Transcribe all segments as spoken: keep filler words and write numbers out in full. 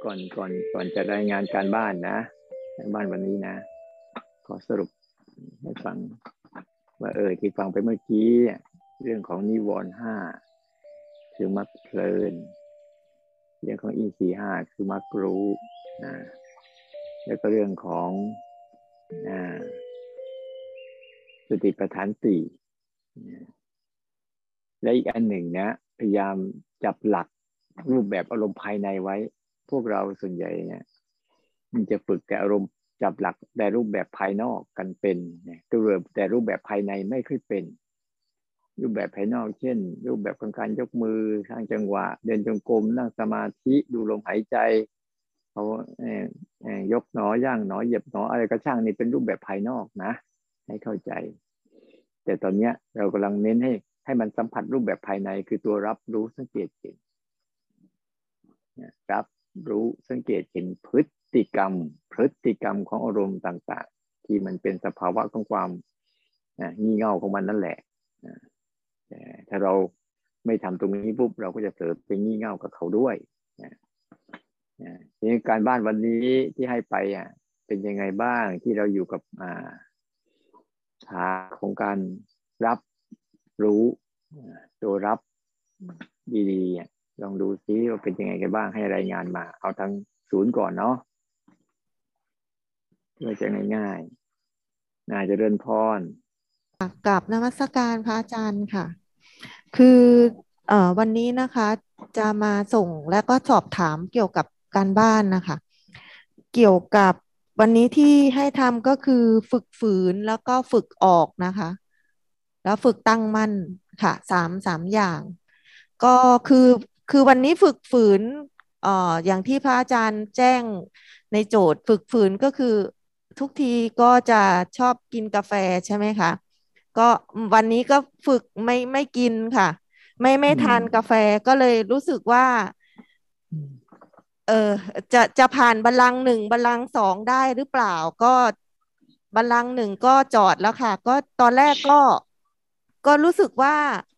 ก่อนก่อนก่อนจะรายงานการบ้านนะการบ้านวันนี้นะขอสรุปให้ฟังว่าเออที่ฟังไปเมื่อกี้เรื่องของนิวรณ์ห้าคือมรรคเพลินเรื่องของอินทรีย์ห้าคือมรรครู้นะแล้วก็เรื่องของอ่าสติปัฏฐานสี่และอีกอันหนึ่งนะพยายามจับหลักรูปแบบอารมณ์ภายในไว้พวกเราส่วนใหญ่เนี่ยมันจะฝึกแต่อารมณ์จับหลักแต่รูปแบบภายนอกกันเป็นเนี่ยแต่รูปแบบภายในไม่ค่อยเป็นรูปแบบภายนอกเช่นรูปแบบของการยกมือสร้างจังหวะเดินจงกรมนั่งสมาธิดูลมหายใจเขาเอ่อเอ่อยกหนอย่างหนอเหยียบหนออะไรก็ช่างนี่เป็นรูปแบบภายนอกนะให้เข้าใจแต่ตอนนี้เรากำลังเน้นให้ให้มันสัมผัสรูปแบบภายในคือตัวรับรู้สังเกตเห็นรับรู้สังเกตเห็นพฤติกรรมพฤติกรรมของอารมณ์ต่างๆที่มันเป็นสภาวะของความงี่เง่าของมันนั่นแหละแต่ถ้าเราไม่ทำตรงนี้ปุ๊บเราก็จะเสริมไปงี่เง่ากับเขาด้วยทีนี้การบ้านวันนี้ที่ให้ไปอ่ะเป็นยังไงบ้างที่เราอยู่กับอ่าฐานของการรับรู้ตัวรับดีๆลองดูซิว่าเป็นยังไงกันบ้างให้รายงานมาเอาทั้งศูนย์ก่อนเนาะเพื่อจะง่ายๆน่าจะเริ่มพรกับนมัสการพระอาจารย์ค่ะคือเอ่อวันนี้นะคะจะมาส่งและก็สอบถามเกี่ยวกับการบ้านนะคะเกี่ยวกับวันนี้ที่ให้ทำก็คือฝึกฝืนแล้วก็ฝึกออกนะคะแล้วฝึกตั้งมั่นค่ะสามสามอย่างก็คือคือวันนี้ฝึกฝืนเอ่ออย่างที่พระอาจารย์แจ้งในโจทย์ฝึกฝืนก็คือทุกทีก็จะชอบกินกาแฟใช่ไหมคะ ก็วันนี้ก็ฝึกไม่ไม่กินค่ะไม่ไม่ทานกาแฟก็เลยรู้สึกว่าเออจะจะผ่านบัลลังก์หนึ่งบัลลังก์สองได้หรือเปล่าก็บัลลังก์หนึ่งก็จอดแล้วค่ะก็ตอนแรกก็ก็รู้สึกว่า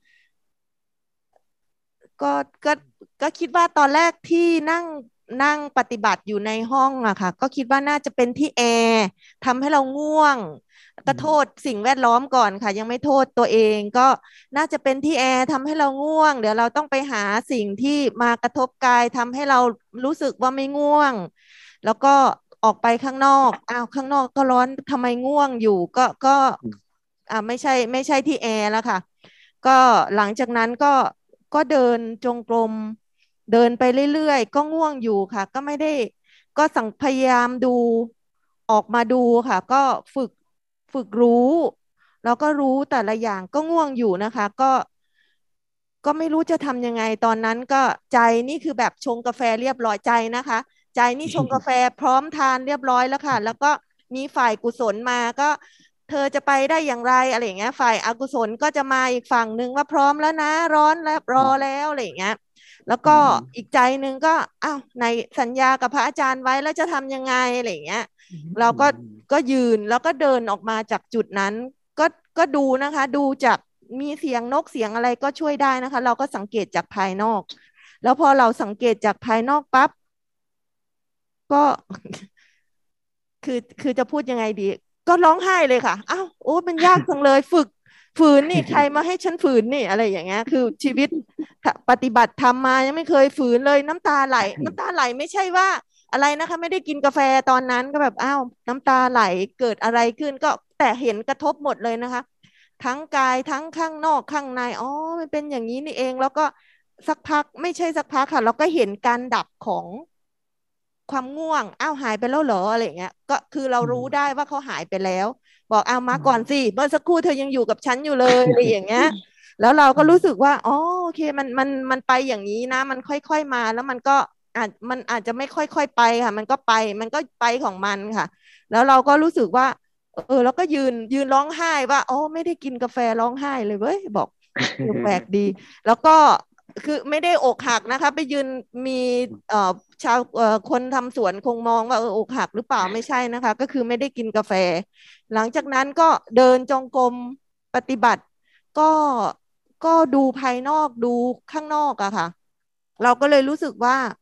ก็ก็ก็คิดว่าตอนแรกที่นั่งนั่งปฏิบัติอยู่ในห้องอะค่ะก็คิดว่าน่าจะเป็นที่แอร์ทำให้เราง่วงก็โทษสิ่งแวดล้อมก่อนค่ะยังไม่โทษตัวเองก็น่าจะเป็นที่แอร์ทำให้เราง่วงเดี๋ยวเราต้องไปหาสิ่งที่มากระทบกายทำให้เรารู้สึกว่าไม่ง่วงแล้วก็ออกไปข้างนอกอ้าวข้างนอกก็ร้อนทำไมง่วงอยู่ก็ก็อ่าไม่ใช่ไม่ใช่ที่แอร์แล้วค่ะก็หลังจากนั้นก็ ก็เดินจงกรมเดินไปเรื่อยๆก็ง่วงอยู่ค่ะก็ไม่ได้ก็สังพยายามดูออกมาดูค่ะก็ฝึกฝึกรู้แล้วก็รู้แต่ละอย่างก็ง่วงอยู่นะคะก็ก็ไม่รู้จะทำยังไงตอนนั้นก็ใจนี่คือแบบชงกาแฟเรียบร้อยใจนะคะใจนี่ชงกาแฟพร้อมทานเรียบร้อยแล้วค่ะแล้วก็มีฝ่ายกุศลมาก็เธอจะไปได้อย่างไรอะไรอย่างเงี้ยฝ่ายอกุศลก็จะมาอีกฝั่งหนึ่งว่าพร้อมแล้วนะร้อนแล้วรอแล้วอะไรอย่างเงี้ยแล้วก็อีกใจหนึ่งก็อ้าวในสัญญากับพระอาจารย์ไว้แล้วจะทำยังไงอะไรอย่างเงี้ยเราก็ก็ยืนแล้วก็เดินออกมาจากจุดนั้นก็ก็ดูนะคะดูจากมีเสียงนกเสียงอะไรก็ช่วยได้นะคะเราก็สังเกตจากภายนอกแล้วพอเราสังเกตจากภายนอกปั๊บก็ คือคือจะพูดยังไงดีก็ร้องไห้เลยค่ะอ้าวโอ้มันยากจังเลยฝึกฝืนนี่ใครมาให้ฉันฝืนนี่อะไรอย่างเงี้ยคือชีวิตปฏิบัติธรรมมายังไม่เคยฝืนเลยน้ำตาไหลน้ำตาไหลไม่ใช่ว่าอะไรนะคะไม่ได้กินกาแฟตอนนั้นก็แบบอ้าวน้ำตาไหลเกิดอะไรขึ้นก็แต่เห็นกระทบหมดเลยนะคะทั้งกายทั้งข้างนอกข้างในอ๋อมันเป็นอย่างนี้นี่เองแล้วก็สักพักไม่ใช่สักพักค่ะเราก็เห็นการดับของ ความง่วงอ้าวหายไปแล้วเหรออะไรเงี้ยก็คือเรารู้ได้ว่าเขาหายไปแล้วบอกอ้าวมาก่อนสิเมื่อสักครู่เธอยังอยู่กับฉันอยู่เลยอะไรอย่างเงี้ยแล้วเราก็รู้สึกว่าอ๋อโอเคมันมันมันไปอย่างนี้นะมันค่อยๆมาแล้วมันก็อาจมันอาจจะไม่ค่อยๆไปค่ะมันก็ไปมันก็ไปของมันค่ะแล้วเราก็รู้สึกว่าเออแล้วก็ยืนยืนร้องไห้ว่าอ๋อไม่ได้กินกาแฟร้องไห้เลยเว้ยบอกเออแปลกดีแล้วก็คือไม่ได้อกหักนะคะไปยืนมีเอ่อ ชาวเอ่อคนทำสวนคงมองว่าเอออกหักหรือเปล่าไม่ใช่นะคะก็คือไม่ได้กินกาแฟหลังจากนั้นก็เดินจงกรมปฏิบัติก็ก็ดูภายนอกดูข้างนอกอะค่ะเราก็เลยรู้สึกว่า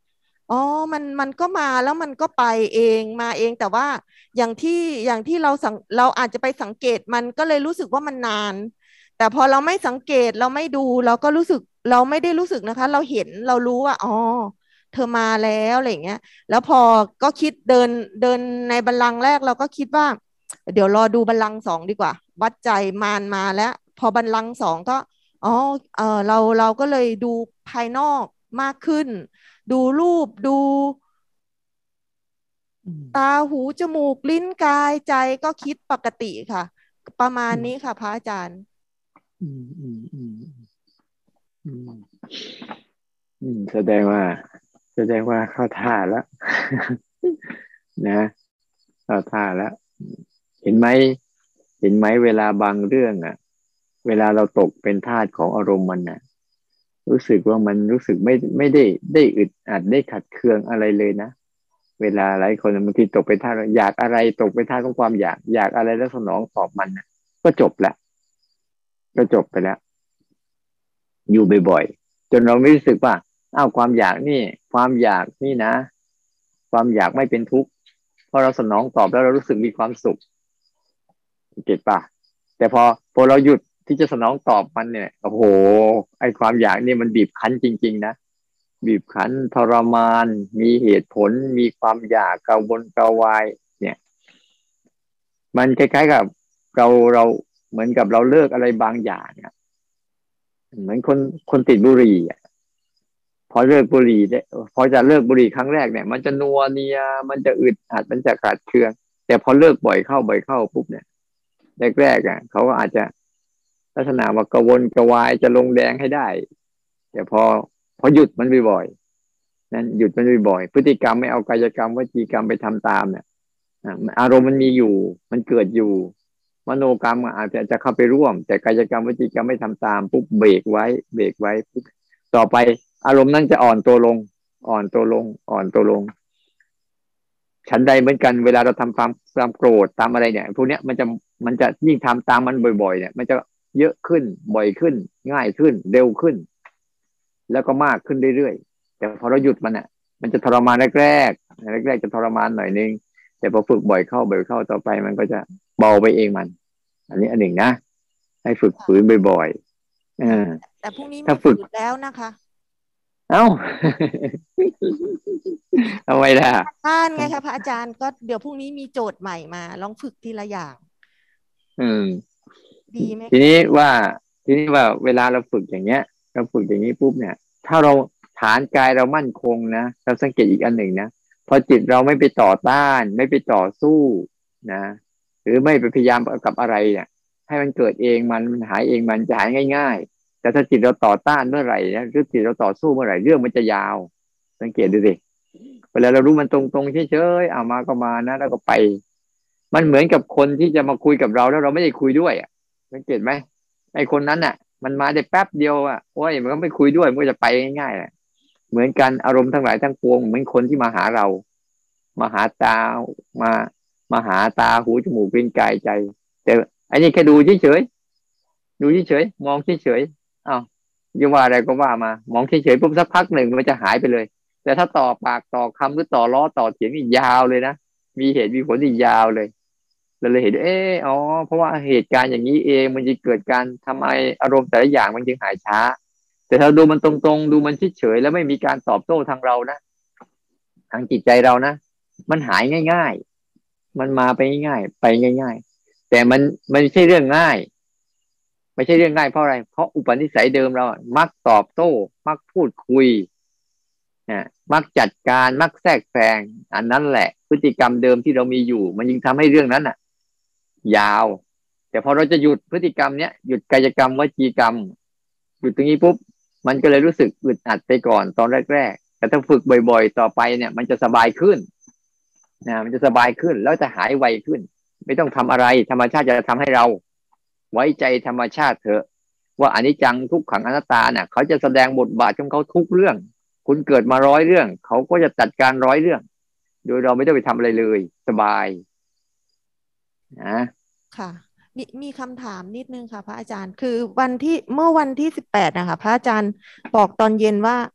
อ๋อมันมันก็มาแล้วมันก็ไปเองมาเองแต่ว่าอย่างที่อย่างที่เราสังเราอาจจะไปสังเกตมันก็เลยรู้สึกว่ามันนานแต่พอเราไม่สังเกตเราไม่ดูเราก็รู้สึกเราไม่ได้รู้สึกนะคะเราเห็นเรารู้ว่าอ๋อเธอมาแล้วอะไรอย่างเงี้ยแล้วพอก็คิดเดินเดินในบัลลังก์แรกเราก็คิดว่าเดี๋ยวรอดูบัลลังก์สองดีกว่าวัดใจมารมาแล้วพอบัลลังก์สองก็อ๋อเออเราเราก็เลยดูภายนอกมากขึ้น ดูรูปดูอืมตาหูจมูกลิ้นกายใจก็คิดปกติค่ะประมาณอืมนี้ค่ะพระอาจารย์อืมอืมอืมอืมอืมแสดงว่าแสดงว่าเข้าท่าแล้วนะเข้าท่าแล้วเห็นไหมเห็นไหมเวลาบางเรื่องอ่ะเวลาเราตกเป็นทาสของอารมณ์มันน่ะรู้สึกว่ามันรู้สึกไม่ไม่ได้ได้อึดอัดได้ขัดเคืองอะไรเลยนะเวลาหลายคนบางทีตกเป็นทาสอยากอะไรตกเป็นทาสของความอยากอยากอะไรแล้วสนองตอบมันน่ะก็จบละก็จบไปแล้ว อยู่บ่อยๆจนเราไม่รู้สึกว่าอ้าวความอยากนี่ความอยากนี่นะความอยากไม่เป็นทุกข์เพราะเราสนองตอบแล้วเรารู้สึกมีความสุขเก็ตป่ะแต่พอพอเราหยุดที่จะสนองตอบมันเนี่ยโอ้โหไอความอยากนี่มันบีบคั้นจริงๆนะบีบคั้นทรมานมีเหตุผลมีความอยากกระวนกระวายเนี่ยมันคล้ายๆกับเราเราเหมือนกับเราเลิกอะไรบางอย่างอะเหมือนคนคนติดบุหรี่อะ พอเลิกบุหรี่เนี่ยพอจะเลิกบุหรี่ครั้งแรกเนี่ยมันจะนัวเนียมันจะอึดอัดมันจะขาดเคืองแต่พอเลิกบ่อยเข้าบ่อยเข้าปุ๊บเนี่ยแรกๆอ่ะเขาก็อาจจะลักษณะว่ากระวนกระวายจะลงแดงให้ได้แต่พอพอหยุดมันบ่อยๆนั้นหยุดมันบ่อยๆพฤติกรรมไม่เอากายกรรมวจีกรรมไปทำตามเนี่ยอ่ะอารมณ์มันมีอยู่มันเกิดอยู่มโนกรรมอาจจะจะเข้าไปร่วมแต่กายกรรมวจีกรรมไม่ทำตามปุ๊บเบรกไว้เบรกไว้ปุ๊บต่อไป อารมณ์นั้นจะอ่อนตัวลงอ่อนตัวลงอ่อนตัวลงฉันใดเหมือนกันเวลาเราทำความความโกรธตามอะไรเนี่ยพวกเนี้ยมันจะมันจะยิ่งทำตามมันบ่อยๆเนี่ยมันจะเยอะขึ้นบ่อยขึ้นง่ายขึ้นเร็วขึ้นแล้วก็มากขึ้นเรื่อยๆแต่พอเราหยุดมันอ่ะมันจะทรมานแรกๆแรกๆจะทรมานหน่อยนึงแต่พอฝึกบ่อยเข้าบ่อยเข้าต่อไปมันก็จะเบาไปเองมันอันนี้อันหนึ่งนะให้ฝึกฝืนบ่อยๆเอค่ะอแต่พรุ่งนี้ถ้าฝึกมีฝืนแล้วนะคะเอ้าทำไมล่ะอ่านไงคะพระอาจารย์ก็เดี๋ยวพรุ่งนี้มีโจทย์ใหม่มาลองฝึกทีละอย่างอืมดีไหมทีนี้คะว่าทีนี้ว่าเวลาเราฝึกอย่างเงี้ยเราฝึกอย่างนี้ปุ๊บเนี่ยถ้าเราฐานกายเรามั่นคงนะเราสังเกตอีกอันหนึ่งนะพอจิตเราไม่ไปต่อต้านไม่ไปต่อสู้นะหรือไม่ไปพยายามกับอะไรเนี่ยให้มันเกิดเองมันมันหายเองมันจะหายง่ายๆแต่ถ้าจิตเราต่อต้านเมื่อไหร่นะหรือจิตเราต่อสู้เมื่อไหร่เรื่องมันจะยาวสังเกตดูสิเวลาเรารู้มันตรงๆเฉยๆเอามาก็มานะแล้วก็ไป มันเหมือนกับคนที่จะมาคุยกับเราแล้วเราไม่ได้คุยด้วยอ่ะสังเกตไหมไอ้คนนั้นอ่ะมันมาได้แป๊บเดียวอ่ะโอ้ยมันก็ไม่คุยด้วยมันก็จะไปง่ายๆแหละเหมือนกันอารมณ์ทั้งหลายทั้งปวงเหมือนคนที่มาหาเรามาหาตามามาหาตาหูจมูกลิ้นกายใจแต่อันนี้แค่ดูเฉยๆดูเฉยๆมองเฉยๆอ้าวจะว่าอะไรก็ว่ามามองเฉยๆปุ๊บสักพักหนึ่งมันจะหายไปเลยแต่ถ้าต่อปากต่อคำหรือต่อล้อต่อเสียงนี่ยาวเลยนะมีเหตุมีผลที่ยาวเลย เราเลยเห็นเอออ๋อเพราะว่าเหตุการณ์อย่างนี้เองมันจะเกิดการทำไมอารมณ์แต่ละอย่างมันจึงหายช้าแต่ถ้าดูมันตรงๆดูมันเฉยๆแล้วไม่มีการตอบโต้ทางเรานะทางจิตใจเรานะมันหายง่ายๆมันมาไปง่ายๆไปง่ายๆแต่มันมันไม่ใช่เรื่องง่ายไม่ใช่เรื่องง่ายเพราะอะไรเพราะอุปนิสัยเดิมเรามักตอบโต้มักพูดคุยนะมักจัดการมักแทรกแซงอันนั้นแหละพฤติกรรมเดิมที่เรามีอยู่มันยิ่งทำให้เรื่องนั้นอ่ะ ยาวแต่พอเราจะหยุดพฤติกรรมเนี้ยหยุดกายกรรมวจีกรรมหยุดตรงนี้ปุ๊บมันก็เลยรู้สึกอึดอัดไปก่อนตอนแรกๆแต่ถ้าฝึกบ่อยๆต่อไปเนี่ยมันจะสบายขึ้นนะมันจะสบายขึ้นแล้วจะหายไวขึ้นไม่ต้องทำอะไรธรรมชาติจะทำให้เราไว้ใจธรรมชาติเถอะว่าอนิจจังทุกขังอนัตตาเนี่ยเขาจะแสดงบทบาทของเขาทุกเรื่องคุณเกิดมาร้อยเรื่องเขาก็จะจัดการร้อยเรื่องโดยเราไม่ต้องไปทำอะไรเลยสบายนะค่ะมีมีคำถามนิดนึงค่ะพระอาจารย์คือวันที่เมื่อวันที่สิบแปดนะคะพระอาจารย์บอกตอนเย็นว่า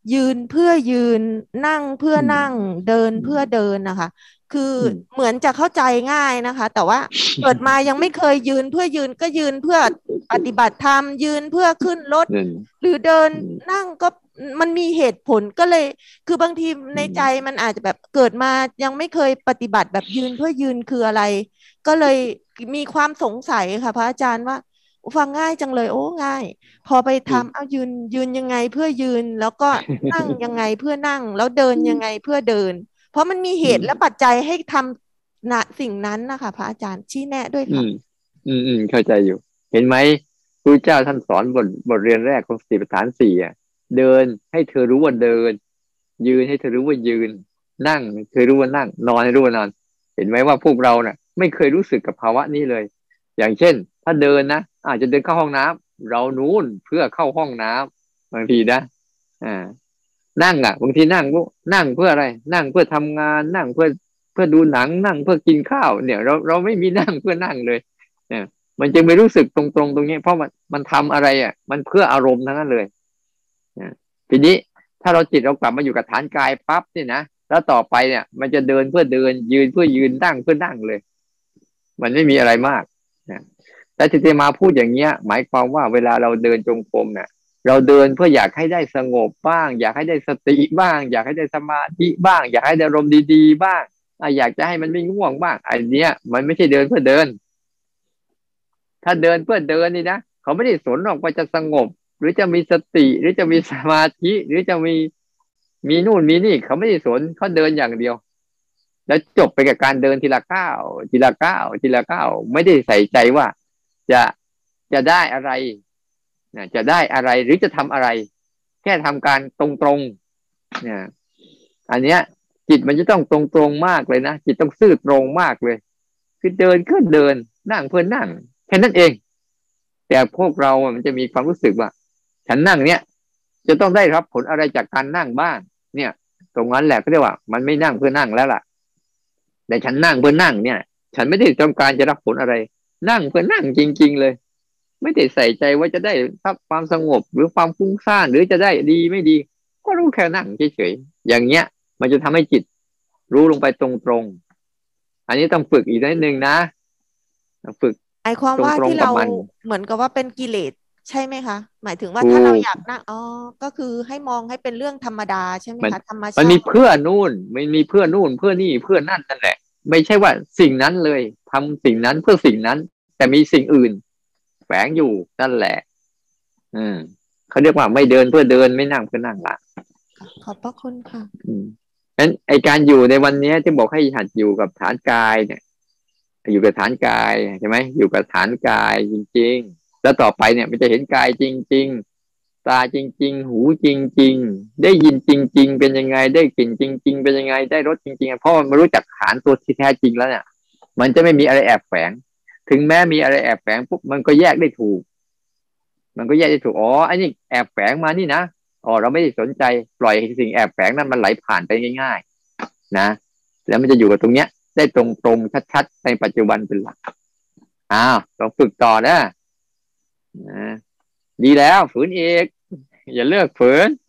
ยืนเพื่อยืนนั่งเพื่ออืมนั่งเดินอืเพื่อมเดินนะคะคืออืมเหมือนจะเข้าใจง่ายนะคะแต่ว่าเกิดมายังไม่เคยยืนเพื่อยืนก็ยืนเพื่อปฏิบัติธรรมยืนเพื่อขึ้นรถนั่นหรือเดินอืมนั่งก็มันมีเหตุผลก็เลยคือบางทีอืในใจมมันอาจจะแบบเกิดมายังไม่เคยปฏิบัติแบบยืนเพื่อยืนคืออะไรก็เลยมีความสงสัยค่ะพระอาจารย์ว่าฟังง่ายจังเลยโอ้ง่ายพอไปอืมทำเอายืนยืนยังไงเพื่อยืนแล้วก็นั่งยังไงเพื่อนั่งแล้วเดินยังไงเพื่อเดินเพราะมันมีเหอืมตุและปัจจัยให้ทำนะสิ่งนั้นนะคะพระอาจารย์ชี้แนะด้วยค่ะอืมอืมอืมเข้าใจอยู่เห็นไหมครูเจ้าท่านสอนบทบทเรียนแรกของสติปัฏฐานสี่อ่ะเดินให้เธอรู้ว่าเดินยืนให้เธอรู้ว่ายืนนั่งเธอรู้ว่านั่งนอนให้รู้ว่านอนเห็นไหมว่าพวกเราเนี่ยไม่เคยรู้สึกกับภาวะนี้เลยอย่างเช่นถ้าเดินนะอาจจะเดินเข้าห้องน้ำเรานู้นเพื่อเข้าห้องน้ำบางทีนะอ่านั่งอ่ะบางทีนั่งก็นั่งเพื่ออะไรนั่งเพื่อทำงานนั่งเพื่อเพื่อดูหนังนั่งเพื่อกินข้าวเนี่ยเราเราไม่มีนั่งเพื่อนั่งเลยเนี่ยมันจึงไม่รู้สึกตรงๆตรงนี้เพราะมันมันทำอะไรอ่ะมันเพื่ออารมณ์ทั้งนั้นเลยนะทีนี้ถ้าเราจิตเรากลับมาอยู่กับฐานกายปั๊บเนี่ยนะแล้วต่อไปเนี่ยมันจะเดินเพื่อเดินยืนเพื่อยืนนั่งเพื่อนั่งเลยมันไม่มีอะไรมากนะแต่ที่เจมาพูดอย่างเงี้ยหมายความว่าเวลาเราเดินจงกรมเนี่ยเราเดินเพื่ออยากให้ได้สงบบ้างอยากให้ได้สติบ้างอยากให้ได้สมาธิบ้างอยากให้ได้อารมณ์ดีๆบ้างอ่ะอยากจะให้มันไม่ง่วงบ้างอันเนี้ยมันไม่ใช่เดินเพื่อเดินถ้าเดินเพื่อเดินนี่นะเขาไม่ได้สนหรอกว่าจะสงบหรือจะมีสติหรือจะมีสมาธิหรือจะมีมีนู่นมีนี่เขาไม่ได้สนเขาเดินอย่างเดียวแล้วจบไปกับการเดินทีละก้าวทีละก้าวทีละก้าวไม่ได้ใส่ใจว่าจะจะได้อะไรนะจะได้อะไรหรือจะทำอะไรแค่ทำการตรงๆเนี่ยอันเนี้ยจิตมันจะต้องตรงๆมากเลยนะจิตต้องซื่อตรงมากเลยคือเดินขึ้นเดินนั่งเพื่อนั่งแค่นั้นเองแต่พวกเรามันจะมีความรู้สึกว่าฉันนั่งเนี้ยจะต้องได้รับผลอะไรจากการนั่งบ้างเนี่ยตรงนั้นแหละก็เรียกว่ามันไม่นั่งเพื่อนั่งแล้วล่ะแต่ฉันนั่งเพื่อนั่งเนี่ยฉันไม่ได้ต้องการจะรับผลอะไรนั่งเพื่อนั่งจริงๆเลยไม่ได้ใส่ใจว่าจะได้รับความสงบหรือความฟุ้งซ่านหรือจะได้ดีไม่ดีก็รู้แค่นั่งเฉยๆอย่างเงี้ยมันจะทำให้จิตรู้ลงไปตรงๆอันนี้ต้องฝึกอีกนิดนึงนะฝึกหมายความตว่าที่เรารงๆกับมันเหมือนกับว่าเป็นกิเลสใช่ไหมคะหมายถึงว่าถูถ้าเรากอยากนั่งอ๋อก็คือให้มองให้เป็นเรื่องธรรมดาใช่ไหมมันคะธรรมมันชาติมีเพื่อนู่นมันมีเพื่อนู่นเพื่อนี่เพื่อนั่นนั่นแหละไม่ใช่ว่าสิ่งนั้นเลยทำสิ่งนั้นเพื่อสิ่งนั้นแต่มีสิ่งอื่นแฝงอยู่นั่นแหละอืมเขาเรียกว่าไม่เดินเพื่อเดินไม่นั่งเพื่อนั่งละขอบพระคุณค่ะอืมงั้นไอการอยู่ในวันนี้ที่บอกให้หัดอยู่กับฐานกายเนี่ยอยู่กับฐานกายใช่ไหมอยู่กับฐานกายจริงๆแล้วต่อไปเนี่ยมันจะเห็นกายจริงๆตาจริงๆหูจริงๆได้ยินจริงๆเป็นยังไงได้กลิ่นจริงๆเป็นยังไงได้รสจริงๆเพราะมันรู้จักฐานตัวที่แท้จริงแล้วเนี่ยมันจะไม่มีอะไรแอบแฝงถึงแม้มีอะไรแอบแฝงปุ๊บมันก็แยกได้ถูกมันก็แยกได้ถูกอ๋ออันนี้แอบแฝงมานี่นะอ๋อเราไม่ได้สนใจปล่อยให้สิ่งแอบแฝงนั้นมันไหลผ่านไปง่ายๆนะแล้วมันจะอยู่กับตรงเนี้ยได้ตรงๆชัดๆในปัจจุบันเป็นหลักอ้าวลองฝึกต่อนะนะดีแล้วฝืนอีกอย่าเลิกฝืน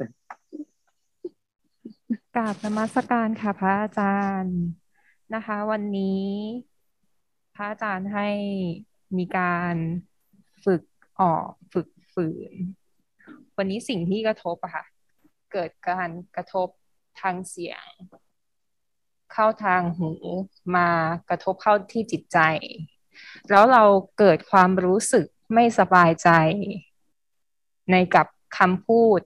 กราบนมัสการค่ะพระอาจารย์นะคะวันนี้พระอาจารย์ให้มีการฝึกออกฝึกฝืนวันนี้สิ่งที่กระทบอะค่ะเกิดการกระทบทางเสียงเข้าทางหูมากระทบเข้าที่จิตใจแล้วเราเกิดความรู้สึกไม่สบายใจในกับคำพูด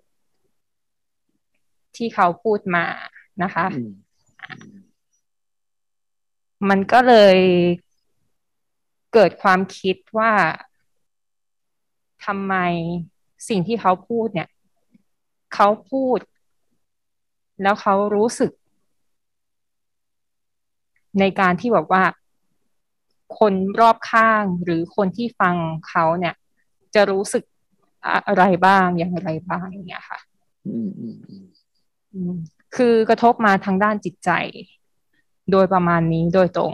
ที่เขาพูดมานะคะมันก็เลยเกิดความคิดว่าทำไมสิ่งที่เขาพูดเนี่ยเขาพูดแล้วเขารู้สึกในการที่แบบว่าคนรอบข้างหรือคนที่ฟังเขาเนี่ยจะรู้สึกอะไรบ้างอย่างไรบ้างอย่างเงี้ยค่ะคือกระทบมาทางด้านจิตใจโดยประมาณนี้โดยตรง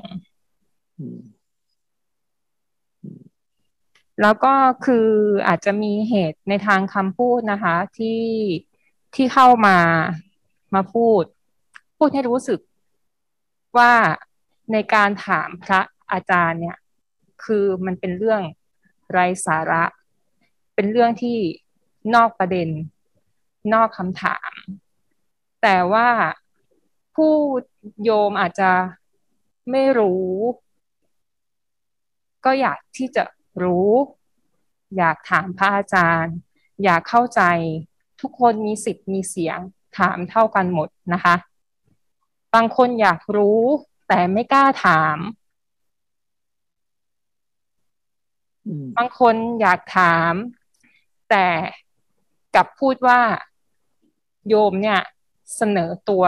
แล้วก็คืออาจจะมีเหตุในทางคำพูดนะคะที่ที่เข้ามามาพูดพูดให้รู้สึกว่าในการถามพระอาจารย์เนี่ยคือมันเป็นเรื่องไร้สาระเป็นเรื่องที่นอกประเด็นนอกคำถามแต่ว่าผู้โยมอาจจะไม่รู้ก็อยากที่จะรู้อยากถามพระอาจารย์อยากเข้าใจทุกคนมีสิทธิ์มีเสียงถามเท่ากันหมดนะคะบางคนอยากรู้แต่ไม่กล้าถามบางคนอยากถามแต่กลับพูดว่าโยมเนี่ยเสนอตัว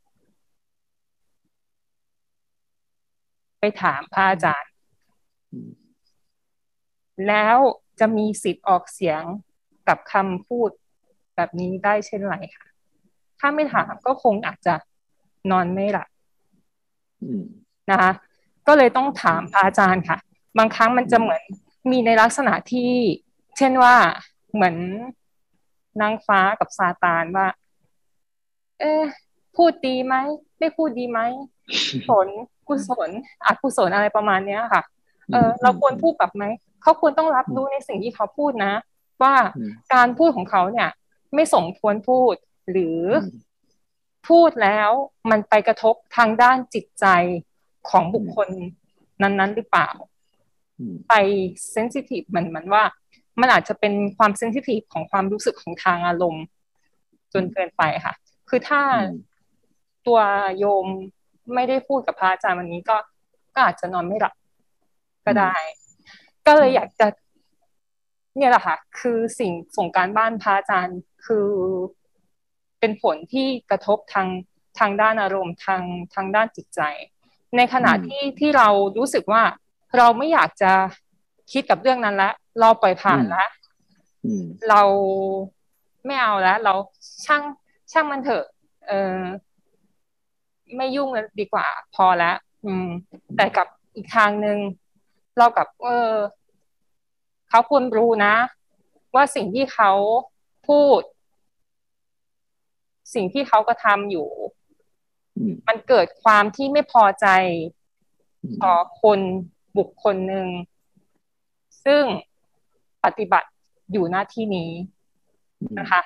ไปถามพระอาจารย์แล้วจะมีสิทธิ์ออกเสียงกับคำพูดแบบนี้ได้เช่นไรค่ะถ้าไม่ถามก็คงอาจจะนอนไม่หลับนะคะก็เลยต้องถามพระอาจารย์ค่ะบางครั้งมันจะเหมือนมีในลักษณะที่เช่นว่าเหมือนนางฟ้ากับซาตานว่าเอ๊ะพูดดีไหมไม่พูดดีไหมผลกุศลอกุศลอะไรประมาณเนี้ยค่ะเออเราควรพูดแบบไหมเขาควรต้องรับรู้ในสิ่งที่เขาพูดนะว่าการพูดของเขาเนี่ยไม่สมควรพูดหรือพูดแล้วมันไปกระทบทางด้านจิตใจของบุคคลนั้นๆหรือเปล่าไปเซนซิทีฟมันมันว่ามันอาจจะเป็นความเซนซิทีฟของความรู้สึกของทางอารมณ์จนเกินไปค่ะคือถ้าตัวโยมไม่ได้พูดกับพระอาจารย์วันนี้ก็ก็อาจจะนอนไม่หลับก็ได้ก็เลยอยากจะเนี่ยแหละค่ะคือสิ่งส่งการบ้านพระอาจารย์คือเป็นผลที่กระทบทางทางด้านอารมณ์ทางทางด้านจิตใจในขณะที่ที่เรารู้สึกว่าเราไม่อยากจะคิดกับเรื่องนั้นแล้วเราปล่อยผ่านแล้วเราไม่เอาแล้วเราช่างช่างมันเถอะเออไม่ยุ่งแล้วดีกว่าพอแล้วอืมแต่กับอีกทางนึงเรากับเออเขาควรรู้นะว่าสิ่งที่เขาพูดสิ่งที่เขากระทำอยู่มันเกิดความที่ไม่พอใจต่อคนบุคคลหนึ่งซึ่งปฏิบัติอยู่หน้าที่นี้นะคะ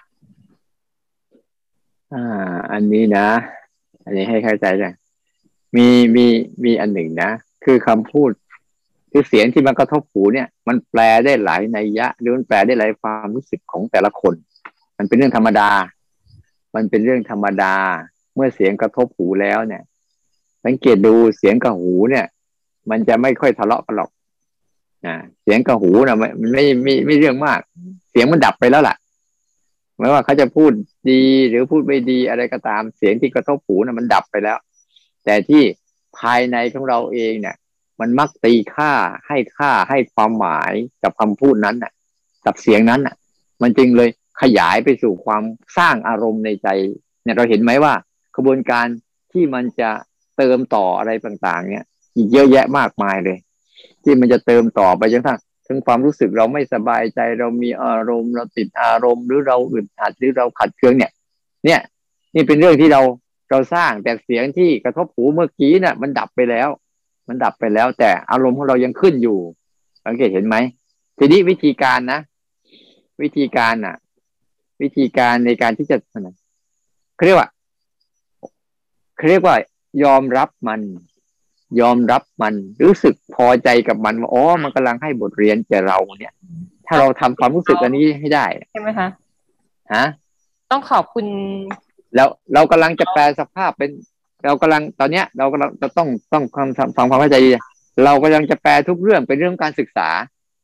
อ่าอันนี้นะอันนี้ให้เข้าใจเลยมีมีมีอันหนึ่งนะคือคำพูดคือเสียงที่มันกระทบหูเนี่ยมันแปลได้หลายนัยยะหรือมันแปลได้หลายความรู้สึกของแต่ละคนมันเป็นเรื่องธรรมดามันเป็นเรื่องธรรมดาเมื่อเสียงกระทบหูแล้วเนี่ยสังเกตดูเสียงกับหูเนี่ยมันจะไม่ค่อยทะเลาะกันหรอกนะเสียงกับหูนะมันไม่ไม่ไม่เรื่องมากเสียงมันดับไปแล้วล่ะไม่ว่าเขาจะพูดดีหรือพูดไม่ดีอะไรก็ตามเสียงที่กระทบหูนะมันดับไปแล้วแต่ที่ภายในของเราเองเนี่ยมันมักตีค่าให้ค่าให้ความหมายกับคำพูดนั้นน่ะกับเสียงนั้นน่ะมันจึงเลยขยายไปสู่ความสร้างอารมณ์ในใจเนี่ยเราเห็นไหมว่ากระบวนการที่มันจะเติมต่ออะไรต่างๆเนี่ยอีกเยอะแยะมากมายเลยที่มันจะเติมต่อไปจนกระทั่งถึงความรู้สึกเราไม่สบายใจเรามีอารมณ์เราติดอารมณ์หรือเราอึดอัดหรือเราขัดเคืองเนี่ยเนี่ยนี่เป็นเรื่องที่เราเราสร้างแต่เสียงที่กระทบหูเมื่อกี้เนี่ยมันดับไปแล้วมันดับไปแล้วแต่อารมณ์ของเรายังขึ้นอยู่สังเกตเห็นไหมทีนี้วิธีการนะวิธีการน่ะวิธีการในการที่จะเขาเรียกว่าเขาเรียกว่ายอมรับมันยอมรับมันรู้สึกพอใจกับมันว่าอ๋อมันกำลังให้บทเรียนแก่เราเนี่ยถ้าเราทำความรู้สึกอันนี้ให้ได้ใช่ไหมคะฮะต้องขอบคุณแล้วเรากำลังจะแปลสภาพเป็นเรากำลังตอนเนี้ยเรากำลังจะต้องต้องฟังฟังความเข้าใจดีเรากำลังจะแปลทุกเรื่องเป็นเรื่องการศึกษา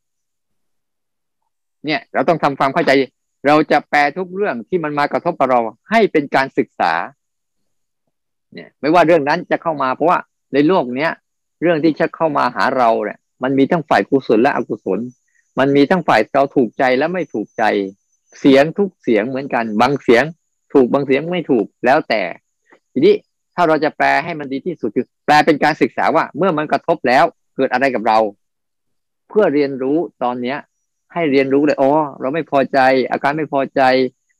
เนี่ยเราต้องทำความเข้าใจเราจะแปลทุกเรื่องที่มันมากระทบกับเราให้เป็นการศึกษาเนี่ยไม่ว่าเรื่องนั้นจะเข้ามาเพราะว่าในโลกเนี้ยเรื่องที่จะเข้ามาหาเราเนี่ยมันมีทั้งฝ่ายกุศลและอกุศลมันมีทั้งฝ่ายเราถูกใจและไม่ถูกใจเสียงทุกเสียงเหมือนกันบางเสียงถูกบางเสียงไม่ถูกแล้วแต่ทีนี้ถ้าเราจะแปลให้มันดีที่สุดคือแปลเป็นการศึกษาว่าเมื่อมันกระทบแล้วเกิดอะไรกับเราเพื่อเรียนรู้ตอนเนี้ยให้เรียนรู้เลยอ๋อเราไม่พอใจอาการไม่พอใจพ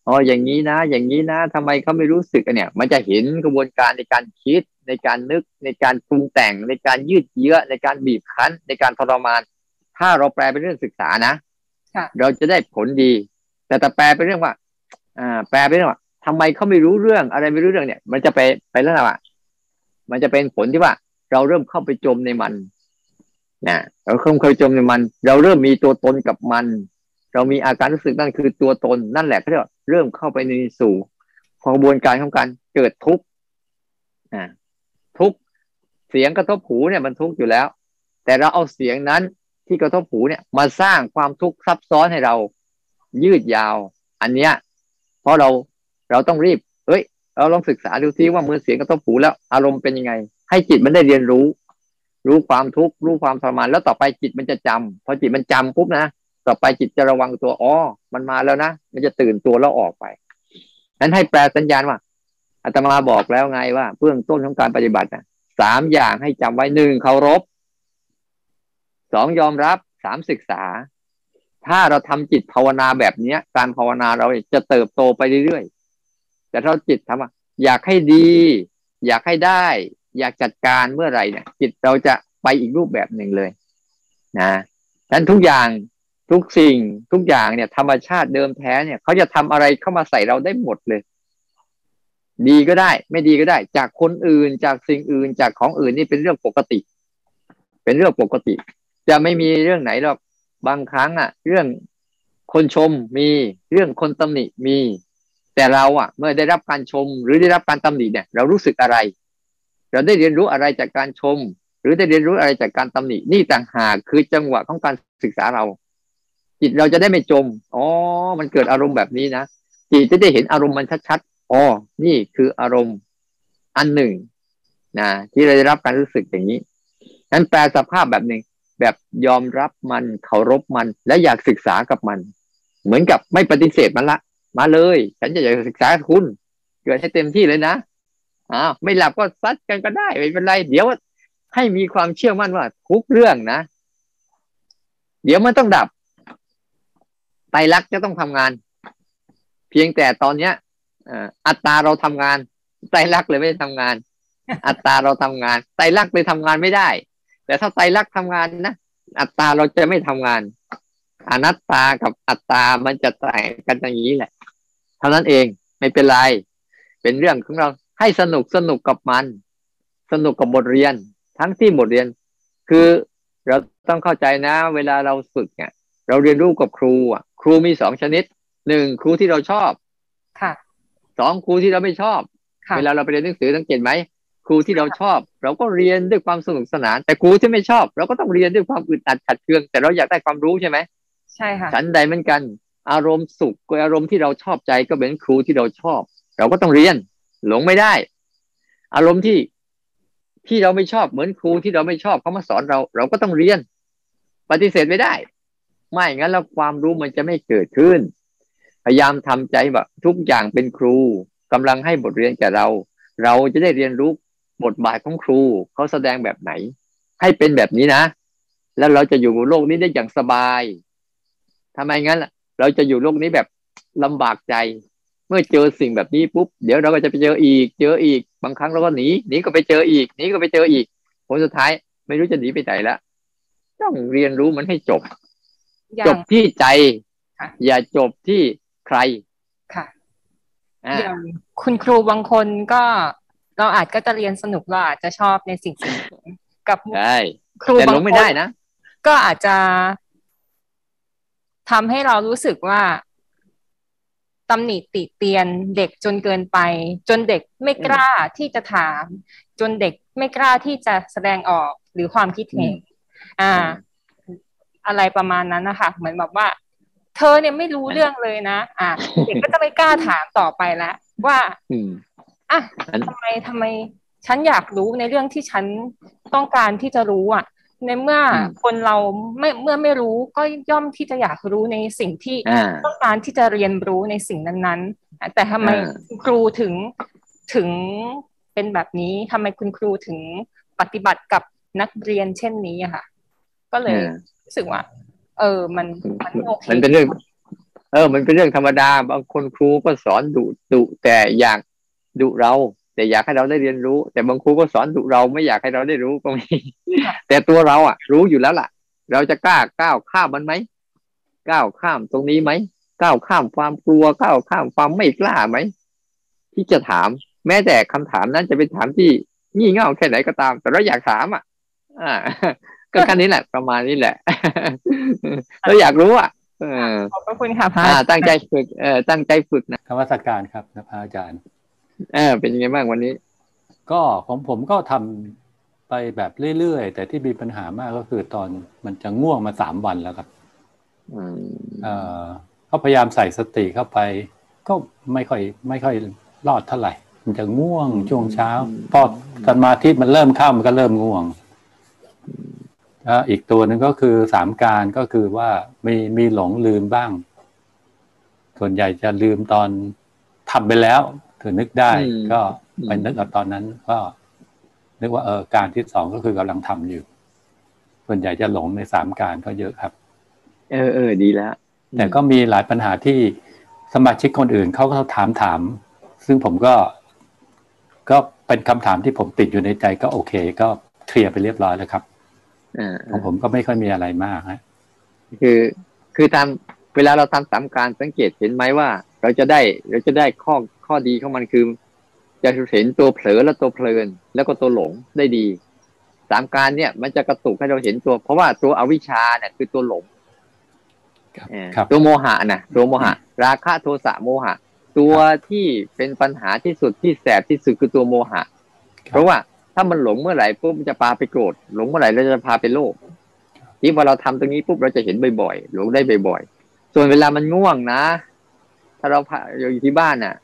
อ๋ออย่างนี้นะอย่างนี้นะทำไมเขาไม่รู้สึกอ่ะเนี่ยมันจะเห็นกระบวนการในการคิดในการนึกในการปรุงแต่งในการยืดเยื้อในการบีบคั้นในการทรมานถ้าเราแปลเป็นเรื่องศึกษานะเราจะได้ผลดีแต่แต่แปลเป็นเรื่องว่าอ่าแปลเป็นเรื่องว่าทำไมเขาไม่รู้เรื่องอะไรไม่รู้เรื่องเนี่ยมันจะไปไปแล้วว่ามันจะเป็นผลที่ว่าเราเริ่มเข้าไปจมในมันนะเราเริ่มเคยจมในมันเราเริ่มมีตัวตนกับมันเรามีอาการรู้สึกนั่นคือตัวตนนั่นแหละเขาเรียกว่าเริ่มเข้าไปในสู่กระบวนการของการเกิดทุกข์อ่าทุกข์เสียงกระทบหูเนี่ยมันทุกข์อยู่แล้วแต่เราเอาเสียงนั้นที่กระทบหูเนี่ยมาสร้างความทุกข์ซับซ้อนให้เรายืดยาวอันเนี้ยเพราะเราเราต้องรีบเอ้ยเราลองศึกษาดูซิว่าเมื่อเสียงกระทบหูแล้วอารมณ์เป็นยังไงให้จิตมันได้เรียนรู้รู้ความทุกข์รู้ความทรมานแล้วต่อไปจิตมันจะจำพอจิตมันจำปุ๊บนะต่อไปจิตจะระวังตัวอ๋อมันมาแล้วนะมันจะตื่นตัวแล้วออกไปนั้นให้แปลสัญญาณว่าอาตมาบอกแล้วไงว่าเบื้องต้นของการปฏิบัตินะสามอย่างให้จำไว้หนึ่งเคารพสองยอมรับสามศึกษาถ้าเราทำจิตภาวนาแบบนี้การภาวนาเราจะเติบโตไปเรื่อยๆแต่ถ้าจิตทำว่าอยากให้ดีอยากให้ได้อยากจัดการเมื่อไหร่เนี่ยจิตเราจะไปอีกรูปแบบหนึ่งเลยนะฉะนั้นทุกอย่างทุกสิ่งทุกอย่างเนี่ยธรรมชาติเดิมแท้เนี่ยเขาจะทำอะไรเข้ามาใส่เราได้หมดเลยดีก็ได้ไม่ดีก็ได้จากคนอื่นจากสิ่งอื่นจากของอื่นนี่เป็นเรื่องปกติเป็นเรื่องปกติจะไม่มีเรื่องไหนหรอกบางครั้งอ่ะเรื่องคนชมมีเรื่องคนตำหนิมีแต่เราอ่ะเมื่อได้รับการชมหรือได้รับการตำหนิเนี่ยเรารู้สึกอะไรเราได้เรียนรู้อะไรจากการชมหรือได้เรียนรู้อะไรจากการตำหนินี่ต่างหากคือจังหวะของการศึกษาเราจิตเราจะได้ไม่จมอ๋อมันเกิดอารมณ์แบบนี้นะจิตจะได้เห็นอารมณ์มันชัดๆอ๋อนี่คืออารมณ์อันหนึ่งนะที่เราได้รับการรู้สึกอย่างนี้นั้นแปลสภาพแบบหนึ่งแบบยอมรับมันเคารพมันและอยากศึกษากับมันเหมือนกับไม่ปฏิเสธมันละมาเลยฉันจะอยากศึกษาคุณเกิดให้เต็มที่เลยนะอ้าวไม่หลับก็ซัดกันก็ได้ไม่เป็นไรเดี๋ยวให้มีความเชื่อมั่นว่าทุกเรื่องนะเดี๋ยวมันต้องดับไตรลักษณ์จะต้องทำงานเพียงแต่ตอนเนี้ยอัตตาเราทำงานไตรลักษณ์เลยไม่ได้ทำงานอัตตาเราทำงานไตรลักษณ์เลยทำงานไม่ได้แต่ถ้าไตรลักษณ์ทำงานนะอัตตาเราจะไม่ทำงานอนัตตากับอัตตามันจะแตกกันอย่างนี้แหละเท่านั้นเองไม่เป็นไรเป็นเรื่องของเราให้สนุกสนุกกับมันสนุกกับบทเรียนทั้งที่บทเรียนคือเราต้องเข้าใจนะเวลาเราฝึกเนี่ยเราเรียนรู้กับครูอ่ะครูมีสองชนิดหนึ่งครูที่เราชอบค่ะสองครูที่เราไม่ชอบเวลาเราไปเรียนหนังสือสังเกตไหมครูที่เราชอบเราก็เรียนด้วยความสนุกสนานแต่ครูที่ไม่ชอบเราก็ต้องเรียนด้วยความอึดอัดขัดเคืองแต่เราอยากได้ความรู้ใช่ไหมใช่ค่ะฉันใดเหมือนกันอารมณ์สุขกับอารมณ์ที่เราชอบใจก็เป็นครูที่เราชอบเราก็ต้องเรียนหลงไม่ได้อารมณ์ที่ที่เราไม่ชอบเหมือนครูที่เราไม่ชอบเขามาสอนเราเราก็ต้องเรียนปฏิเสธไม่ได้ไม่งั้นแล้วความรู้มันจะไม่เกิดขึ้นพยายามทำใจว่าทุกอย่างเป็นครูกำลังให้บทเรียนแก่เราเราจะได้เรียนรู้บทบาทของครูเขาแสดงแบบไหนให้เป็นแบบนี้นะแล้วเราจะอยู่บนโลกนี้ได้อย่างสบายทำไมงั้นเราจะอยู่โลกนี้แบบลำบากใจเมื่อเจอสิ่งแบบนี้ปุ๊บเดี๋ยวเราก็จะไปเจออีกเจออีกบางครั้งเราก็หนีหนีก็ไปเจออีกหนีก็ไปเจออีกผลสุดท้ายไม่รู้จะหนีไปไหนแล้วต้องเรียนรู้มันให้จบจบที่ใจอย่าจบที่ใครค่ะอย่างคุณครูบางคนก็เราอาจก็จะเรียนสนุกเราอาจจะชอบในสิ่งสิ่งกับครูบางคนก็อาจจะทำให้เรารู้สึกว่าตำหนิติเตียนเด็กจนเกินไปจนเด็กไม่กล้าที่จะถามจนเด็กไม่กล้าที่จะแสดงออกหรือความคิดเห็นอ่าอะไรประมาณนั้นนะคะเหมือนแบบว่าเธอเนี่ยไม่รู้เรื่องเลยนะอ่าเด็กก็จะไม่กล้าถามต่อไปแล้วว่าอ่ะทำไมทำไมฉันอยากรู้ในเรื่องที่ฉันต้องการที่จะรู้อ่ะในเมื่อคนเราไม่เมื่อไม่รู้ก็ย่อมที่จะอยากรู้ในสิ่งที่ต้องการที่จะเรียนรู้ในสิ่งนั้นๆแต่ทำไมครูถึงถึงเป็นแบบนี้ทำไมคุณครูถึงปฏิบัติกับนักเรียนเช่นนี้อะค่ะก็เลยรู้สึกว่าเออมันมันโอเคมันเป็นเรื่องเออมันเป็นเรื่องธรรมดาบางคนครูก็สอนดุดุแต่อยากดุเราแต่อยากให้เราได้เรียนรู้แต่บางครูก็สอนดุเราไม่อยากให้เราได้รู้ก็มีแต่ตัวเราอ่ะรู้อยู่แล้วล่ะเราจะกล้าก้าวข้ามมันไหมก้าวข้ามตรงนี้ไหมก้าวข้ามความกลัวก้าวข้ามความไม่กล้าไหมที่จะถามแม้แต่คำถามนั้นจะเป็นถามที่งี่เง่าแค่ไหนก็ตามแต่เราอยากถามอ่ะอ่าก็แค่นี้แหละประมาณนี้แหละเราอยากรู้อ่ะขอบคุณค่ะพระตั้งใจฝึกเออตั้งใจฝึกนะนมัสการครับนะพระอาจารย์เออเป็นยังไงบ้างวันนี้ก็ของผมก็ทำไปแบบเรื่อยๆแต่ที่มีปัญหามากก็คือตอนมันจะง่วงมาสามวันแล้วครับเออก็พยายามใส่สติเข้าไปก็ไม่ค่อยไม่ค่อยรอดเท่าไหร่มันจะง่วงช่วงเช้าพอสมาธิมันเริ่มเข้ามันก็เริ่มง่วงอีกตัวหนึ่งก็คือสามการก็คือว่ามีมีหลงลืมบ้างส่วนใหญ่จะลืมตอนทำไปแล้วถึงนึกได้ก็ไปนึกเอาตอนนั้นก็นึกว่าเออการที่สองก็คือกำลังทำอยู่ส่วนใหญ่จะหลงในสามการก็เยอะครับเออเออดีแล้วแต่ก็มีหลายปัญหาที่สมาชิกคนอื่นเขาก็ถามถามซึ่งผมก็ก็เป็นคำถามที่ผมติดอยู่ในใจก็โอเคก็เคลียร์ไปเรียบร้อยแล้วครับของผมก็ไม่ค่อยมีอะไรมากฮะคือคือตามเวลาเราทำสามการสังเกตเห็นไหมว่าเราจะได้เราจะได้ข้อข้อดีของมันคือจะเห็นตัวเผลอและตัวเพลินแล้วก็ตัวหลงได้ดีสามการเนี่ยมันจะกระตุกให้เราเห็นตัวเพราะว่าตัวอวิชชาเนี่ยคือตัวหลงตัวโมหะนะตัวโมหะราคะโทสะโมหะตัวที่เป็นปัญหาที่สุดที่แสบที่สุดคือตัวโมหะเพราะว่าถ้ามันหลงเมื่อไหร่ปุ๊บมันจะพาไปโกรธหลงเมื่อไหร่เราจะพาไปโลภที่พอเราทำตรงนี้ปุ๊บเราจะเห็นบ่อยๆหลงได้บ่อยๆส่วนเวลามันง่วงนะถ้าเราอยู่ที่บ้านน่ะ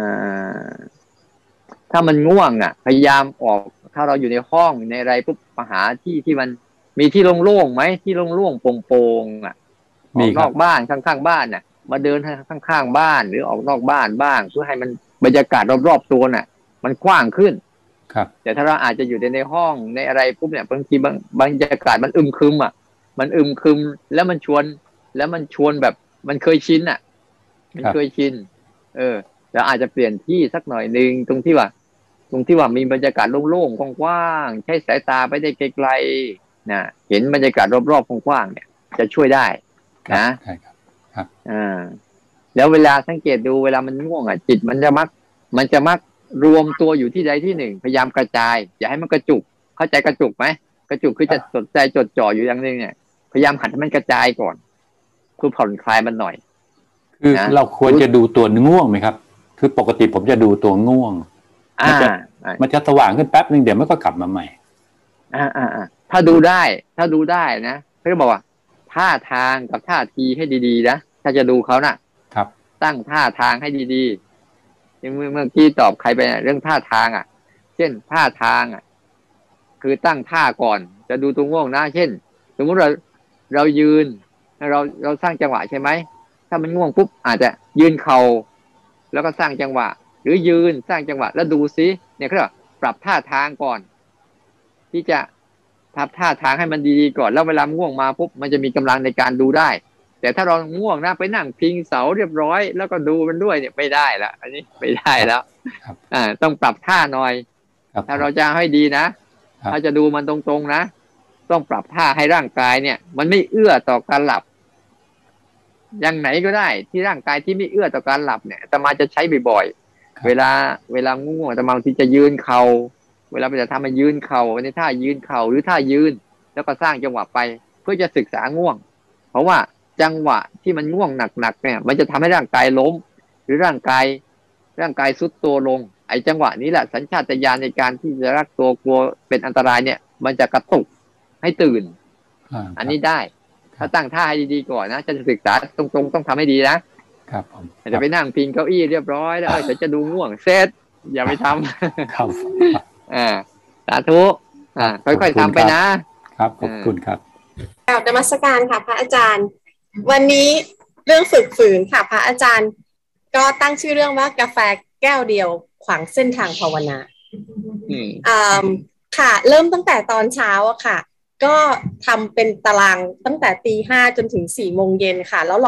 ถ้ามันง่วงอ่ะพยายามออกถ้าเราอยู่ในห้องในอะไรปุ๊บมาหาที่ที่มันมีที่โล่งๆไหมที่โล่งๆโปร่งๆอ่ะออกนอกบ้านข้างๆบ้านน่ะมาเดินข้างๆบ้านหรือออกนอกบ้านบ้างเพื่อให้มันบรรยากาศรอบๆตัวน่ะมันกว้างขึ้นครับแต่ถ้าเราอาจจะอยู่ในห้องในอะไรปุ๊บเนี่ยบางทีบางบรรยากาศมันอึมครึมอ่ะมันอึมครึมแล้วมันชวนแล้วมันชวนแบบมันเคยชินอ่ะมันเคยชินเออแล้วอาจจะเปลี่ยนที่สักหน่อยนึงตรงที่ว่าตรงที่ว่ามีบรรยากาศโล่งๆกว้างๆใช้สายตาไปได้ไกลๆนะเห็นบรรยากาศรอบๆกว้างๆเนี่ยจะช่วยได้นะใช่ครับครับอ่าแล้วเวลาสังเกตดูเวลามันง่วงอ่ะจิตมันจะมักมันจะมักรวมตัวอยู่ที่ใดที่หนึ่งพยายามกระจายอย่าให้มันกระจุกเข้าใจกระจุกไหมกระจุกคือจะสนใจจดจ่ออยู่อย่างนึงเนี่ยพยายามหัดให้มันกระจายก่อนเพื่อผ่อนคลายมันหน่อยคือเราควรจะดูตัวง่วงไหมครับคือปกติผมจะดูตัวง่วงมันจะมันจะสว่างขึ้นแป๊บนึงเดี๋ยวมันก็กลับมาใหม่อ่าอ่าอ่าถ้าดูได้ถ้าดูได้นะเขาจะบอกว่าท่าทางกับท่าทีให้ดีๆนะถ้าจะดูเขาน่ะครับตั้งท่าทางให้ดีๆเมื่อเมื่อกี้ตอบใครไปเรื่องท่าทางอ่ะเช่นท่าทางอ่ะคือตั้งท่าก่อนจะดูตัวง่วงนะเช่นสมมติเราเรายืนเราเราสร้างจังหวะใช่ไหมถ้ามันง่วงปุ๊บอาจจะยืนเข่าแล้วก็สร้างจังหวะหรือยืนสร้างจังหวะแล้วดูซิเนี่ยเขาเรียกปรับท่าทางก่อนที่จะทำท่าทางให้มันดีๆก่อนแล้วเวลาง่วงมาปุ๊บมันจะมีกำลังในการดูได้แต่ถ้าเราง่วงนะไปนั่งพิงเสาเรียบร้อยแล้วก็ดูมันด้วยเนี่ยไม่ได้ละอันนี้ไม่ได้แล้วอ่าต้องปรับท่าหน่อยถ้าเราจะให้ดีนะถ้าจะดูมันตรงๆนะต้องปรับท่าให้ร่างกายเนี่ยมันไม่เอื้อต่อการหลับอย่างไหนก็ได้ที่ร่างกายที่ไม่เอื้อต่อการหลับเนี่ยอาตมาจะใช้บ่อยๆเวลาเวลาง่วงอาตมาบางทีจะยืนเข่าเวลาไปจะทำมายืนเข่าในท่ายืนเข่าหรือท่ายืนแล้วก็สร้างจังหวะไปเพื่อจะศึกษาง่วงเพราะว่าจังหวะที่มันง่วงหนักๆเนี่ยมันจะทำให้ร่างกายล้มหรือร่างกายร่างกายซุดตัวลงไอ้จังหวะนี้แหละสัญชาตญาณในการที่จะรักตัวกลัวเป็นอันตรายเนี่ยมันจะกระตุกให้ตื่น อ, อันนี้ได้ถ้าตั้งท่าให้ดีๆก่อนนะจะศึกษาตรงๆต้องทำให้ดีนะครับผมจะไปนั่งพิงเก้าอี้เรียบร้อยแล้วเออจะจะดูง่วงเซตอย่าไปทำครับอ่าสาธุอ่าค่อยๆทำไปนะครับขอบคุณครับกราบนมัสการค่ะพระอาจารย์วันนี้เรื่องฝึกฝืนค่ะพระอาจารย์ก็ตั้งชื่อเรื่องว่ากาแฟแก้วเดียวขวางเส้นทางภาวนาอ่าค่ะเริ่มตั้งแต่ตอนเช้าอะค่ะก็ทำเป็นตารางตั้งแต่ตีห้าจนถึงสี่โมงเย็นค่ะแล้วลอง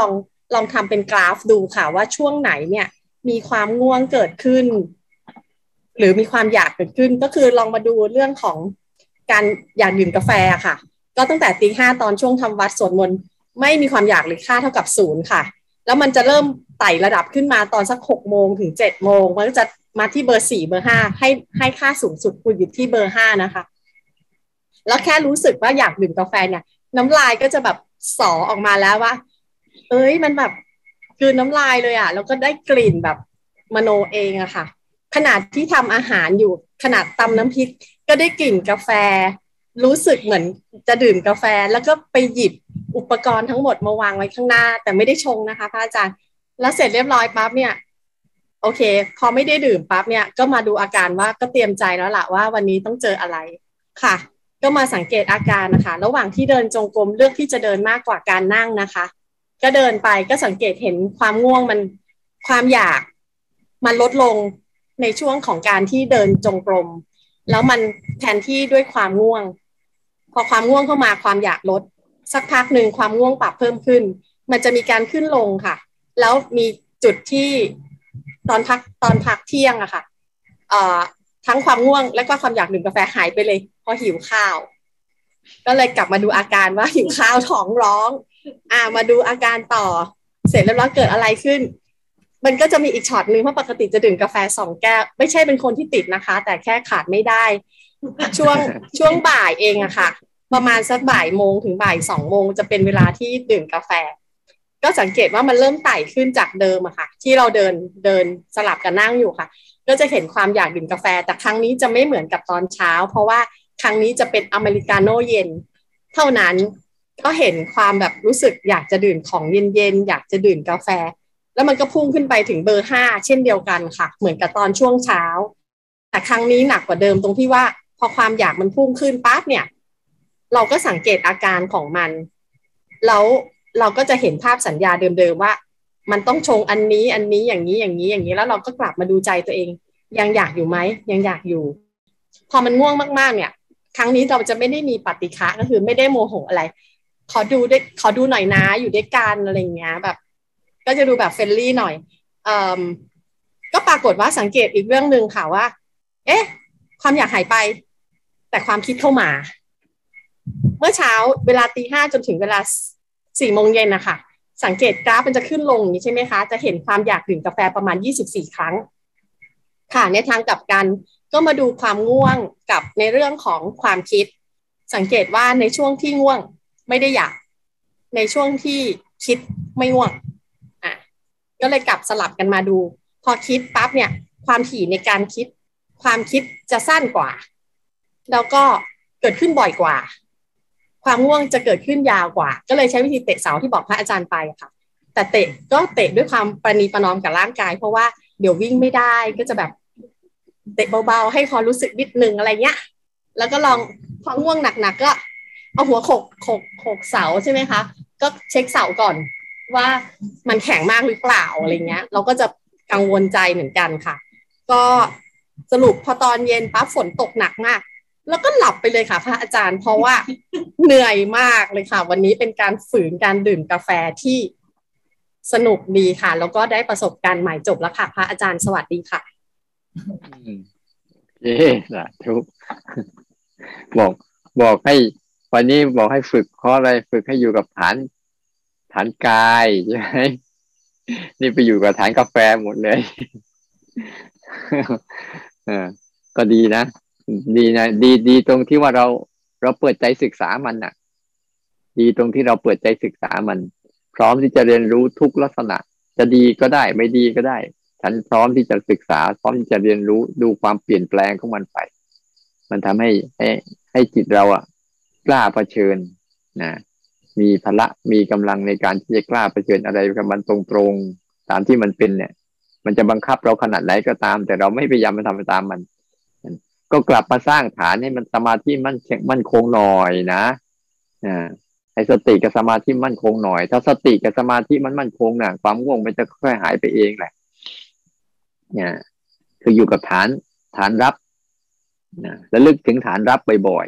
ลองทำเป็นกราฟดูค่ะว่าช่วงไหนเนี่ยมีความง่วงเกิดขึ้นหรือมีความอยากเกิดขึ้นก็คือลองมาดูเรื่องของการอยากดื่มกาแฟค่ะก็ตั้งแต่ตีห้าตอนช่วงทำวัดสวดมนต์ไม่มีความอยากเลยค่าเท่ากับศูนย์ค่ะแล้วมันจะเริ่มไต่ระดับขึ้นมาตอนสักหกโมงถึงเจ็ดโมงมันก็จะมาที่เบอร์สี่เบอร์ห้าให้ให้ค่าสูงสุดคุณอยู่ที่เบอร์ห้านะคะแล้วแค่รู้สึกว่าอยากดื่มกาแฟเนี่ยน้ำลายก็จะแบบสอออกมาแล้วว่าเอ้ยมันแบบคือน้ำลายเลยอ่ะแล้วก็ได้กลิ่นแบบมโนเองอะค่ะขนาดที่ทำอาหารอยู่ขนาดตำน้ำพริกก็ได้กลิ่นกาแฟรู้สึกเหมือนจะดื่มกาแฟแล้วก็ไปหยิบอุปกรณ์ทั้งหมดมาวางไว้ข้างหน้าแต่ไม่ได้ชงนะคะพระอาจารย์แล้วเสร็จเรียบร้อยปั๊บเนี่ยโอเคพอไม่ได้ดื่มปั๊บเนี่ยก็มาดูอาการว่าก็เตรียมใจแล้วล่ะว่าวันนี้ต้องเจออะไรค่ะก็มาสังเกตอาการนะคะระหว่างที่เดินจงกรมเลือกที่จะเดินมากกว่าการนั่งนะคะก็เดินไปก็สังเกตเห็นความง่วงมันความอยากมันลดลงในช่วงของการที่เดินจงกรมแล้วมันแทนที่ด้วยความง่วงพอความง่วงเข้ามาความอยากลดสักพักหนึ่งความง่วงปรับเพิ่มขึ้นมันจะมีการขึ้นลงค่ะแล้วมีจุดที่ตอนพักตอนพักเที่ยงอะค่ะเอ่อทั้งความง่วงและก็ความอยากดื่มกาแฟหายไปเลยพอหิวข้าวก็เลยกลับมาดูอาการว่าหิวข้าวท้องร้องอ่ามาดูอาการต่อเสร็จแล้วเกิดอะไรขึ้นมันก็จะมีอีกช็อตนึงเพราะปกติจะดื่มกาแฟสองแก้วไม่ใช่เป็นคนที่ติดนะคะแต่แค่ขาดไม่ได้ช่วงช่วงบ่ายเองอะค่ะประมาณสักบ่ายโมงถึงบ่ายสองโมงจะเป็นเวลาที่ดื่มกาแฟก็สังเกตว่ามันเริ่มไต่ขึ้นจากเดิมอะค่ะที่เราเดินเดินสลับกันนั่งอยู่ค่ะก็จะเห็นความอยากดื่มกาแฟแต่ครั้งนี้จะไม่เหมือนกับตอนเช้าเพราะว่าครั้งนี้จะเป็นอเมริกาโน่เย็นเท่านั้นก็เห็นความแบบรู้สึกอยากจะดื่มของเย็นๆอยากจะดื่มกาแฟแล้วมันก็พุ่งขึ้นไปถึงเบอร์ห้าเช่นเดียวกันค่ะเหมือนกับตอนช่วงเช้าแต่ครั้งนี้หนักกว่าเดิมตรงที่ว่าพอความอยากมันพุ่งขึ้นปั๊บเนี่ยเราก็สังเกตอาการของมันแล้วเราก็จะเห็นภาพสัญญาเดิมๆว่ามันต้องชงอันนี้อันนี้อย่างนี้อย่างนี้อย่างนี้แล้วเราก็กลับมาดูใจตัวเองยังอยากอยู่ไหมยังอยากอยู่พอมันง่วงมากๆเนี่ยครั้งนี้เราจะไม่ได้มีปฏิฆะก็คือไม่ได้โมโหอะไรขอดูได้ขอดูหน่อยนะอยู่ด้วยกันอะไรเงี้ยแบบก็จะดูแบบเฟรนลี่หน่อยเอ่อก็ปรากฏว่าสังเกตอีกเรื่องนึงค่ะว่าเอ๊ะความอยากหายไปแต่ความคิดเข้ามาเมื่อเช้าเวลาตีห้าจนถึงเวลาสี่โมงเย็นนะคะสังเกตกราฟมันจะขึ้นลงอย่างนี้ใช่ไหมคะจะเห็นความอยากดื่มกาแฟประมาณยี่สิบสี่ครั้งค่ะในทางกลับกันก็มาดูความง่วงกับในเรื่องของความคิดสังเกตว่าในช่วงที่ง่วงไม่ได้อยากในช่วงที่คิดไม่ง่วงอ่ะก็เลยกลับสลับกันมาดูพอคิดปั๊บเนี่ยความถี่ในการคิดความคิดจะสั้นกว่าแล้วก็เกิดขึ้นบ่อยกว่าความง่วงจะเกิดขึ้นยาวกว่าก็เลยใช้วิธีเตะเสาที่บอกพระอาจารย์ไปค่ะแต่เตะก็เตะด้วยความประนีประนอมกับร่างกายเพราะว่าเดี๋ยววิ่งไม่ได้ก็จะแบบเตะเบาๆให้พอรู้สึกนิดนึงอะไรเงี้ยแล้วก็ลองพอง่วงหนักๆก็เอาหัวโขกโขกโขกเสาใช่ไหมคะก็เช็คเสาก่อนว่ามันแข็งมากหรือเปล่าอะไรเงี้ยเราก็จะกังวลใจเหมือนกันค่ะก็สรุปพอตอนเย็นปั๊บฝนตกหนักมากแล้วก็หลับไปเลยค่ะพระอาจารย์เพราะว่าเหนื่อยมากเลยค่ะวันนี้เป็นการฝืนการดื่มกาแฟที่สนุกดีค่ะแล้วก็ได้ประสบการณ์ใหม่จบแล้วค่ะพระอาจารย์สวัสดีค่ะเอ๊ะสาธุบอกบอกให้วันนี้บอกให้ฝึกเพราะอะไรฝึกให้อยู่กับฐานฐานกายใช่ไหมนี่ไปอยู่กับฐานกาแฟหมดเลยเออก็ดีนะดีนะดีดีตรงที่ว่าเราเราเปิดใจศึกษามันน่ะดีตรงที่เราเปิดใจศึกษามันพร้อมที่จะเรียนรู้ทุกลักษณะจะดีก็ได้ไม่ดีก็ได้ฉันพร้อมที่จะศึกษาพร้อมที่จะเรียนรู้ดูความเปลี่ยนแปลงของมันไปมันทำให้ให้ให้จิตเราอ่ะกล้าเผชิญนะมีพละมีกำลังในการที่จะกล้าเผชิญอะไรกับมันตรงๆตามที่มันเป็นเนี่ยมันจะบังคับเราขนาดไหนก็ตามแต่เราไม่พยายามมาทำตามมันก็กลับมาสร้างฐานให้มันสมาธิมั่นมั่นคงหน่อยนะอ่าให้สติกับสมาธิมั่นคงหน่อยถ้าสติกับสมาธิมันมั่นคงน่ะความง่วงมันจะค่อยหายไปเองแหละเนี่ยคืออยู่กับฐานฐานรับนะระลึกถึงฐานรับบ่อย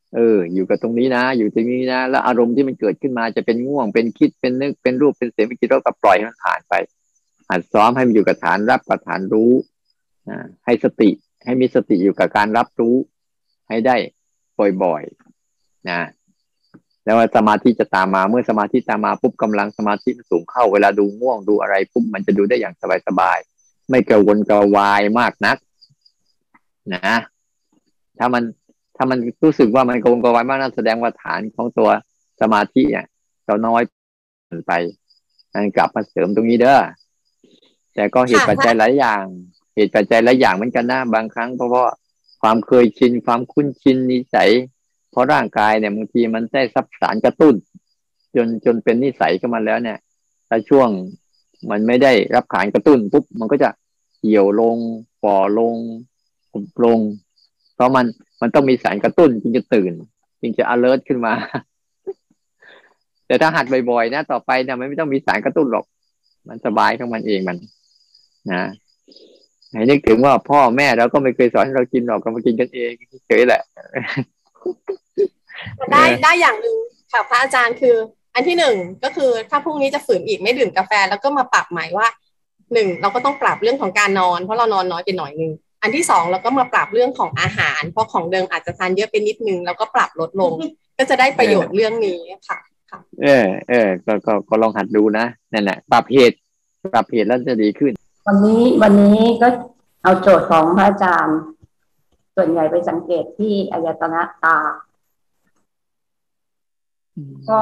เอออยู่กับตรงนี้นะอยู่ตรงนี้นะแล้วอารมณ์ที่มันเกิดขึ้นมาจะเป็นง่วงเป็นคิดเป็นนึกเป็นรูปเป็นเสียงเป็นจิตเราก็ปล่อยให้มันผ่านไปหัดซ้อมให้มันอยู่กับฐานรับกับฐานรู้นะให้สติให้มีสติอยู่กับการรับรู้ให้ได้บ่อยๆนะแล้วสมาธิจะตามมาเมื่อสมาธิตามมาปุ๊บกำลังสมาธิมันสูงเข้าเวลาดูง่วงดูอะไรปุ๊บมันจะดูได้อย่างสบายๆไม่กระวนกระวายมากนักนะถ้ามันถ้ามันรู้สึกว่ามันกระวนกระวายมากนั่นแสดงว่าฐานของตัวสมาธิเนี่ยเราน้อยไปนั่นกลับมาเสริมตรงนี้เด้อแต่ก็เหตุปัจจัยหลายอย่างเหตุปัจจัยหลายอย่างเหมือนกันนะบางครั้งเพราะว่าความเคยชินความคุ้นชินนิสัยเพราะร่างกายเนี่ยบางทีมันได้รับสารกระตุ้นจนจนเป็นนิสัยขึ้นมาแล้วเนี่ยถ้าช่วงมันไม่ได้รับสารกระตุ้นปุ๊บมันก็จะเหี่ยวลงฝ่อลงหุบลงเพราะมันมันต้องมีสารกระตุ้นจึงจะตื่นจึงจะ alert ขึ้นมาแต่ถ้าหัดบ่อยๆนะต่อไปเนี่ยมันไม่ต้องมีสารกระตุ้นหรอกมันสบายของมันเองมันนะให้นึกถึงว่าพ่อแม่เราก็ไม่เคยสอนให้เรากินหรอกก็มากินกันเองเฉยแหละได้ได้อย่างหนึ่งค่ะพระอาจารย์คืออันที่หนึ่งก็คือถ้าพรุ่งนี้จะฝืนอีกไม่ดื่มกาแฟแล้วก็มาปรับใหม่ว่าหนึ่งเราก็ต้องปรับเรื่องของการนอนเพราะเรานอนน้อยไปหน่อยนึงอันที่สองเราก็มาปรับเรื่องของอาหารเพราะของเดิมอาจจะทานเยอะไปนิดนึงแล้วก็ปรับลดลงก็จะได้ประโยชน์เรื่องนี้ค่ะค่ะเออเออก็ก็ก็ลองหัดดูนะนั่นแหละปรับเหตุปรับเหตุแล้วจะดีขึ้นวันนี้วันนี้ก็เอาโจทย์ของพระอาจารย์ส่วนใหญ่ไปสังเกตที่อายตนะตาก็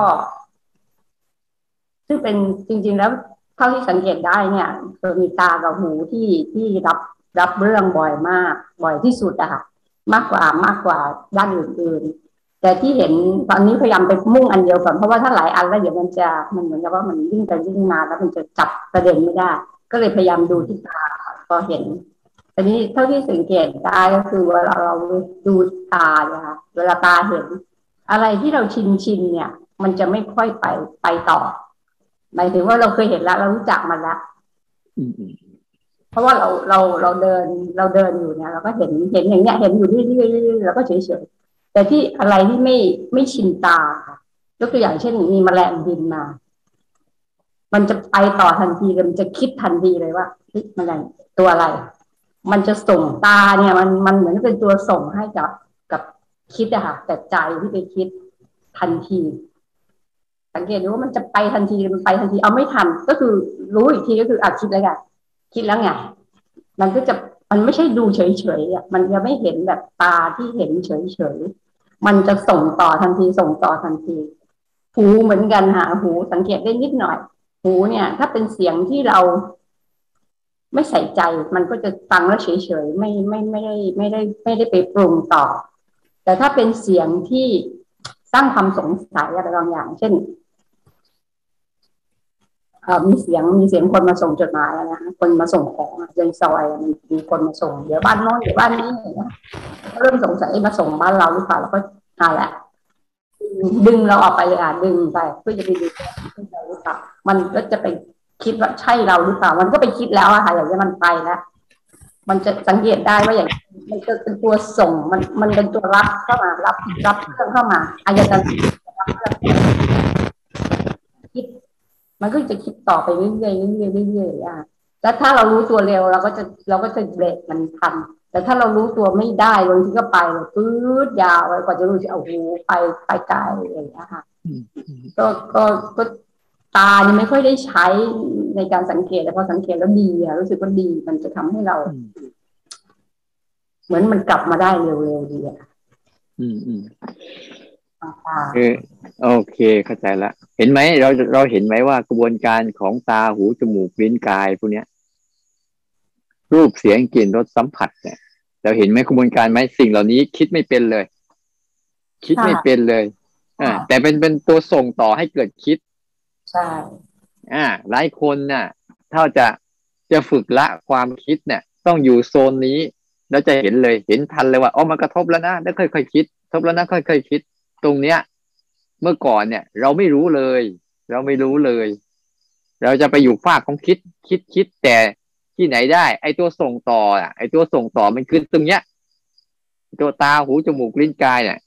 ซึ่งเป็นจริงๆแล้วเท่าที่สังเกตได้เนี่ยจะมีตากับหูที่ที่รับรับเรื่องบ่อยมากบ่อยที่สุดอะค่ะมากกว่ามากกว่าด้านอื่นๆแต่ที่เห็นตอนนี้พยายามไปมุ่งอันเดียวก่อนเพราะว่าถ้าหลายอันแล้วเดี๋ยวมันจะมันเหมือนกับว่ามันวิ่งไปวิ่งมาแล้วมันจะจับประเด็นไม่ได้ก็เลยพยายามดูที่ตาพอเห็นแต่นี้เท่าที่สังเกตได้ก็คือเวลาเราดูตาเนี่ยค่ะเวลาตาเห็นอะไรที่เราชินชินเนี่ยมันจะไม่ค่อยไปไปต่อหมายถึงว่าเราเคยเห็นแล้วเรารู้จักมันแล้วเพราะว่าเราเราเราเดินเราเดินอยู่เนี่ยเราก็เห็นเห็นอย่างเงี้ยเห็นอยู่เรื่อยๆแล้วก็เฉยๆแต่ที่อะไรที่ไม่ไม่ชินตายกตัวอย่างเช่นมีแมลงบินมามันจะไปต่อทันทีเลยมันจะคิดทันทีเลยว่าแมลงตัวอะไรมันจะส่งตาเนี่ยมันมันเหมือนเป็นตัวส่งให้กับกับคิดอะค่ะแต่ใจที่ไปคิดทันทีสังเกตดูว่ามันจะไปทันทีมันไปทันทีเอาไม่ทันก็คือรู้อีกทีก็คืออ่ะคิดแล้วไงคิดแล้วไงมันก็จะมันไม่ใช่ดูเฉยๆอ่ะมันจะไม่เห็นแบบตาที่เห็นเฉยๆมันจะส่งต่อทันทีส่งต่อทันทีหูเหมือนกันค่ะหูสังเกตได้นิดหน่อยหูเนี่ยถ้าเป็นเสียงที่เราไม่ใส่ใจมันก็จะฟังแล้วเฉยๆไม่ไม่ไม่ได้ไม่ได้ไม่ได้ไปปรุงต่อแต่ถ้าเป็นเสียงที่สร้างความสงสัยอะไรบางอย่างเช่นมีเสียงมีเสียงคนมาส่งจดหมายนะคนมาส่งของในซอยมันมีคนมาส่งเดี๋ยวบ้านโน้นเดี๋ยวบ้านนี้นะเริ่มสงสัยมาส่งบ้านเราหรือเปล่าแล้วก็อ่าแหละดึงเราออกไปเลยอ่ะดึงไปเพื่อจะไปดูว่าหรือเปล่ามันก็จะไปคิดว่าใช่เราหรือเปล่ามันก็ไปคิดแล้วอะค่ะอย่างนี้มันไปแล้วมันจะสังเกตได้ว่าอย่างมันจะเป็นตัวส่งมันมันเป็นตัวรับเข้ามารับรับเครื่องเข้ามาอายตนะรับเครื่องคิดมันก็จะคิดต่อไปเรื่อยๆเรื่อยๆเรื่อยๆอ่ะแล้วถ้าเรารู้ตัวเร็วเราก็จะเราก็จะเบรกมันทันแต่ถ้าเรารู้ตัวไม่ได้บางทีก็ไปเลยปื๊ดยาวไปกว่าจะรู้จะเอาหูไปไปไกลอะไรอย่างเงี้ยค่ะก็ก็ก็ตาเนี่ยไม่ค่อยได้ใช้ในการสังเกตแต่พอสังเกตแล้วดีอะรู้สึกว่าดีมันจะทำให้เราเหมือนมันกลับมาได้เร็วๆดีอะอืมอืมเออโอเคเข้าใจละเห็นไหมเราเราเห็นไหมว่ากระบวนการของตาหูจมูกลิ้นกายพวกเนี้ยรูปเสียงกลิ่นรสสัมผัสเนี่ยเราเห็นไหมกระบวนการไหมสิ่งเหล่านี้คิดไม่เป็นเลยคิดไม่เป็นเลยอ่าแต่เป็นเป็นตัวส่งต่อให้เกิดคิดใช่อ่าหลายคนน่ะถ้าจะจะฝึกละความคิดเนี่ยต้องอยู่โซนนี้แล้วจะเห็นเลยเห็นทันเลยว่าอ๋อมันกระทบแล้วนะแล้วค่อยๆคิดทบแล้วนะค่อยๆคิดตรงเนี้ยเมื่อก่อนเนี่ยเราไม่รู้เลยเราไม่รู้เลยเราจะไปอยู่ฝากของคิดคิดคิดแต่ที่ไหนได้ไอตัวส่งต่ออ่ะไอตัวส่งต่อมันคือตรงเนี้ยตัวตาหูจมูกลิ้นกายเนี่ย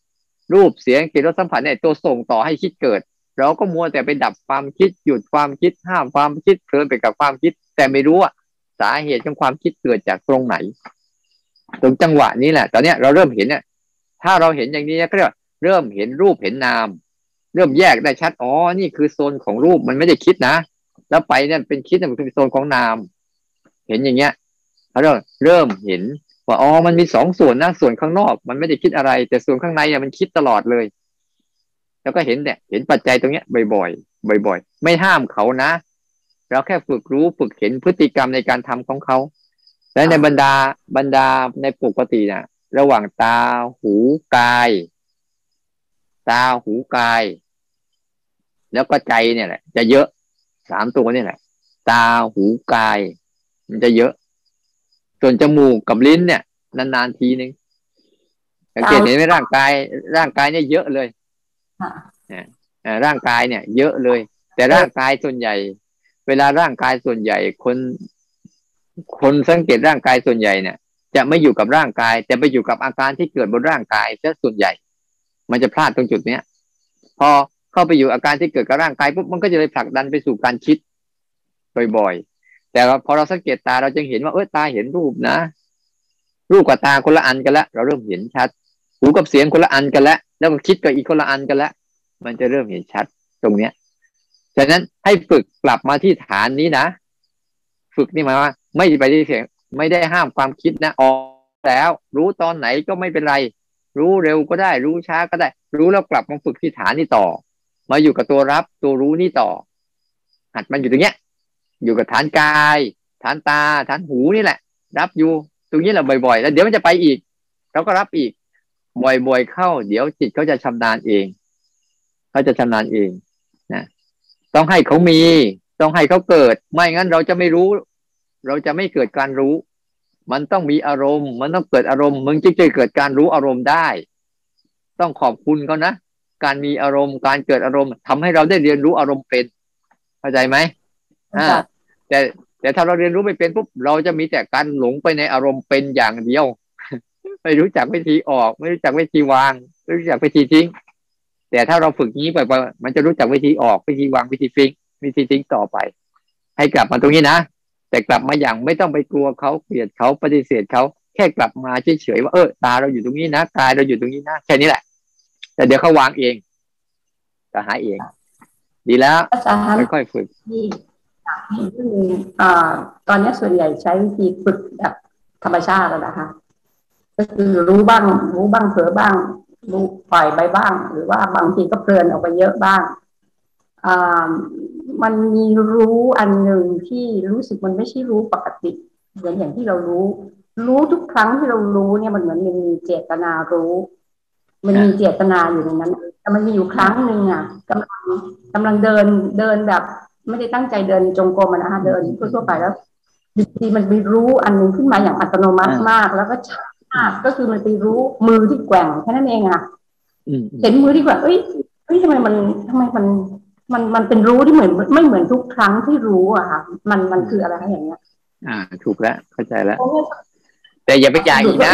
รูปเสียงกลิ่นรสสัมผัสเนี่ยตัวส่งต่อให้คิดเกิดเราก็มัวแต่ไปดับความคิดหยุดความคิดห้ามความคิดเพลินไปกับความคิดแต่ไม่รู้ว่าสาเหตุของความคิดเกิดจากตรงไหนตรงจังหวะนี้แหละตอนนี้เราเริ่มเห็นเนี่ยถ้าเราเห็นอย่างนี้ก็เรียกว่าเริ่มเห็นรูปเห็นนามเริ่มแยกได้ชัดอ๋อนี่คือโซนของรูปมันไม่ได้คิดนะแล้วไปเนี่ยเป็นคิดเนี่ยมันคือโซนของนามเห็นอย่างเงี้ยเราเริ่มเริ่มเห็นว่าอ๋อมันมีสองส่วนนะส่วนข้างนอกมันไม่ได้คิดอะไรแต่ส่วนข้างในเนี่ยมันคิดตลอดเลยแล้วก็เห็นเนี่ยเห็นปัจจัยตรงเนี้ยบ่อยๆบ่อยๆไม่ห้ามเขานะเราแค่ฝึกรู้ฝึกเห็นพฤติกรรมในการทำของเขาและในบรรดาบรรดาในปกตินะระหว่างตาหูกายตาหูกายแล้วก็ใจเนี่ยแหละจะเยอะสามตัวนี่แหละตาหูกายมันจะเยอะส่วนจมูกกับลิ้นเนี่ยนานๆทีนึงสังเกตเห็นไหมร่างกายร่างกายเนี่ยเยอะเลยร่างกายเนี่ยเยอะเลยแต่ร่างกายส่วนใหญ่เวลาร่างกายส่วนใหญ่คนคนสังเกตร่างกายส่วนใหญ่เนี่ยจะไม่อยู่กับร่างกายแต่ไปอยู่กับอาการที่เกิดบนร่างกายซะส่วนใหญ่มันจะพลาดตรงจุดเนี้ยพอเข้าไปอยู่อาการที่เกิดกับร่างกายปุ๊บมันก็จะเลยผลักดันไปสู่การคิดบ่อยๆแต่พอเราสังเกตตาเราจึงเห็นว่าเออตาเห็นรูปนะรูปกับตาคนละอันกันแล้วเราเริ่มเห็นชัดหูกับเสียงคนละอันกันแล้วแล้วก็คิดกับอีกคนละอันกันแล้วมันจะเริ่มเห็นชัดตรงเนี้ยฉะนั้นให้ฝึกกลับมาที่ฐานนี้นะฝึกนี่หมายว่าไม่ไปที่เสียงไม่ได้ห้ามความคิดนะออกแล้วรู้ตอนไหนก็ไม่เป็นไรรู้เร็วก็ได้รู้ช้าก็ได้รู้แล้วกลับมาฝึกที่ฐานนี่ต่อมาอยู่กับตัวรับตัวรู้นี่ต่อหัดมันอยู่ตรงเนี้ยอยู่กับฐานกายฐานตาฐานหูนี่แหละรับอยู่ตรงนี้แหละบ่อยๆแล้วเดี๋ยวมันจะไปอีกเราก็รับอีกบ่อยๆเข้าเดี๋ยวจิตเขาจะชำนาญเองเขาจะชำนาญเองนะต้องให้เขามีต้องให้เขาเกิดไม่งั้นเราจะไม่รู้เราจะไม่เกิดการรู้มันต้องมีอารมณ์มันต้องเกิดอารมณ์มึงจึงจะเกิดการรู้อารมณ์ได้ต้องขอบคุณเขานะการมีอารมณ์การเกิดอารมณ์ทำให้เราได้เรียนรู้อารมณ์เป็นเข้าใจไหมอ่าแต่แต่ถ้าเราเรียนรู้ไม่เป็นปุ๊บเราจะมีแต่การหลงไปในอารมณ์เป็นอย่างเดียวไม่รู้จักวิธีออกไม่รู้จักวิธีวางไม่รู้จักวิธีทิ้งแต่ถ้าเราฝึกนี้ไปมันจะรู้จักวิธีออกวิธีวางวิธีฟิงวิธีทิ้งต่อไปให้กลับมาตรงนี้นะแต่กลับมาอย่างไม่ต้องไปกลัวเขาเกลียดเขาปฏิเสธเขาแค่กลับมาเฉยๆว่าเออตาเราอยู่ตรงนี้นะกายเราอยู่ตรงนี้นะแค่นี้แหละแต่เดี๋ยวเขาวางเองจะหายเองดีแล้วค่อยๆฝึกที่คืออ่าตอนนี้ส่วนใหญ่ใช้วิธีฝึกแบบธรรมชาติแล้วนะคะก็คือรู้บ้างรู้บ้างเผลอบ้างรู้ปล่อยไปบ้างหรือว่าบางทีก็เพลินออกไปเยอะบ้างอ่ามันมีรู้อันหนึ่งที่รู้สึกมันไม่ใช่รู้ปกติเหมือนอย่างที่เรารู้รู้ทุกครั้งที่เรารู้เนี่ยมันเหมือนมันมีเจตนารู้มันมีเจตนาอยู่ในนั้นแต่มันมีอยู่ครั้งหนึ่งอ่ะกำลังกำลังเดินเดินแบบไม่ได้ตั้งใจเดินจงกรมนะคะเดินทั่วๆไปแล้วทีมันไปรู้อันนึงขึ้นมาอย่างอัตโนมัติมากแล้วก็ชัดมากก็คือมันไปรู้มือที่แกว่งแค่นั้นเองอ่ะเห็นมือที่แกว่งเอ้ยเฮ้ยทำไมมันทำไมมันมันมันเป็นรู้ที่เหมือนไม่เหมือนทุกครั้งที่รู้อะค่ะมันมันคืออะไรอย่างเงี้ยอ่าถูกแล้วเข้าใจแล้วแต่อย่าไปใหญ่นะ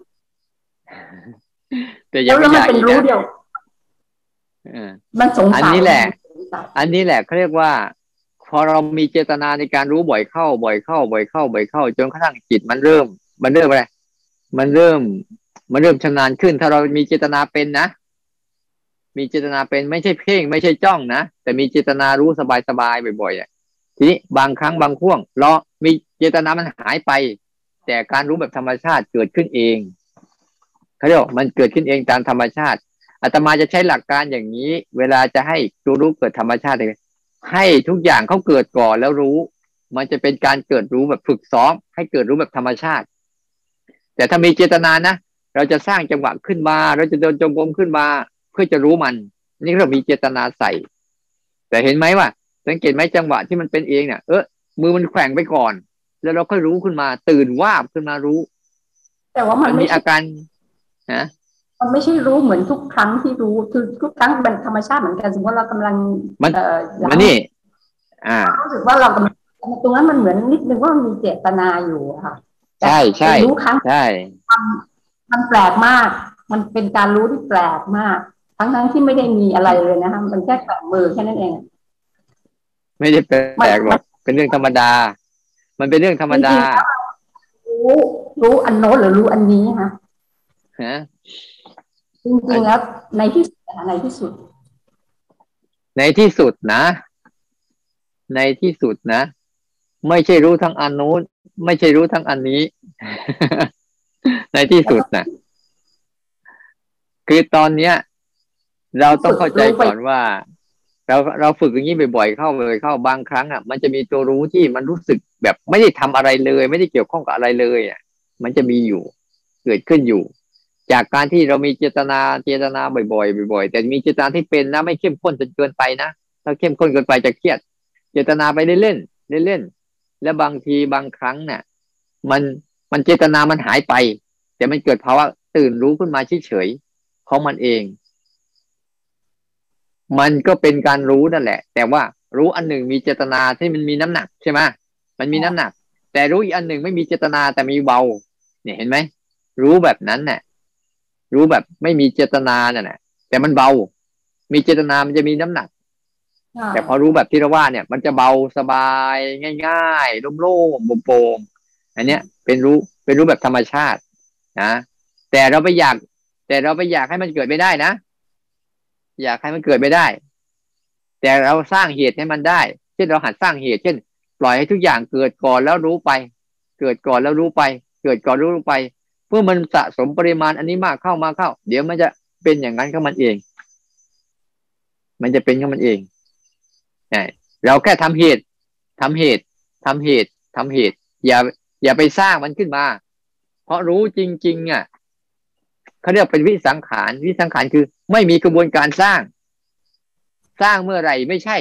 แต่อย่าไปใหญ่นะรู้เดียวมันสงสัยอันนี้แหละอันนี้แหละเขาเรียกว่าพอเรามีเจตนาในการรู้บ่อยเข้าบ่อยเข้าบ่อยเข้าบ่อยเข้าจนกระทั่งจิตมันเริ่มมันเริ่มอะไรมันเริ่มมันเริ่มชำนาญขึ้นถ้าเรามีเจตนาเป็นนะมีเจตนาเป็นไม่ใช่เพ่งไม่ใช่จ้องนะแต่มีเจตนารู้สบายๆบ่อยๆอ่ะทีนี้บางครั้งบางช่วงเรามีเจตนามันหายไปแต่การรู้แบบธรรมชาติเกิดขึ้นเองเขาเรียกมันเกิดขึ้นเองตามธรรมชาติอาตมาจะใช้หลักการอย่างนี้เวลาจะให้ตัวรู้เกิดธรรมชาติเลยให้ทุกอย่างเขาเกิดก่อนแล้วรู้มันจะเป็นการเกิดรู้แบบฝึกซ้อมให้เกิดรู้แบบธรรมชาติแต่ถ้ามีเจตนานะเราจะสร้างจังหวะขึ้นมาเราจะเดินจงกรมขึ้นมาเพื่อจะรู้มันนี่เรามีเจตนาใส่แต่เห็นไหมว่าสังเกตไหมจังหวะที่มันเป็นเองเนี่ยเออมือมันแขว่งไปก่อนแล้วเราค่อยรู้ขึ้นมาตื่นว่าขึ้นมารู้แต่ว่ามันมีอาการนะมันไม่ใช่รู้เหมือนทุกครั้งที่รู้คือทุกครั้งเป็นธรรมชาติเหมือนกันสมมติเรากำลังมันมันนี่อ่ารู้สึกว่าเรากำลังตรงนั้นมันเหมือนนิดนึงว่ามันมีเจตนาอยู่ค่ะใช่ใช่รู้ครั้งใช่มันมันแปลกมากมันเป็นการรู้ที่แปลกมากทั้งทั้งที่ไม่ได้มีอะไรเลยนะคะมันแค่แตะมือแค่นั้นเองไม่ได้แปลกหรอกเป็นเรื่องธรรมดามันเป็นเรื่องธรรมดารู้รู้อันโน้นหรือรู้อันนี้คะฮะจริงๆแล้วในที่สุดในที่สุดในที่สุดนะในที่สุดนะไม่ใช่รู้ทั้งอันโน้นไม่ใช่รู้ทั้งอันนี้ ในที่สุดนะคือตอนเนี้ยเราต้องเข้าใจก่อนว่าเราเราฝึกอย่างนี้บ่อยๆเข้าเลยเข้าบางครั้งอ่ะมันจะมีตัวรู้ที่มันรู้สึกแบบไม่ได้ทำอะไรเลยไม่ได้เกี่ยวข้องกับอะไรเลยอ่ะมันจะมีอยู่เกิดขึ้นอยู่จากการที่เรามีเจตนาเจตนาบ่อยๆบ่อยๆแต่มีเจตนาที่เป็นนะไม่เข้มข้นจนเกินไปนะถ้าเข้มข้นเกินไปจะเครียดเจตนาไปเล่นๆเล่นๆแล้วบางทีบางครั้งเนี่ยมันมันเจตนามันหายไปแต่มันเกิดภาวะตื่นรู้ขึ้นมาเฉยๆของมันเองมันก็เป็นการรู้นั่นแหละแต่ว่ารู้อันหนึ่งมีเจตนาที่มันมีน้ำหนักใช่ไหมมันมีน้ำหนักแต่รู้อีกอันหนึ่งไม่มีเจตนาแต่มีเบาเนี่ยเห็นไหมรู้แบบนั้นน่ะรู้แบบไม่มีเจตนาน่ะนะแต่มันเบามีเจตนามันจะมีน้ำหนักแต่พอรู้แบบที่เราว่าเนี่ยมันจะเบาสบายง่ายๆโล่งๆโปร่งๆอันเนี้ยเป็นรู้เป็นรู้แบบธรรมชาตินะแต่เราไปอยากแต่เราไปอยากให้มันเกิดไม่ได้นะอยากให้มันเกิดไม่ได้แต่เราสร้างเหตุให้มันได้เช่นเราหัดสร้างเหตุเช่นปล่อยให้ทุกอย่างเกิดก่อนแล้วรู้ไปเกิดก่อนแล้วรู้ไปเกิดก่อนรู้ไปเพื่อมันสะสมปริมาณอันนี้มากเข้ามาเข้าเดี๋ยวมันจะเป็นอย่างนั้นของมันเองมันจะเป็นของมันเองเราแค่ทำเหตุทำเหตุทำเหตุทำเหตุอย่าอย่าไปสร้างมันขึ้นมาเพราะรู้จริงๆอ่ะเขาเรียกเป็นวิสังขารวิสังขารคือไม่มีกระบวนการสร้างสร้างเมื่อไหร่ไม่ใช่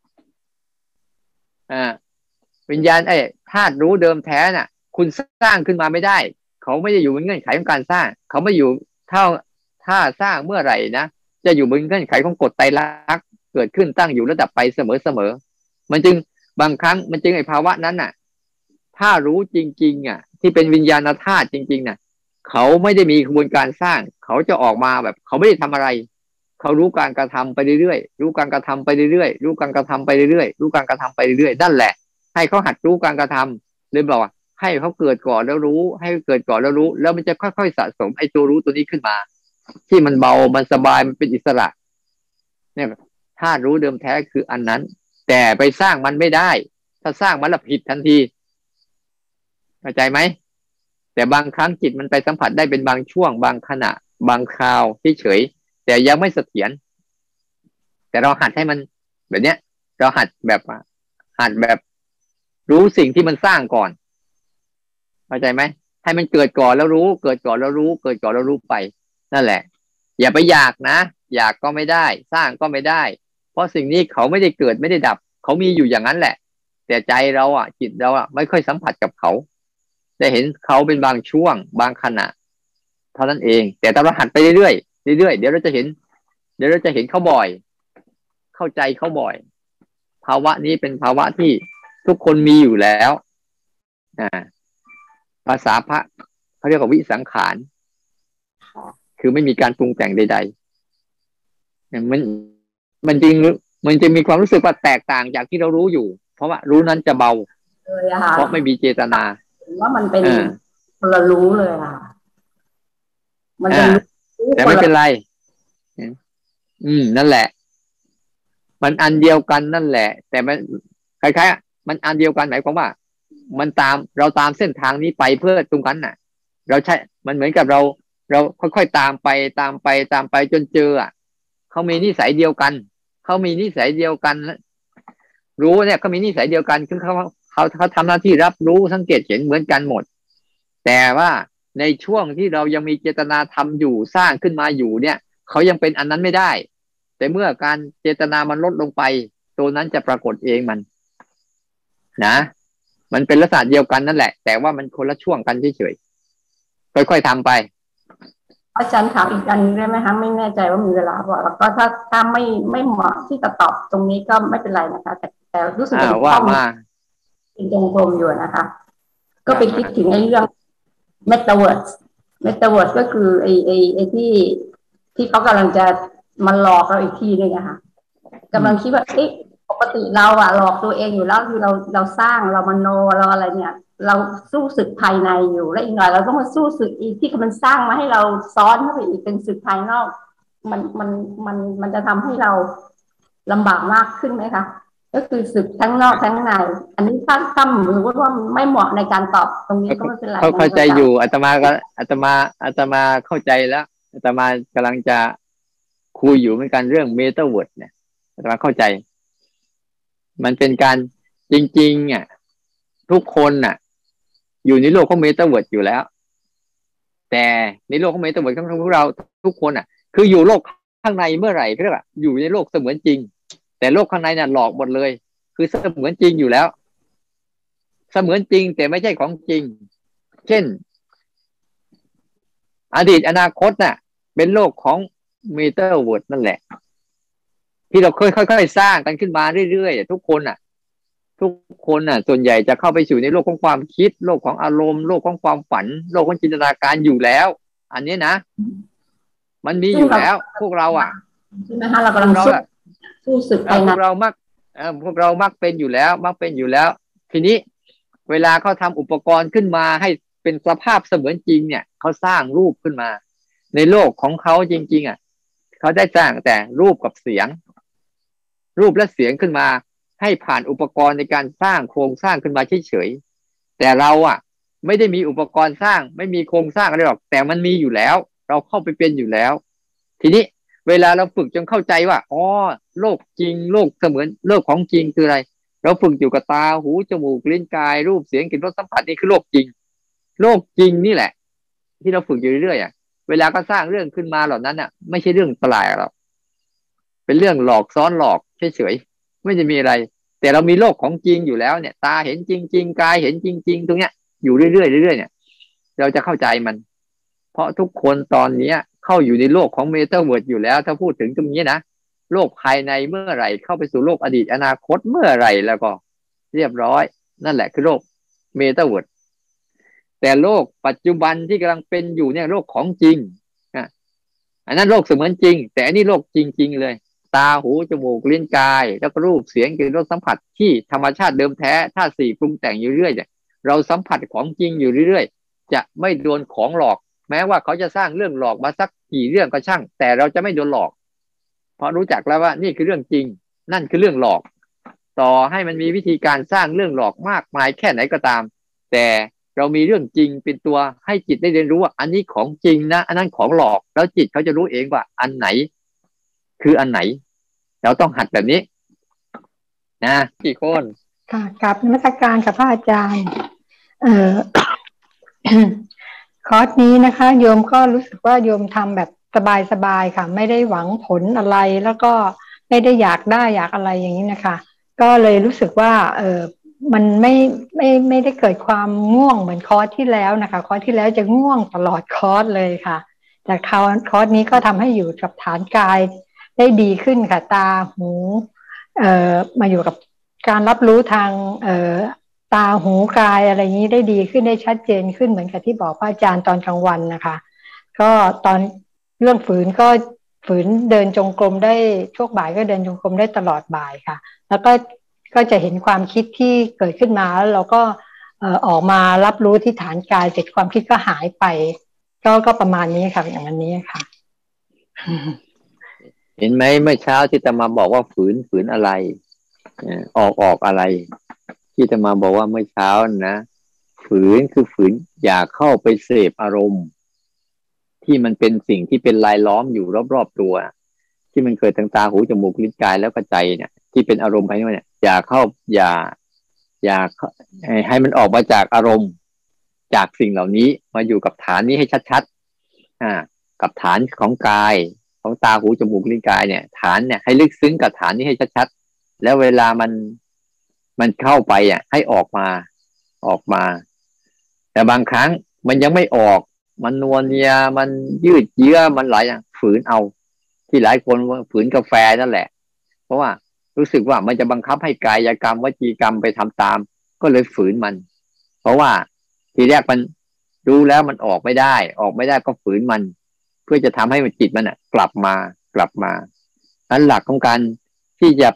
อ่าวิญญาณไอ้ธาตุรู้เดิมแท้น่ะคุณสร้างขึ้นมาไม่ได้เขาไม่ได้อยู่บนเงื่อนไขของการสร้างเขาไม่อยู่เท่าถ้าสร้างเมื่อไหร่นะจะอยู่บนเงื่อนไขของกฎไตรลักษณ์เกิดขึ้นตั้งอยู่ระดับไปเสมอเสมอมันจึงบางครั้งมันจึงไอ้ภาวะนั้นน่ะถ้ารู้จริงๆอ่ะที่เป็นวิญญาณธาตุจริงๆน่ะเขาไม่ได้มีกระบวนการสร้างเขาจะออกมาแบบเขาไม่ได้ทำอะไรเขารู้การกระทำไปเรื่อยๆรู้การกระทำไปเรื่อยๆรู้การกระทำไปเรื่อยๆรู้การกระทำไปเรื่อยๆนั่นแหละให้เขาหัดรู้การกระทำเลยบอกว่าให้เขาเกิดก่อนแล้วรู้ให้เกิดก่อนแล้วรู้แล้วมันจะค่อยๆสะสมไอ้ตัวรู้ตัวนี้ขึ้นมาที่มันเบามันสบายมันเป็นอิสระเนี่ยถ้ารู้เดิมแท้คืออันนั้นแต่ไปสร้างมันไม่ได้ถ้าสร้างมันละผิดทันทีเข้าใจไหมแต่บางครั้งจิตมันไปสัมผัสได้เป็นบางช่วงบางขณะบางคราวเฉยๆแต่ยังไม่เสถียรแต่เราหัดให้มันแบบเนี้ยเราหัดแบบหัดแบบรู้สิ่งที่มันสร้างก่อนเข้าใจไหมให้มันเกิดก่อนแล้วรู้เกิดก่อนแล้วรู้เกิดก่อนแล้วรู้ไปนั่นแหละอย่าไปอยากนะอยากก็ไม่ได้สร้างก็ไม่ได้เพราะสิ่งนี้เขาไม่ได้เกิดไม่ได้ดับเขามีอยู่อย่างนั้นแหละแต่ใจเราอ่ะจิตเราอ่ะไม่ค่อยสัมผัสกับเขาได้เห็นเขาเป็นบางช่วงบางขณะเท่านั้นเองแต่ถ้าเราหัดไปเรื่อยๆเรื่อยๆเดี๋ยวเราจะเห็นเดี๋ยวเราจะเห็นเขาบ่อยเข้าใจเขาบ่อยภาวะนี้เป็นภาวะที่ทุกคนมีอยู่แล้วอ่าภาษาพระเขาเรียกว่าวิสังขารคือไม่มีการปรุงแต่งใดๆมันมันจริงมันจะมีความรู้สึกว่าแตกต่างจากที่เรารู้อยู่เพราะว่ารู้นั้นจะเบาเพราะไม่มีเจตนาว่ามันเป็นเรารู้เลยอ่ะมันจะแต่ไม่เป็นไรอืมนั่นแหละมันอันเดียวกันนั่นแหละแต่มันคล้ายๆมันอันเดียวกันหมายความว่ามันตามเราตามเส้นทางนี้ไปเพื่อตรงนั้นน่ะเราใช่มันเหมือนกับเราเราค่อยๆตามไปตามไปตามไปจนเจออ่ะเขามีนิสัยเดียวกันเขามีนิสัยเดียวกันรู้เนี่ยเขามีนิสัยเดียวกันคือเขาเขาเขาทำหน้าที่รับรู้สังเกตเห็นเหมือนกันหมดแต่ว่าในช่วงที่เรายังมีเจตนาทำอยู่สร้างขึ้นมาอยู่เนี่ยเขายังเป็นอันนั้นไม่ได้แต่เมื่อการเจตนามันลดลงไปตัวนั้นจะปรากฏเองมันนะมันเป็นลักษณะเดียวกันนั่นแหละแต่ว่ามันคนละช่วงกันเฉยๆค่อยๆทำไปอาจารย์ถามอีกอันนึงได้ไหมคะไม่แน่ใจว่ามีเวลาบอกแล้วก็ถ้าถ้าไม่ไม่เหมาะที่จะตอบตรงนี้ก็ไม่เป็นไรนะคะแต่แต่รู้สึกว่ามาเป็นวงกลมอยู่นะคะก็ไปคิดถึงไอ้เรื่อง Metaverse เมตาเวิร์สก็คือไอ้ไอ้ไอ้ที่ที่เขากำลังจะมันหลอกเราอีกทีนึงอะค่ะกำลังคิดว่าเอ๊ะปกติเราอะหลอกตัวเองอยู่แล้วคือเราเราสร้างเรามโนเราอะไรเนี่ยเราสู้ศึกภายในอยู่แล้วอีกหน่อยเราต้องมาสู้ศึกอีกที่มันสร้างมาให้เราซ้อนเข้าไปอีกเป็นศึกภายนอกมันมันมันมันจะทำให้เราลำบากมากขึ้นไหมคะก็คือศึกทั้งนอกทั้งในอันนี้ถ้าตั้มหรือว่าไม่เหมาะในการตอบตรงนี้ก็ไม่เป็นไรเขาเข้าใจอยู่อาตมาก็อาตมาอาตมาเข้าใจแล้วอาตมากำลังจะคุยอยู่เหมือนกันเรื่องเมตาเวิร์ดเนี่ยอาตมาเข้าใจมันเป็นการจริงๆอ่ะทุกคนน่ะอยู่ในโลกของเมตาเวิร์ดอยู่แล้วแต่ในโลกของเมตาเวิร์ดของพวกเราทุกคนอ่ะคืออยู่โลกข้างในเมื่อไหร่ก็เรียกว่าอยู่ในโลกเสมือนจริงแต่โลกข้างในน่ะหลอกหมดเลยคือเสมือนจริงอยู่แล้วเสมือนจริงแต่ไม่ใช่ของจริงเช่นอดีตอนาคตน่ะเป็นโลกของเมตาเวิร์ดนั่นแหละที่เราค่อยๆสร้างกันขึ้นมาเรื่อยๆทุกคนน่ะทุกคนน่ะส่วนใหญ่จะเข้าไปสู่ในโลกของความคิดโลกของอารมณ์โลกของความฝันโลกของจินตนาการอยู่แล้วอันนี้นะมันมีอยู่แล้วพวกเราอ่ะใช่ไหมคะเรากำลังสู้สู้ศึกไปนะพวกเรามักเออพวกเรามักเป็นอยู่แล้วมักเป็นอยู่แล้วทีนี้เวลาเขาทำอุปกรณ์ขึ้นมาให้เป็นสภาพเสมือนจริงเนี่ยเขาสร้างรูปขึ้นมาในโลกของเขาจริงๆอ่ะเขาได้สร้างแต่รูปกับเสียงรูปและเสียงขึ้นมาให้ผ่านอุปกรณ์ในการสร้างโครงสร้างขึ้นมาเฉยๆแต่เราอ่ะไม่ได้มีอุปกรณ์สร้างไม่มีโครงสร้างอะไรหรอกแต่มันมีอยู่แล้วเราเข้าไปเป็นอยู่แล้วทีนี้เวลาเราฝึกจนเข้าใจว่าอ๋อโลกจริงโลกเสมือนโลกของจริงคืออะไรเราฝึกอยู่กับตาหูจมูกลิ้นกายรูปเสียงกลิ่นรสสัมผัสนี่คือโลกจริงโลกจริงนี่แหละที่เราฝึกอยู่เรื่อยๆอ่ะเวลาก็สร้างเรื่องขึ้นมาเหล่านั้นอ่ะไม่ใช่เรื่องประหลาดหรอกเป็นเรื่องหลอกซ้อนหลอกเฉยๆไม่จะมีอะไรแต่เรามีโลกของจริงอยู่แล้วเนี่ยตาเห็นจริงๆกายเห็นจริงๆตรงเนี้ยอยู่เรื่อยๆเรื่อยๆเนี่ยเราจะเข้าใจมันเพราะทุกคนตอนนี้เข้าอยู่ในโลกของเมตาเวิร์ดอยู่แล้วถ้าพูดถึงตรงนี้นะโลกภายในเมื่อไหร่เข้าไปสู่โลกอดีตอนาคตเมื่อไหร่แล้วก็เรียบร้อยนั่นแหละคือโลกเมตาเวิร์ดแต่โลกปัจจุบันที่กำลังเป็นอยู่เนี่ยโลกของจริงอ่ะอันนั้นโลกเสมือนจริงแต่อันนี้โลกจริงๆเลยตาหูจมูกลิ้นกายแล้วก็รูปเสียงกลิ่นรสสัมผัสที่ธรรมชาติเดิมแท้ธาตุสี่ปรุงแต่งอยู่เรื่อยเนี่ยเราสัมผัสของจริงอยู่เรื่อยๆจะไม่โดนของหลอกแม้ว่าเขาจะสร้างเรื่องหลอกมาสักกี่เรื่องก็ช่างแต่เราจะไม่โดนหลอกเพราะรู้จักแล้วว่านี่คือเรื่องจริงนั่นคือเรื่องหลอกต่อให้มันมีวิธีการสร้างเรื่องหลอกมากมายแค่ไหนก็ตามแต่เรามีเรื่องจริงเป็นตัวให้จิตได้เรียนรู้ว่าอันนี้ของจริงนะอันนั้นของหลอกแล้วจิตเขาจะรู้เองว่าอันไหนคืออันไหนเราต้องหัดแบบนี้นะกี่คนค่ะกับนมัสการกับพระอาจารย์เอ่อ คอร์สนี้นะคะโยมก็รู้สึกว่าโยมทำแบบสบายๆค่ะไม่ได้หวังผลอะไรแล้วก็ไม่ได้อยากได้อยากอะไรอย่างนี้นะคะก็เลยรู้สึกว่าเออมันไม่ไม่ไม่ได้เกิดความง่วงเหมือนคอร์สที่แล้วนะคะคอร์สที่แล้วจะง่วงตลอดคอร์สเลยค่ะแต่คอร์สนี้ก็ทำให้อยู่กับฐานกายได้ดีขึ้นค่ะตาหูเอ่อมาอยู่กับการรับรู้ทางเอ่อตาหูกายอะไรอย่างนี้ได้ดีขึ้นได้ชัดเจนขึ้นเหมือนกับที่บอกพระอาจารย์ตอนกลางวันนะคะก็ตอนเรื่องฝืนก็ฝืนเดินจงกรมได้ช่วงบ่ายก็เดินจงกรมได้ตลอดบ่ายค่ะแล้วก็ก็จะเห็นความคิดที่เกิดขึ้นมาแล้วเราก็เอ่อออกมารับรู้ที่ฐานกายเสร็จความคิดก็หายไปก็ก็ประมาณนี้ค่ะอย่างนี้ค่ะเห็นไหมเมื่อเช้าที่จะมาบอกว่าฝืนฝืนอะไรออกออกอะไรที่จะมาบอกว่าเมื่อเช้านะฝืนคือฝืนอย่าเข้าไปเสพอารมณ์ที่มันเป็นสิ่งที่เป็นลายล้อมอยู่รอบๆตัวที่มันเกิดทางตาหูจมูกลิ้นกายแล้วก็ใจเนี่ยที่เป็นอารมณ์ภายในเนี่ยอย่าเข้าอย่าอย่าให้มันออกมาจากอารมณ์จากสิ่งเหล่านี้มาอยู่กับฐานนี้ให้ชัดๆอ่ากับฐานของกายของตาหูจมูกลิ้นกายเนี่ยฐานเนี่ยให้ลึกซึ้งกับฐานนี้ให้ชัดๆแล้วเวลามันมันเข้าไปอ่ะให้ออกมาออกมาแต่บางครั้งมันยังไม่ออกมันนวลเนียมันยืดเยื้อมันหลายอย่างฝืนเอาที่หลายคนว่าฝืนกาแฟนั่นแหละเพราะว่ารู้สึกว่ามันจะบังคับให้กายกรรมวจีกรรมไปทำตามก็เลยฝืนมันเพราะว่าทีแรกมันรู้แล้วมันออกไม่ได้ออกไม่ได้ก็ฝืนมันเพื่อจะทำให้มันจิตมันอ่ะกลับมากลับมานั้นหลักของการที่จะ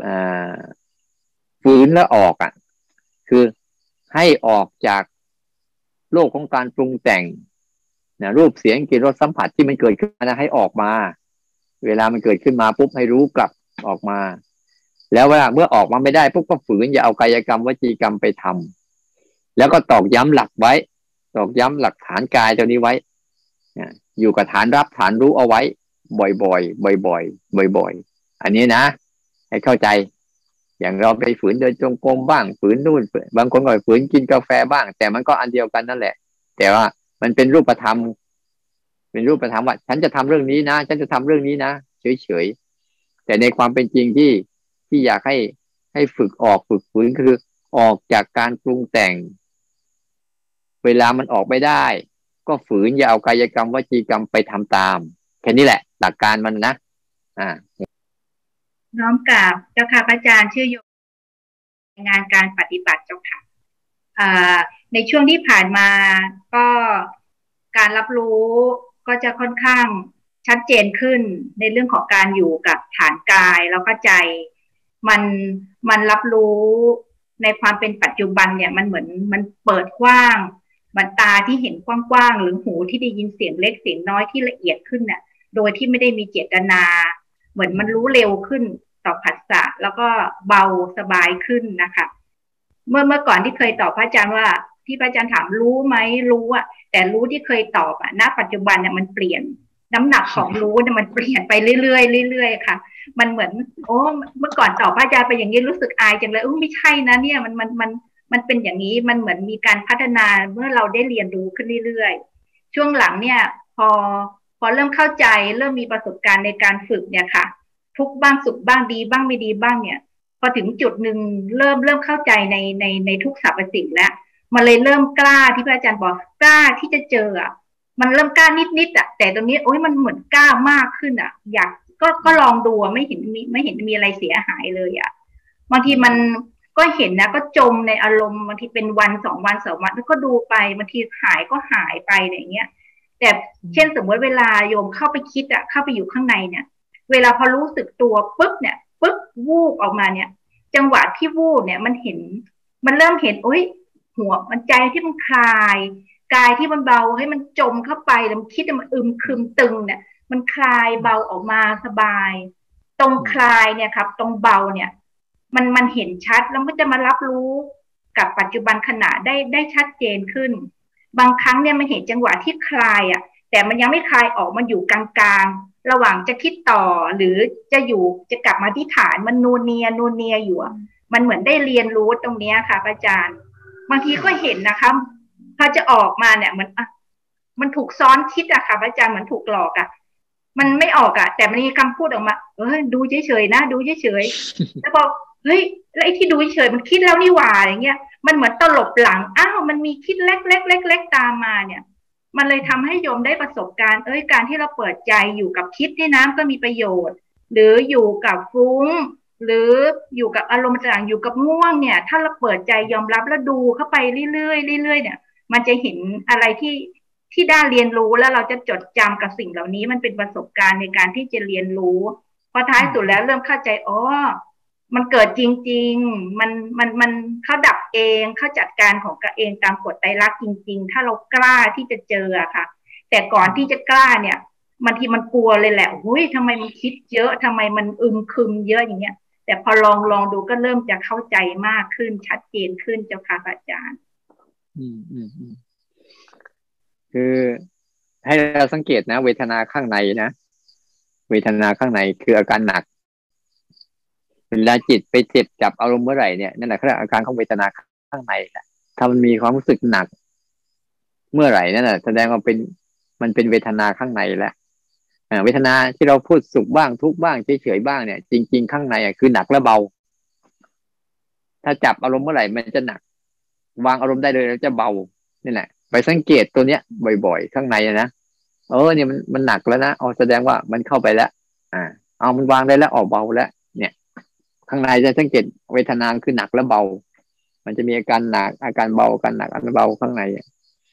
ฝืนแล้วออกอ่ะคือให้ออกจากโลกของการปรุงแต่งนะรูปเสียงกลิ่นรสสัมผัสที่มันเกิดขึ้นมานะให้ออกมาเวลามันเกิดขึ้นมาปุ๊บให้รู้กลับออกมาแล้วเวลาเมื่อออกมาไม่ได้ปุ๊บก็ฝืนอย่าเอากายกรรมวจีกรรมไปทำแล้วก็ตอกย้ำหลักไว้ตอกย้ำหลักฐานกายตัวนี้ไว้อยู่กับฐานรับฐานรู้เอาไว้บ่อยๆบ่อยๆบ่อยๆอันนี้นะให้เข้าใจอย่างเราไปฝืนเดินจงกรมบ้างฝืนนู่นบางคนก็ฝืนกินกาแฟบ้างแต่มันก็อันเดียวกันนั่นแหละแต่ว่ามันเป็นรูปธรรมเป็นรูปธรรมว่าฉันจะทำเรื่องนี้นะฉันจะทำเรื่องนี้นะเฉยๆแต่ในความเป็นจริงที่ที่อยากให้ให้ฝึกออกฝึกฝืนคือออกจากการปรุงแต่งเวลามันออกไม่ได้ก็ฝืนอย่าเอากายกรรมวจีกรรมไปทำตามแค่นี้แหละหลักการมันนะอ่าน้อมกราบเจ้าค่ะพระอาจารย์ชื่อโยมงานการปฏิบัติเจ้าค่ะในช่วงที่ผ่านมาก็การรับรู้ก็จะค่อนข้างชัดเจนขึ้นในเรื่องของการอยู่กับฐานกายแล้วก็ใจมันมันรับรู้ในความเป็นปัจจุบันเนี่ยมันเหมือนมันเปิดกว้างมันตาที่เห็นกว้างๆหรือหูที่ได้ยินเสียงเล็กเสียงน้อยที่ละเอียดขึ้นน่ะโดยที่ไม่ได้มีเจตนาเหมือนมันรู้เร็วขึ้นต่อผัสสะแล้วก็เบาสบายขึ้นนะคะเมื่อเมื่อก่อนที่เคยตอบพระอาจารย์ว่าที่พระอาจารย์ถามรู้ไหมรู้อะแต่รู้ที่เคยตอบอะณปัจจุบันเนี่ยมันเปลี่ยนน้ำหนักของรู้เนี่ยมันเปลี่ยนไปเรื่อยๆเรื่อยๆค่ะมันเหมือนโอ้เมื่อก่อนตอบพระอาจารย์ไปอย่างนี้รู้สึกอายจังเลยโอ้ไม่ใช่นะเนี่ยมันมันมันมันเป็นอย่างนี้มันเหมือนมีการพัฒนาเมื่อเราได้เรียนรู้ขึ้นเรื่อยๆช่วงหลังเนี่ยพอพอเริ่มเข้าใจเริ่มมีประสบการณ์ในการฝึกเนี่ยค่ะทุกบ้างสุขบ้างดีบ้างไม่ดีบ้างเนี่ยพอถึงจุดหนึ่งเริ่มเริ่มเข้าใจในในในทุกสรรพสิ่งแล้วมันเลยเริ่มกล้าที่พระอาจารย์บอกกล้าที่จะเจออ่ะมันเริ่มกล้านิดๆอ่ะแต่ตรงนี้โอ้ยมันเหมือนกล้ามากขึ้นอ่ะอยากก็ก็ลองดูไม่เห็นมีไม่เห็นมีอะไรเสียหายเลยอ่ะบางทีมันก็เห็นนะก็จมในอารมณ์บางทีเป็นวันสองวันสองวันแล้วก็ดูไปบางทีหายก็หายไปอะไรเงี้ยแต่เช่นสมมติเวลาโยมเข้าไปคิดอ่ะเข้าไปอยู่ข้างในเนี่ยเวลาพอรู้สึกตัวปุ๊บเนี่ยปุ๊บวูบออกมาเนี่ยจังหวะที่วูบเนี่ยมันเห็นมันเริ่มเห็นโอ้ยหัวมันใจที่มันคลายกายที่มันเบาให้มันจมเข้าไปแล้วมันคิดมันอึมครึมตึงเนี่ยมันคลายเบาออกมาสบายตรงคลายเนี่ยครับตรงเบาเนี่ยมันมันเห็นชัดแล้วมันจะมารับรู้กับปัจจุบันขณะได้ได้ชัดเจนขึ้นบางครั้งเนี่ยมันเห็นจังหวะที่คลายอ่ะแต่มันยังไม่คลายออกมันอยู่กลางๆระหว่างจะคิดต่อหรือจะอยู่จะกลับมาที่ฐานมันนูนเนียนูนเนียอยู่มันเหมือนได้เรียนรู้ตรงนี้ค่ะอาจารย์บางทีก็เห็นนะคะพอจะออกมาเนี่ยมันอ่ะมันถูกซ้อนคิดอะค่ะอาจารย์เหมือนถูกหลอกอะมันไม่ออกอะแต่มันมีคำพูดออกมาเออดูเฉยๆนะดูเฉยๆแล้วบอกเฮ้ยแล้วไอ้ที่ดูเฉยๆมันคิดแล้วนี่หว่าอย่างเงี้ยมันเหมือนตลบหลังอ้าวมันมีคิดเล็กๆเล็กๆตามมาเนี่ยมันเลยทำให้โยมได้ประสบการณ์เอ้ยการที่เราเปิดใจอยู่กับคิดนี่นะก็มีประโยชน์หรืออยู่กับฟุ้งหรืออยู่กับอารมณ์ต่างๆอยู่กับง่วงเนี่ยถ้าเราเปิดใจยอมรับแล้วดูเข้าไปเรื่อยๆเรื่อยๆเนี่ยมันจะเห็นอะไรที่ที่ได้เรียนรู้แล้วเราจะจดจำกับสิ่งเหล่านี้มันเป็นประสบการณ์ในการที่จะเรียนรู้พอท้ายสุดแล้วเริ่มเข้าใจอ๋อมันเกิดจริงๆมันมันมันเขาดับเองเขาจัดการของตัวเองตามกฎไตรลักษณ์จริงๆถ้าเรากล้าที่จะเจอค่ะแต่ก่อนที่จะกล้าเนี่ยบางทีมันกลัวเลยแหละหุ้ยทำไมมันคิดเยอะทำไมมันอึมครึมเยอะอย่างเงี้ยแต่พอลองลองดูก็เริ่มจะเข้าใจมากขึ้นชัดเจนขึ้นเจ้าค่ะอาจารย์อืมอืมอืมคือให้เราสังเกตนะเวทนาข้างในนะเวทนาข้างในคืออาการหนักเวลาจิตไปเจ็บจับอารมณ์เมื่อไหร่เนี่ยนั่นแหละคืออาการของเวทนาข้างในแหละถ้ามันมีความรู้สึกหนักเมื่อไหร่นั่นแหละแสดงว่าเป็นมันเป็นเวทนาข้างในแล้วอ่าเวทนาที่เราพูดสุขบ้างทุกบ้างเฉยๆบ้างเนี่ยจริงๆข้างในอ่ะคือหนักและเบาถ้าจับอารมณ์เมื่อไหร่มันจะหนักวางอารมณ์ได้เลยแล้วจะเบานี่แหละไปสังเกตตัวเนี้ยบ่อยๆข้างในนะเออเนี่ยมันมันหนักแล้วนะเอาแสดงว่ามันเข้าไปแล้วอ่าเอามันวางได้แล้วออกเบาแล้วเนี่ยข้างในจะสังเกตเวทนาคือหนักและเบามันจะมีอาการหนักอาการเบาอาการหนักอาการเบาข้างใน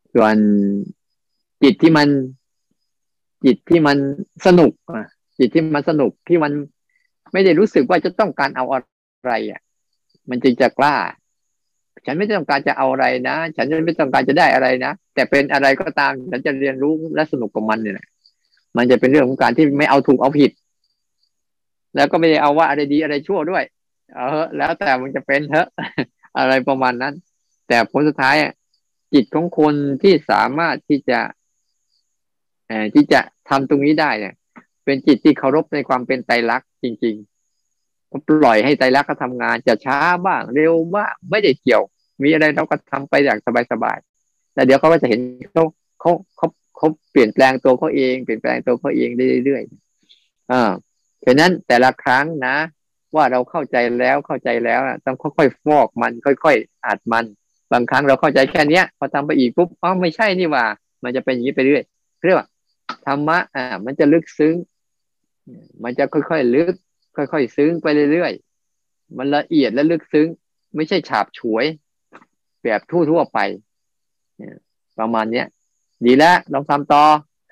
ส่วนจิตที่มันจิตที่มันสนุกอ่ะจิตที่มันสนุกที่มันไม่ได้รู้สึกว่าจะต้องการเอาอะไรอ่ะมันจึงจะกล้าฉันไม่ต้องการจะเอาอะไรนะฉันไม่ต้องการจะได้อะไรนะแต่เป็นอะไรก็ตามฉันจะเรียนรู้และสนุกกับมันเนี่ยมันจะเป็นเรื่องของการที่ไม่เอาถูกเอาผิดแล้วก็ไม่ได้เอาว่าอะไรดีอะไรชั่วด้วยเออแล้วแต่มันจะเป็นเถอะอะไรประมาณนั้นแต่ผลสุดท้ายจิตของคนที่สามารถที่จะเอ่อที่จะทำตรงนี้ได้เนี่ยเป็นจิตที่เคารพในความเป็นไตรลักษณ์จริงๆก็ปล่อยให้ไตรลักษณ์เขาทำงานจะช้าบ้างเร็วบ้างไม่ได้เกี่ยวมีอะไรเราก็ทำไปอย่างสบายๆแต่เดี๋ยวเขาก็จะเห็นเขาเขาเขาเขาเปลี่ยนแปลงตัวเขาเองเปลี่ยนแปลงตัวเขาเองได้เรื่อยๆอ่าฉะนั้นแต่ละครั้งนะว่าเราเข้าใจแล้วเข้าใจแล้วต้องค่อยๆฟอกมันค่อยๆอัดมันบางครั้งเราเข้าใจแค่นี้พอทำไปอีกปุ๊บอ๋อไม่ใช่นี่ว่ามันจะเป็นอย่างนี้ไปเรื่อยเรียกว่าธรรมะอ่ามันจะลึกซึ้งมันจะค่อยๆลึกค่อยๆซึ้งไปเรื่อยๆมันละเอียดและลึกซึ้งไม่ใช่ฉาบฉวยแบบทั่วๆไปประมาณเนี้ยดีแล้วลองทำต่อ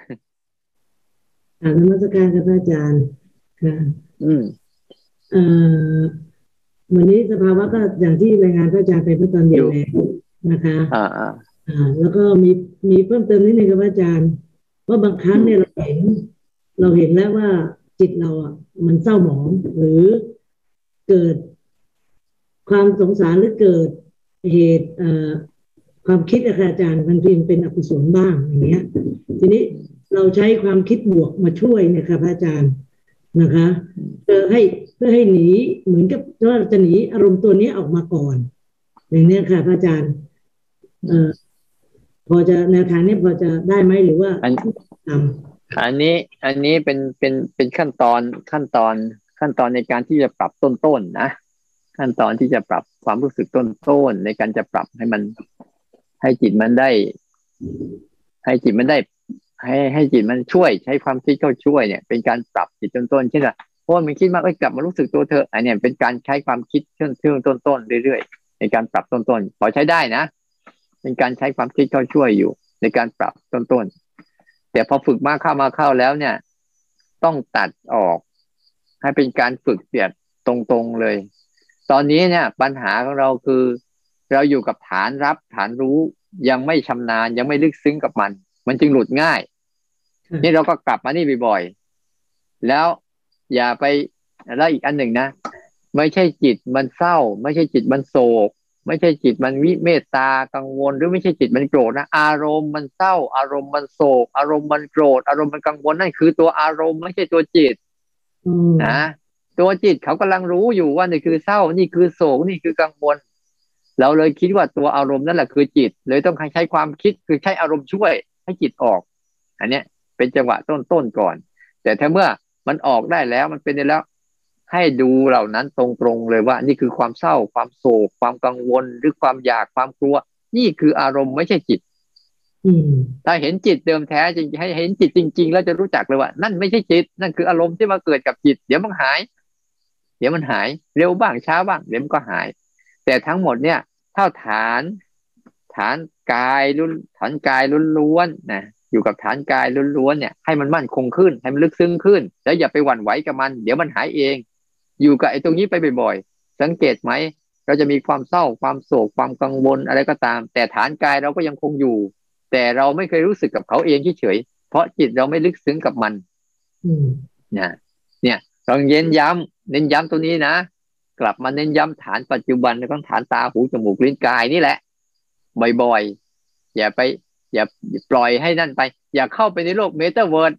อ่านมัสการครับอาจารย์ค่ะอืมเอ่อวันนี้สภาวะก็อย่างที่รายงานพระอาจารย์ไปเมื่อตอนเย็นแล้วนะคะอ่าอ่าอ่าแล้วก็มีมีเพิ่มเติมนิดนึงครับอาจารย์ว่าบางครั้งเนี่ยเราเห็นเราเห็นแล้วว่าจิตเราอ่ะมันเศร้าหมองหรือเกิดความสงสารหรือเกิดเหตุเอ่อความคิดอะค่ะอาจารย์บางทีเป็นอกุศลบ้างอย่างเงี้ยทีนี้เราใช้ความคิดบวกมาช่วยเนี่ยค่ะพระอาจารย์นะคะเพื่อให้เพื่อให้หนีเหมือนกับว่าจะหนีอารมณ์ตัวนี้ออกมาก่อนอย่างนี้ค่ะพระอาจารย์เอ่อพอจะแนวทางนี้พอจะได้ไหมหรือว่าอันอันนี้อันนี้เป็นเป็นเป็นขั้นตอนขั้นตอนขั้นตอนในการที่จะปรับต้นๆนะขั้นตอนที่จะปรับความรู้สึกต้นๆในการจะปรับให้มันให้จิตมันได้ให้จิตมันได้ให้ให้จิตมันช่วยใช้ความคิดเข้าช่วยเนี่ยเป็นการปรับจิตต้นๆเช่นว่าเพราะมันคิดมาเอ้ยกลับมารู้สึกตัวเธออันนี้เป็นการใช้ความคิดเชื่อมเชื่อมต้นๆเรื่อยๆในการปรับต้นๆพอใช้ได้นะเป็นการใช้ความคิดเข้าช่วยอยู่ในการปรับต้นๆแต่พอฝึกมากเข้ามาเข้าแล้วเนี่ยต้องตัดออกให้เป็นการฝึกเสียดตรงๆเลยตอนนี้เนี่ยปัญหาของเราคือเราอยู่กับฐานรับฐานรู้ยังไม่ชำนาญยังไม่ลึกซึ้งกับมันมันจึงหลุดง่ายนี่เราก็กลับมานี่บ่อยๆแล้วอย่าไปแล้วอีกอันหนึ่งนะไม่ใช่จิตมันเศร้าไม่ใช่จิตมันโศกไม่ใช่จิตมันวิเมตตากังวลหรือไม่ใช่จิตมันโกรธนะอารมณ์มันเศร้าอารมณ์มันโศกอารมณ์มันโกรธอารมณ์มันกังวลนั่นคือตัวอารมณ์ไม่ใช่ตัวจิตนะตัวจิตเขากำลังรู้อยู่ว่านี่คือเศร้านี่คือโศกนี่คือกังวลเราเลยคิดว่าตัวอารมณ์นั่นแหละคือจิตเลยต้องใช้ความคิดคือใช้อารมณ์ช่วยให้จิตออกอันเนี้ยเป็นจังหวะต้นๆก่อนแต่ถ้าเมื่อมันออกได้แล้วมันเป็นได้แล้วให้ดูเหล่านั้นตรงๆเลยว่านี่คือความเศร้าความโศกความกังวลหรือความอยากความกลัวนี่คืออารมณ์ไม่ใช่จิตถ้าเห็นจิตเดิมแท้จริงให้เห็นจิตจริงๆแล้วจะรู้จักเลยว่านั่นไม่ใช่จิตนั่นคืออารมณ์ที่มาเกิดกับจิตเดี๋ยวมันหายเดี๋ยวมันหายเร็วบ้างช้าบ้างเดี๋ยวมันก็หายแต่ทั้งหมดเนี่ยเท่าฐานฐานกายล้วนฐานกายล้วนๆนะอยู่กับฐานกายล้วนๆเนี่ยให้มันมั่นคงขึ้นให้มันลึกซึ้งขึ้นแล้วอย่าไปหวั่นไหวกับมันเดี๋ยวมันหายเองอยู่กับไอ้ตรงนี้ไปบ่อยๆสังเกตไหมเราจะมีความเศร้าความโศกความกังวลอะไรก็ตามแต่ฐานกายเราก็ยังคงอยู่แต่เราไม่เคยรู้สึกกับเขาเองเฉยๆเพราะจิตเราไม่ลึกซึ้งกับมันนะเนี่ยลองเน้นย้ำเน้นย้ำตัวนี้นะกลับมาเน้นย้ำฐานปัจจุบันแล้วก็ฐานตาหูจมูกลิ้นกายนี่แหละบ่อยๆอย่าไปอย่าปล่อยให้นั่นไปอย่าเข้าไปในโลกเมตาเวิร์ส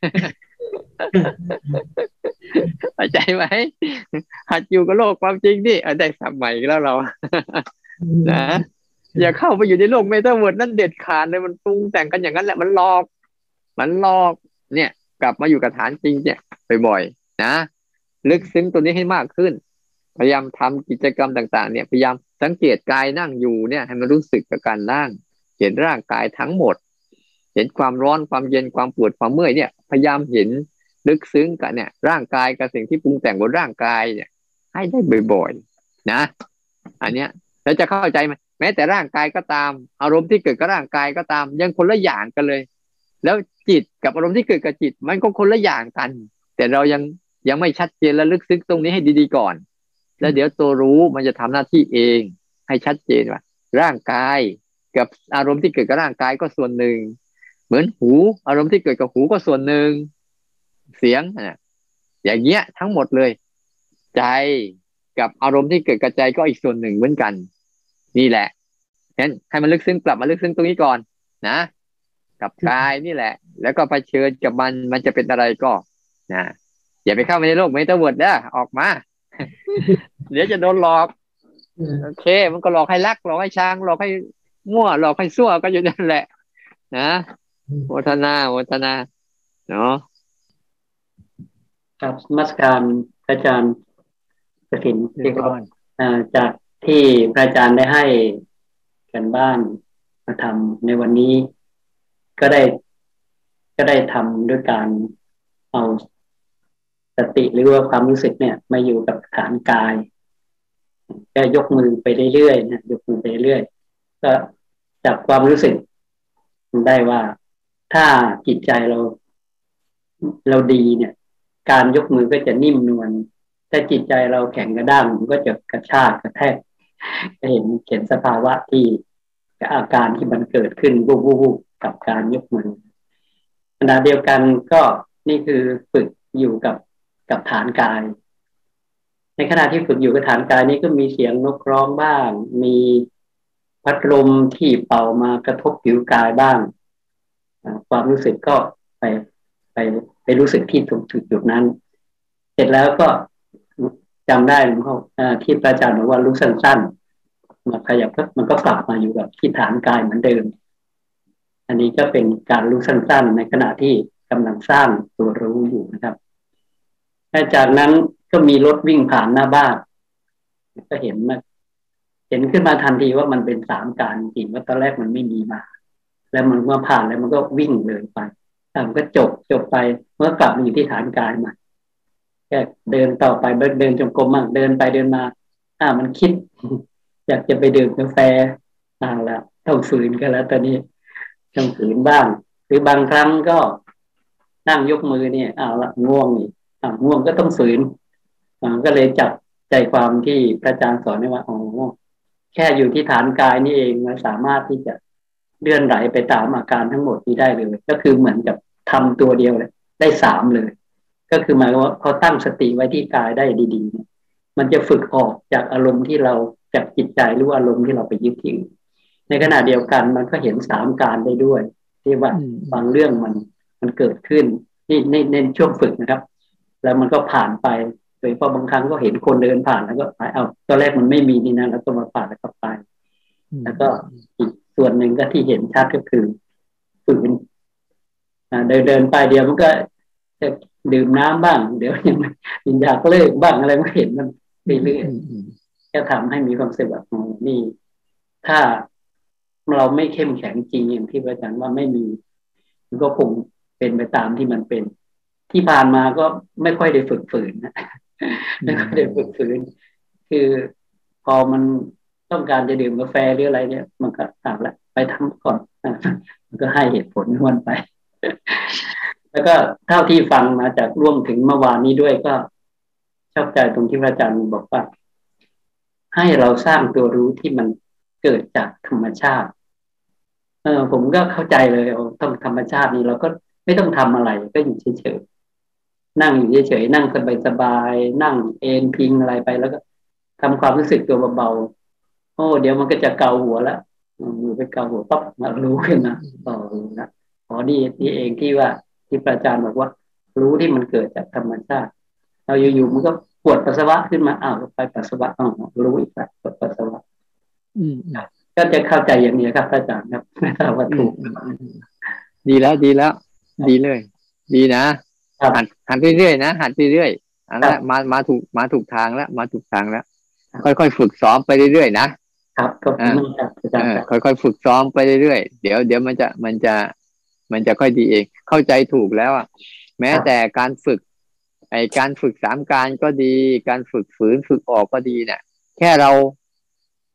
เข้าใจไหมหัดอยู่กับโลกความจริงดิได้สับใหม่แล้วเรานะอย่าเข้าไปอยู่ในโลกเมตาเวิร์สนั่นเด็ดขาดเลยมันปรุงแต่งกันอย่างนั้นแหละมันหลอกมันหลอกเนี่ยกลับมาอยู่กับฐานจริงเนี่ยบ่อยๆนะลึกซึ้งตัวนี้ให้มากขึ้นพยายามทำกิจกรรมต่างๆเนี่ยพยายามสังเกตกายนั่งอยู่เนี่ยให้มันรู้สึกกับการนั่งเห็นร่างกายทั้งหมดเห็นความร้อนความเย็นความปวดความเมื่อยเนี่ยพยายามเห็นลึกซึ้งกับเนี่ยร่างกายกับสิ่งที่ปรุงแต่งบนร่างกายเนี่ยให้ได้บ่อยๆนะอันเนี้ยแล้วจะเข้าใจไหมแม้แต่ร่างกายก็ตามอารมณ์ที่เกิดกับร่างกายก็ตามยังคนละอย่างกันเลยแล้วจิตกับอารมณ์ที่เกิดกับจิตมันก็คนละอย่างกันแต่เรายังยังไม่ชัดเจนและลึกซึ้งตรงนี้ให้ดีๆก่อนแล้วเดี๋ยวตัวรู้มันจะทำหน้าที่เองให้ชัดเจนว่าร่างกายกับอารมณ์ที่เกิดกับร่างกายก็ส่วนหนึ่งเหมือนหูอารมณ์ที่เกิดกับหูก็ส่วนหนึ่งเสียงนะอย่างเงี้ยทั้งหมดเลยใจกับอารมณ์ที่เกิดกับใจก็อีกส่วนหนึ่งเหมือนกันนี่แหละงั้นให้มันลึกซึ้งกลับมาลึกซึ้งตรงนี้ก่อนนะกับกายนี่แหละแล้วก็เผชิญกับมันมันจะเป็นอะไรก็นะอย่าไปเข้าไปในโลกเมตาเวิร์ดนะออกมา เดี๋ยวจะโดนหลอกโอเคมันก็หลอกให้รักหลอกให้ชังหลอกให้มั่วหลอกให้ซั่วก็อยู่นั่นแหละนะโมทนาโมทนาเนาะครับนมัสการอาจารย์กฐินที่ครับจากที่พระอาจารย์ได้ให้กันบ้านมาทำในวันนี้ก็ได้ก็ได้ทำด้วยการเอาสติหรือว่าความรู้สึกเนี่ยมาอยู่กับฐานกายก็ยกมือไปเรื่อยๆนะยกมือไปเรื่อยก็จับความรู้สึกได้ว่าถ้าจิตใจเราเราดีเนี่ยการยกมือก็จะนิ่มนวลถ้าจิตใจเราแข็งกระด้างมันก็จะกระชากกระแทกจะเห็นเห็นสภาวะที่อาการที่มันเกิดขึ้นวูบวูบกับการยกมือขณะเดียวกันก็นี่คือฝึกอยู่กับกับฐานกายในขณะที่ฝึกอยู่กับฐานกายนี้ก็มีเสียงนกร้องบ้างมีพัดลมที่เป่ามากระทบผิวกายบ้างความรู้สึกก็ไปไปไปรู้สึกที่ถูกจุดนั้นเสร็จแล้วก็จำได้เขาที่พระอาจารย์บอกว่ารู้สั้นๆมาขยับมันก็กลับมาอยู่กับที่ฐานกายเหมือนเดิมอันนี้ก็เป็นการรู้สั้นๆในขณะที่กำลังสร้างตัวรู้อยู่นะครับจากนั้นก็มีรถวิ่งผ่านหน้าบ้านก็เห็นมาเห็นขึ้นมาทันทีว่ามันเป็นสามการจริงว่าตอนแรกมันไม่มีมาแล้วมันมาผ่านแล้วมันก็วิ่งเลยไปมันก็จบจบไปเมื่อกลับมาอยู่ที่ฐานกายมาแค่เดินต่อไปเดินจงกรมมั่งเดินไปเดินมาอ่ามันคิดอยากจะไปดื่มกาแฟอ่าแล้วต้องฝืนกันแล้วตอนนี้ต้องฝืนบ้างหรือบางครั้งก็นั่งยกมือเนี่ยอ่าละง่วงนี่อ่าง่วงก็ต้องฝืนอ่าก็เลยจับใจความที่พระอาจารย์สอนว่าอ๋อแค่อยู่ที่ฐานกายนี่เองมันสามารถที่จะเลื่อนไหลไปตามอาการทั้งหมดที่ได้เลยก็คือเหมือนกับทำตัวเดียวเลยได้สามเลยก็คือหมายว่าเขาตั้งสติไว้ที่กายได้ดีๆเนี่ยมันจะฝึกออกจากอารมณ์ที่เราจากจิตใจหรืออารมณ์ที่เราไปยึดถือในขณะเดียวกันมันก็เห็นสามการได้ด้วยที่ว่าบางเรื่องมันมันเกิดขึ้นนี่ในในช่วงฝึกนะครับแล้วมันก็ผ่านไปโดยเพราะบางครั้งก็เห็นคนเดินผ่านแล้วก็ไปเอาตอนแรกมันไม่มีนี่นะแล้วก็มาผ่านแล้วก็ไปแล้วก็อีกส่วนหนึ่งก็ที่เห็นชัดก็คือฝืนเดินเดินไปเดียวมันก็จะดื่มน้ำบ้างเดี๋ยวยังอยากเลิกบ้างอะไรไม่เห็นมันเรื่อยๆก็ทำให้มีความรู้สึกแบบนี่ถ้าเราไม่เข้มแข็งจริงอย่างที่พระอาจารย์ว่าไม่มีมันก็คงเป็นไปตามที่มันเป็นที่ผ่านมาก็ไม่ค่อยได้ฝึกฝืนนะไม่ค่อยได้ฝึกฝืนคือพอมันต้องการจะดื่มกาแฟหรืออะไรเนี่ยมันก็ตามละไปทำก่อนมันก็ให้เหตุผลมันไปแล้วก็เท่าที่ฟังมาจากร่วมถึงเมื่อวานนี้ด้วยก็ชอบใจตรงที่พระอาจารย์บอกว่าให้เราสร้างตัวรู้ที่มันเกิดจากธรรมชาติเออผมก็เข้าใจเลยต้องธรรมชาตินี้เราก็ไม่ต้องทำอะไรก็อยู่เฉยๆนั่งอยู่เฉยๆนั่งสบายๆนั่งเอนพิงอะไรไปแล้วก็ทำความรู้สึกตัวเบาๆโอ้เดี๋ยวมันก็จะเกาหัวแล้วมือไปเกาหัวปั๊บมารู้ขึ้นมาต่อรู้นะอ๋อนี่นี่เองที่ว่าที่อาจารย์บอกว่ารู้ที่มันเกิดจากธรรมชาติเราอยู่ๆมันก็ปวดปัสสาวะขึ้นมาอ้าวไปปัสสาวะอ้าวรู้อีกแล้วปวดปัสสาวะอืมก็จะเข้าใจอย่างนี้ครับอาจารย์ครับไม่ทราบว่าถูกดีแล้วดีแล้วดีเลยดีนะหัดหัดเรื่อยๆนะหัดเรื่อยๆอันนั้นมามาถูกมาถูกทางแล้วมาถูกทางแล้วค่อยๆฝึกซ้อมไปเรื่อยๆนะครับก็ค่อยๆฝึกซ้อมไปเรื่อยๆเดี๋ยวเดี๋ยวมันจะมันจะมันจะค่อยดีเองเข้าใจถูกแล้วอ่ะแม้แต่การฝึกไอการฝึกสามการก็ดีการฝึกฝืนฝึกออกก็ดีเนี่ยแค่เรา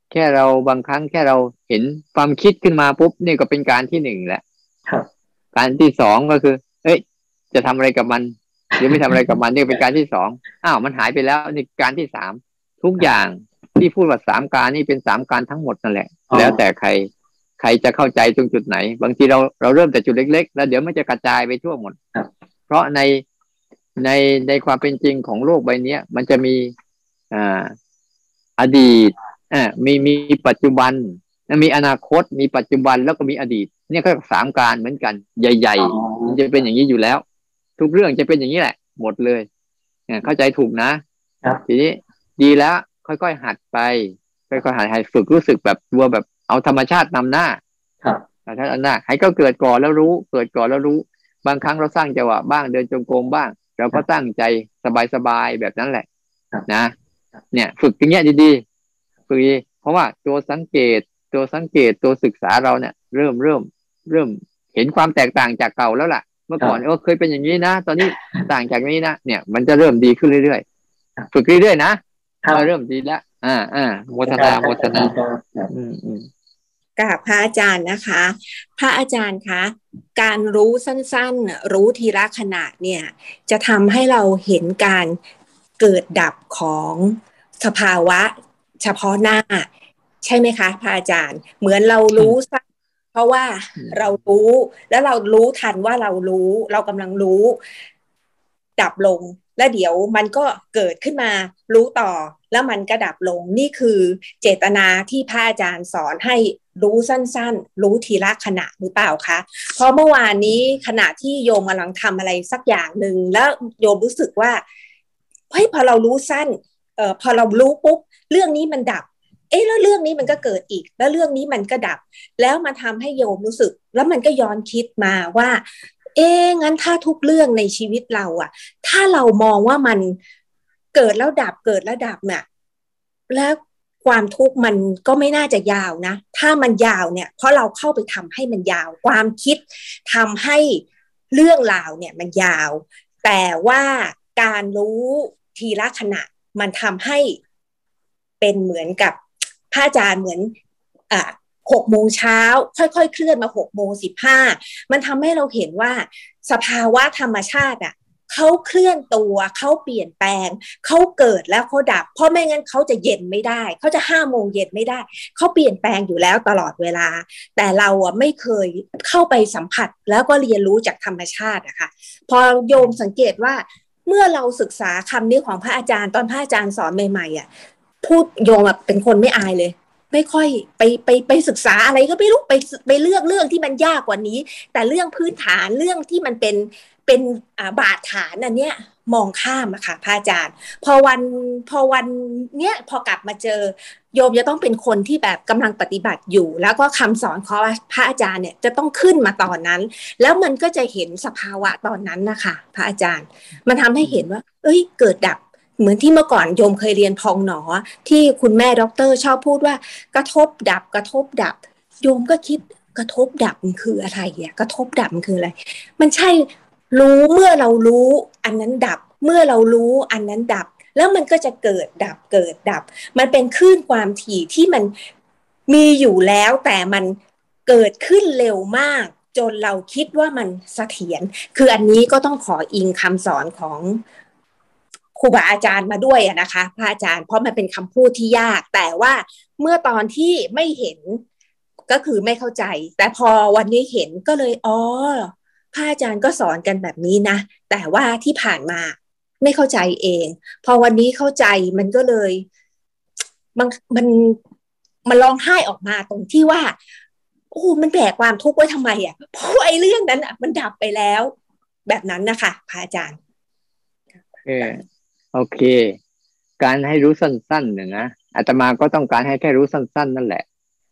แค่เราบางครั้งแค่เราเห็นความคิดขึ้นมาปุ๊บนี่ก็เป็นการที่หนึ่งแหละการที่สองก็คือเอ้ยจะทำอะไรกับมันหรือไม่ทำอะไรกับมันนี่เป็นการที่สองอ้าวมันหายไปแล้วนี่การที่สามทุกอย่างที่พูดว่าสามการนี่เป็นสามการทั้งหมดนั่นแหละแล้วแต่ใครใครจะเข้าใจตรงจุดไหนบางทีเราเราเริ่มแต่จุดเล็กๆแล้วเดี๋ยวมันจะกระจายไปทั่วหมดเพราะในในในความเป็นจริงของโลกใบนี้มันจะมีอ่าอดีตอ่ามีมีปัจจุบันมีอนาคตมีปัจจุบันแล้วก็มีอดีตเนี่ยก็สามการเหมือนกันใหญ่ๆมันจะเป็นอย่างนี้อยู่แล้วทุกเรื่องจะเป็นอย่างนี้แหละหมดเลยเข้าใจถูกนะทีนี้ดีแล้วค่อยๆหัดไปค่อยๆหัดให้ฝึกรู้สึกแบบตัวแบบเอาธรรมชาตินำหน้าครับธรรมชาตินำหน้าให้ก็เกิดก่อนแล้วรู้เกิดก่อนแล้วรู้บางครั้งเราสร้างจังหวะบ้างเดินจงกรมบ้างเราก็ตั้งใจสบายๆแบบนั้นแหละนะเนี่ยฝึกอย่างเงี้ยดีๆฝึกดีเพราะว่าตัวสังเกตตัวสังเกตตัวศึกษาเราเนี่ยเริ่มเริ่มเริ่มเห็นความแตกต่างจากเก่าแล้วล่ะเมื่อก่อนเออเคยเป็นอย่างนี้นะตอนนี้ต่างจากนี้นะเนี่ยมันจะเริ่มดีขึ้นเรื่อยๆฝึกเรื่อยๆนะเราเริ่มดีแล้วอ่าอ่าโมทนาโมทนาอืมอืมกราบพระอาจารย์นะคะพระอาจารย์คะการรู้สั้นๆรู้ทีละขณะเนี่ยจะทำให้เราเห็นการเกิดดับของสภาวะเฉพาะหน้าใช่ไหมคะพระอาจารย์เหมือนเรารู้สั้นเพราะว่าเรารู้แล้วเรารู้ทันว่าเรารู้เรากำลังรู้ดับลงแล้วเดี๋ยวมันก็เกิดขึ้นมารู้ต่อแล้วมันก็ดับลงนี่คือเจตนาที่พระอาจารย์สอนให้รู้สั้นๆรู้ทีละขณะหรือเปล่าคะเพราะเมื่อวานนี้ขณะที่โยมกำลังทำอะไรสักอย่างหนึ่งแล้วโยมรู้สึกว่าเฮ้ยพอเรารู้สั้นเอ่อพอเรารู้ปุ๊บเรื่องนี้มันดับเอ๊ะแล้วเรื่องนี้มันก็เกิดอีกแล้วเรื่องนี้มันก็ดับแล้วมาทำให้โยมรู้สึกแล้วมันก็ย้อนคิดมาว่าเอ๊ะงั้นถ้าทุกเรื่องในชีวิตเราอะถ้าเรามองว่ามันเกิดแล้วดับเกิดแล้วดับเนี่ยแล้วความทุกข์มันก็ไม่น่าจะยาวนะถ้ามันยาวเนี่ยเพราะเราเข้าไปทำให้มันยาวความคิดทำให้เรื่องราวเนี่ยมันยาวแต่ว่าการรู้ทีละขณะมันทำให้เป็นเหมือนกับพระอาจารย์เหมือนอ่าหกโมงเช้าค่อยๆเคลื่อนมาหกโมงสิบห้ามันทำให้เราเห็นว่าสภาวะธรรมชาติอ่ะเขาเคลื่อนตัวเขาเปลี่ยนแปลงเขาเกิดแล้วเขาดับเพราะไม่งั้นเขาจะเย็นไม่ได้เขาจะห้าโมงเย็นไม่ได้เขาเปลี่ยนแปลงอยู่แล้วตลอดเวลาแต่เราอ่ะไม่เคยเข้าไปสัมผัสแล้วก็เรียนรู้จากธรรมชาติอะค่ะพอโยมสังเกตว่าเมื่อเราศึกษาคำนี้ของพระอาจารย์ตอนพระอาจารย์สอนใหม่ๆอ่ะพูดโยมเป็นคนไม่อายเลยไม่ค่อยไปไปไปศึกษาอะไรก็ไม่รู้ไปไปเลือกเรื่องที่มันยากกว่านี้แต่เรื่องพื้นฐานเรื่องที่มันเป็นเป็นอ่าบาดฐานอันเนี้ยมองข้ามอะค่ะพระอาจารย์พอวันพอวันเนี้ยพอกลับมาเจอโยมจะต้องเป็นคนที่แบบกำลังปฏิบัติอยู่แล้วก็คำสอนของพระอาจารย์เนี่ยจะต้องขึ้นมาตอนนั้นแล้วมันก็จะเห็นสภาวะตอนนั้นนะคะพระอาจารย์มันทำให้เห็นว่าเอ้ยเกิดดับเหมือนที่เมื่อก่อนโยมเคยเรียนพองหนอที่คุณแม่ด็อกเตอร์ชอบพูดว่ากระทบดับกระทบดับโยมก็คิดกระทบดับมันคืออะไรอ่ะกระทบดับมันคืออะไรมันใช่รู้เมื่อเรารู้อันนั้นดับเมื่อเรารู้อันนั้นดับแล้วมันก็จะเกิดดับเกิดดับมันเป็นคลื่นความถี่ที่มันมีอยู่แล้วแต่มันเกิดขึ้นเร็วมากจนเราคิดว่ามันเสถียรคืออันนี้ก็ต้องขออิงคำสอนของครูบาอาจารย์มาด้วยนะคะพระอาจารย์เพราะมันเป็นคำพูดที่ยากแต่ว่าเมื่อตอนที่ไม่เห็นก็คือไม่เข้าใจแต่พอวันนี้เห็นก็เลยอ๋อพระอาจารย์ก็สอนกันแบบนี้นะแต่ว่าที่ผ่านมาไม่เข้าใจเองพอวันนี้เข้าใจมันก็เลยมันมันมันร้องไห้ออกมาตรงที่ว่าโอ้มันแบกความทุกข์ไว้ทำไมอ่ะเพราะไอ้เรื่องนั้นอ่ะมันดับไปแล้วแบบนั้นนะคะพระอาจารย์เออโอเคการให้รู้สั้นๆเนี่ยนะอาตมาก็ต้องการให้แค่รู้สั้นๆนั่นแหละ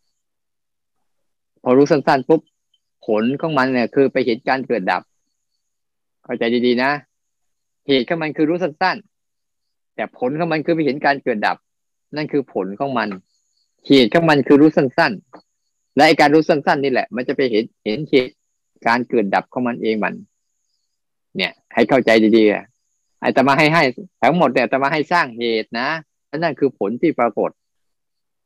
พอรู้สั้นๆปุ๊บผลของมันเนี่ยคือไปเห็นการเกิดดับเข้าใจดีๆนะเหตุของมันคือรู้สั้นๆแต่ผลของมันคือไปเห็นการเกิดดับนั่นคือผลของมันเหตุของมันคือรู้สั้นๆและไอ้การรู้สั้นๆนี่แหละมันจะไปเห็นเห็นเหตุการเกิดดับของมันเองมันเนี่ยให้เข้าใจดีๆอาตมาให้ให้ทั้งหมดเนี่ยอาตมาให้สร้างเหตุนะนั่นคือผลที่ปรากฏ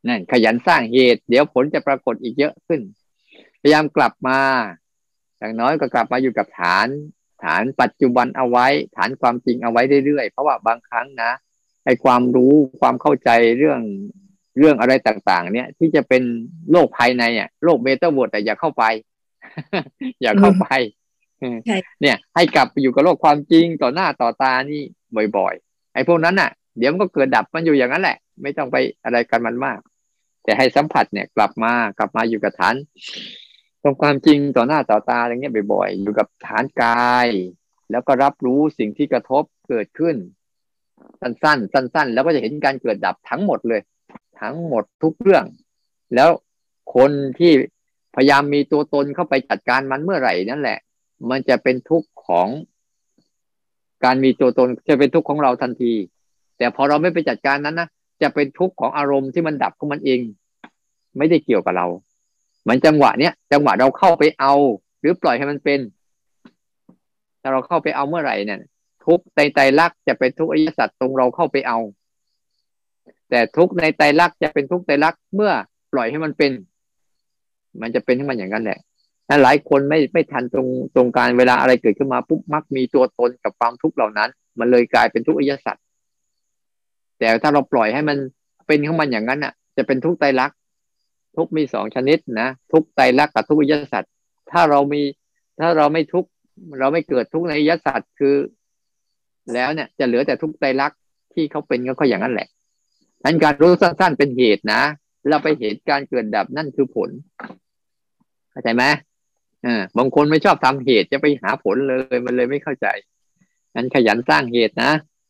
นั่นขยันสร้างเหตุเดี๋ยวผลจะปรากฏอีกเยอะขึ้นพยายามกลับมาอย่างน้อยก็กลับมาอยู่กับฐานฐานปัจจุบันเอาไว้ฐานความจริงเอาไว้เรื่อยๆเพราะว่าบางครั้งนะไอ้ความรู้ความเข้าใจเรื่องเรื่องอะไรต่างๆเนี่ยที่จะเป็นโลกภายในอ่ะโลกเมตาเวิร์สแต่อย่าเข้าไป อย่าเข้าไปเนี่ยให้กลับไปอยู่กับโลกความจริงต่อหน้าต่อตานี่บ่อยๆไอ้พวกนั้นน่ะเดี๋ยวมันก็เกิดดับมันอยู่อย่างนั้นแหละไม่ต้องไปอะไรกันมันมากแต่ให้สัมผัสเนี่ยกลับมากลับมาอยู่กับฐานตรงความจริงต่อหน้าต่อตาอะไรเงี้ยบ่อยๆอยู่กับฐานกายแล้วก็รับรู้สิ่งที่กระทบเกิดขึ้นสั้นๆสั้นๆแล้วก็จะเห็นการเกิดดับทั้งหมดเลยทั้งหมดทุกเรื่องแล้วคนที่พยายามมีตัวตนเข้าไปจัดการมันเมื่อไหร่นั่นแหละมันจะเป็นทุกข์ของการมีตัวตนจะเป็นทุกข์ของเราทันทีแต่พอเราไม่ไปจัดการนั้นนะจะเป็นทุกข์ของอารมณ์ที่มันดับของมันเองไม่ได้เกี่ยวกับเรามันจังหวะเนี้ยจังหวะเราเข้าไปเอาหรือปล่อยให้มันเป็นถ้าเราเข้าไปเอาเมื่อไหร่เนี่ยทุกข์ในไตรลักษณ์จะเป็นทุกข์อริยสัจตรงเราเข้าไปเอาแต่ทุกข์ในไตรลักษณ์จะเป็นทุกข์ไตรลักษณ์เมื่อปล่อยให้มันเป็นมันจะเป็นให้มันอย่างนั้นแหละถ้าหลายคนไม่ไม่ทันตรงตรงการเวลาอะไรเกิดขึ้นมาปุ๊บมักมีตัวตนกับความทุกข์เหล่านั้นมันเลยกลายเป็นทุกข์อริยสัจแต่ถ้าเราปล่อยให้มันเป็นของมันอย่างนั้นอ่ะจะเป็นทุกข์ไตรลักษณ์ทุกข์มีสองชนิดนะทุกข์ไตรลักษณ์กับทุกข์อริยสัจถ้าเรามีถ้าเราไม่ทุกข์เราไม่เกิดทุกข์ในอริยสัจคือแล้วเนี่ยจะเหลือแต่ทุกข์ไตรลักษณ์ที่เขาเป็นก็อย่างนั้นแหละนั้นการรู้สั้นๆเป็นเหตุนะเราไปเห็นการเกิดดับนั่นคือผลเข้าใจไหมอ่าบางคนไม่ชอบทำเหตุจะไปหาผลเลยมันเลยไม่เข้าใจนั้นขยันสร้างเหตุนะ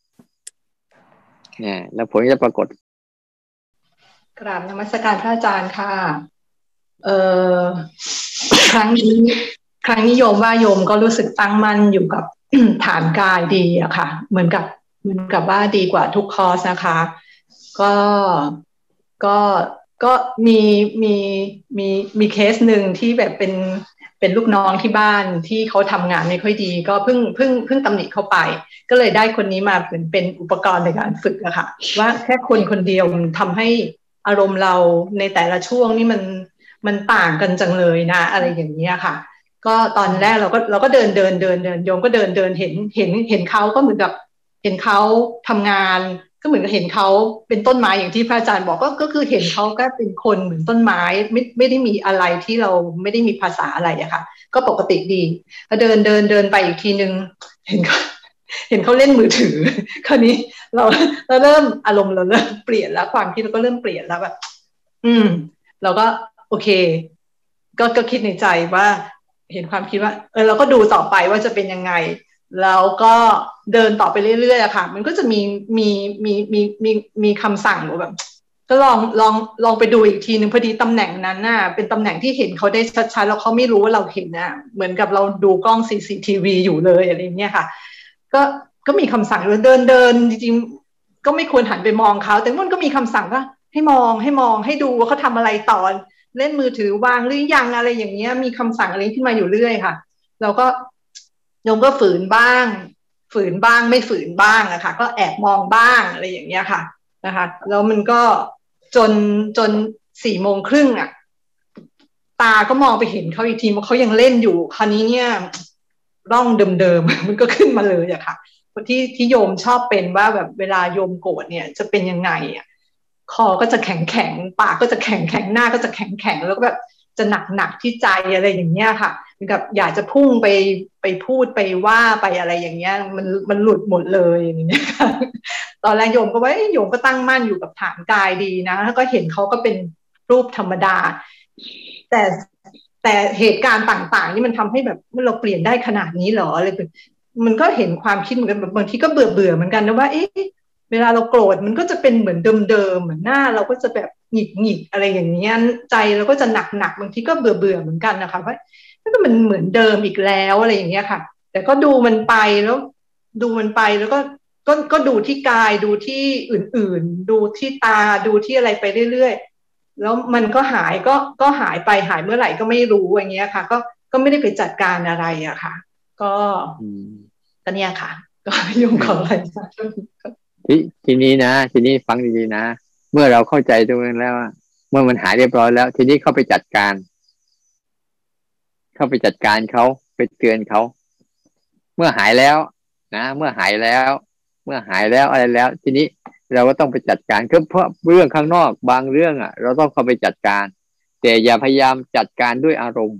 เนี่ยแล้วผลจะปรากฏกราบนมัสการพระอาจารย์ค่ะเอ่อครั้งนี้ครั้งนี้โยมว่าโยมก็รู้สึกตั้งมั่นอยู่กับ ฐานกายดีอะค่ะเหมือนกับเหมือนกับว่าดีกว่าทุกคอร์สนะคะก็ก็ก็มีมีมีมีเคสหนึ่งที่แบบเป็นเป็นลูกน้องที่บ้านที่เขาทำงานไม่ค่อยดีก็เพิ่งเพิ่งเพิ่งตำหนิเข้าไปก็เลยได้คนนี้มาเหมือนเป็นอุปกรณ์ในการฝึกอะค่ะว่าแค่คนคนเดียวมันทำให้อารมณ์เราในแต่ละช่วงนี่มันมันต่างกันจังเลยนะอะไรอย่างนี้ค่ะก็ตอนแรกเราก็เราก็เดินเดินเดินเดินโยมก็เดินเดินเห็นเห็นเห็นเขาก็เหมือนกับเห็นเขาทำงานก็เหมือนกับเห็นเขาเป็นต้นไม้อย่างที่พระอาจารย์บอกก็ก็คือเห็นเขาก็เป็นคนเหมือนต้นไม้ไม่ไม่ได้มีอะไรที่เราไม่ได้มีภาษาอะไรอะค่ะก็ปกติดีพอเดินเดินเดินไปอีกทีนึงเห็นเขาเห็นเขาเล่นมือถือคราวนี้เราเราเริ่มอารมณ์เราเริ่มเปลี่ยนแล้วความคิดเราก็เริ่มเปลี่ยนแล้วแบบอืมเราก็โอเคก็ก็คิดในใจว่าเห็นความคิดว่าเออเราก็ดูต่อไปว่าจะเป็นยังไงแล้วก็เดินต่อไปเรื่อยๆอะค่ะมันก็จะมีมีมีมีมีมีคำสั่งแบบก็ลองลองลองไปดูอีกทีนึงพอดีตำแหน่งนั้นน่ะเป็นตำแหน่งที่เห็นเขาได้ชัดๆแล้วเขาไม่รู้ว่าเราเห็นน่ะเหมือนกับเราดูกล้อง ซี ซี ที วี อยู่เลยอะไรเงี้ยค่ะก็ก็มีคำสั่งเดินเดินจริงๆก็ไม่ควรหันไปมองเขาแต่มันก็มีคำสั่งว่าให้มองให้มองให้ดูว่าเขาทำอะไรต่อเล่นมือถือวางหรือยังอะไรอย่างเงี้ยมีคำสั่งอะไรขึ้นมาอยู่เรื่อยค่ะเราก็โยมก็ฝืนบ้างฝืนบ้างไม่ฝืนบ้างอะค่ะก็แอบมองบ้างอะไรอย่างเงี้ยค่ะนะคะแล้วมันก็จนจนสี่โมงครึ่งอะตาก็มองไปเห็นเขาอีกทีว่าเขายังเล่นอยู่คราวนี้เนี่ยร่องเดิมๆมันก็ขึ้นมาเลยอะค่ะที่ที่โยมชอบเป็นว่าแบบเวลาโยมโกรธเนี่ยจะเป็นยังไงอะคอก็จะแข็งแข็งปากก็จะแข็งแข็งหน้าก็จะแข็งแข็งแล้วก็แบบจะหนักหนักที่ใจอะไรอย่างเงี้ยค่ะเหมือนกับอยากจะพุ่งไปไปพูดไปว่าไปอะไรอย่างเงี้ยมันมันหลุดหมดเลยอย่างเงี้ยตอนแรกโยมก็ว่าโยมก็ตั้งมั่นอยู่กับฐานกายดีนะแล้วก็เห็นเขาก็เป็นรูปธรรมดาแต่แต่เหตุการณ์ต่างๆนี่มันทำให้แบบเราเปลี่ยนได้ขนาดนี้เหรออะไรมันก็เห็นความคิดเหมือนกันบางทีก็เบื่อเบื่อเหมือนกันนะว่าเอ๊ะเวลาเราโกรธมันก็จะเป็นเหมือนเดิมๆเหมือนหน้าเราก็จะแบบหงิกหงิกอะไรอย่างเงี้ยใจเราก็จะหนักหนักบางทีก็เบื่อเบื่อเหมือนกันนะคะเพราะก็มันเหมือนเดิมอีกแล้วอะไรอย่างเงี้ยค่ะแต่ก็ดูมันไปแล้วดูมันไปแล้วก็ก็ก็ดูที่กายดูที่อื่นๆดูที่ตาดูที่อะไรไปเรื่อยๆแล้วมันก็หายก็ก็หายไปหายเมื่อไหร่ก็ไม่รู้อย่างเงี้ยค่ะก็ก็ไม่ได้ไปจัดการอะไรอะค่ะก็ก็เนี่ยค่ะก็ยุ่งกับอะไรทีทีนี้นะทีนี้ฟังดีๆนะเมื่อเราเข้าใจตรงนั้นแล้วเมื่อมันหายเรียบร้อยแล้วทีนี้เข้าไปจัดการเข้าไปจัดการเขาไปเตือนเขาเมื่อหายแล้วนะเมื่อหายแล้วเมื่อหายแล้วอะไรแล้วทีนี้เราก็ต้องไปจัดการเพราะเรื่องข้างนอกบางเรื่องอ่ะเราต้องเข้าไปจัดการแต่อย่าพยายามจัดการด้วยอารมณ์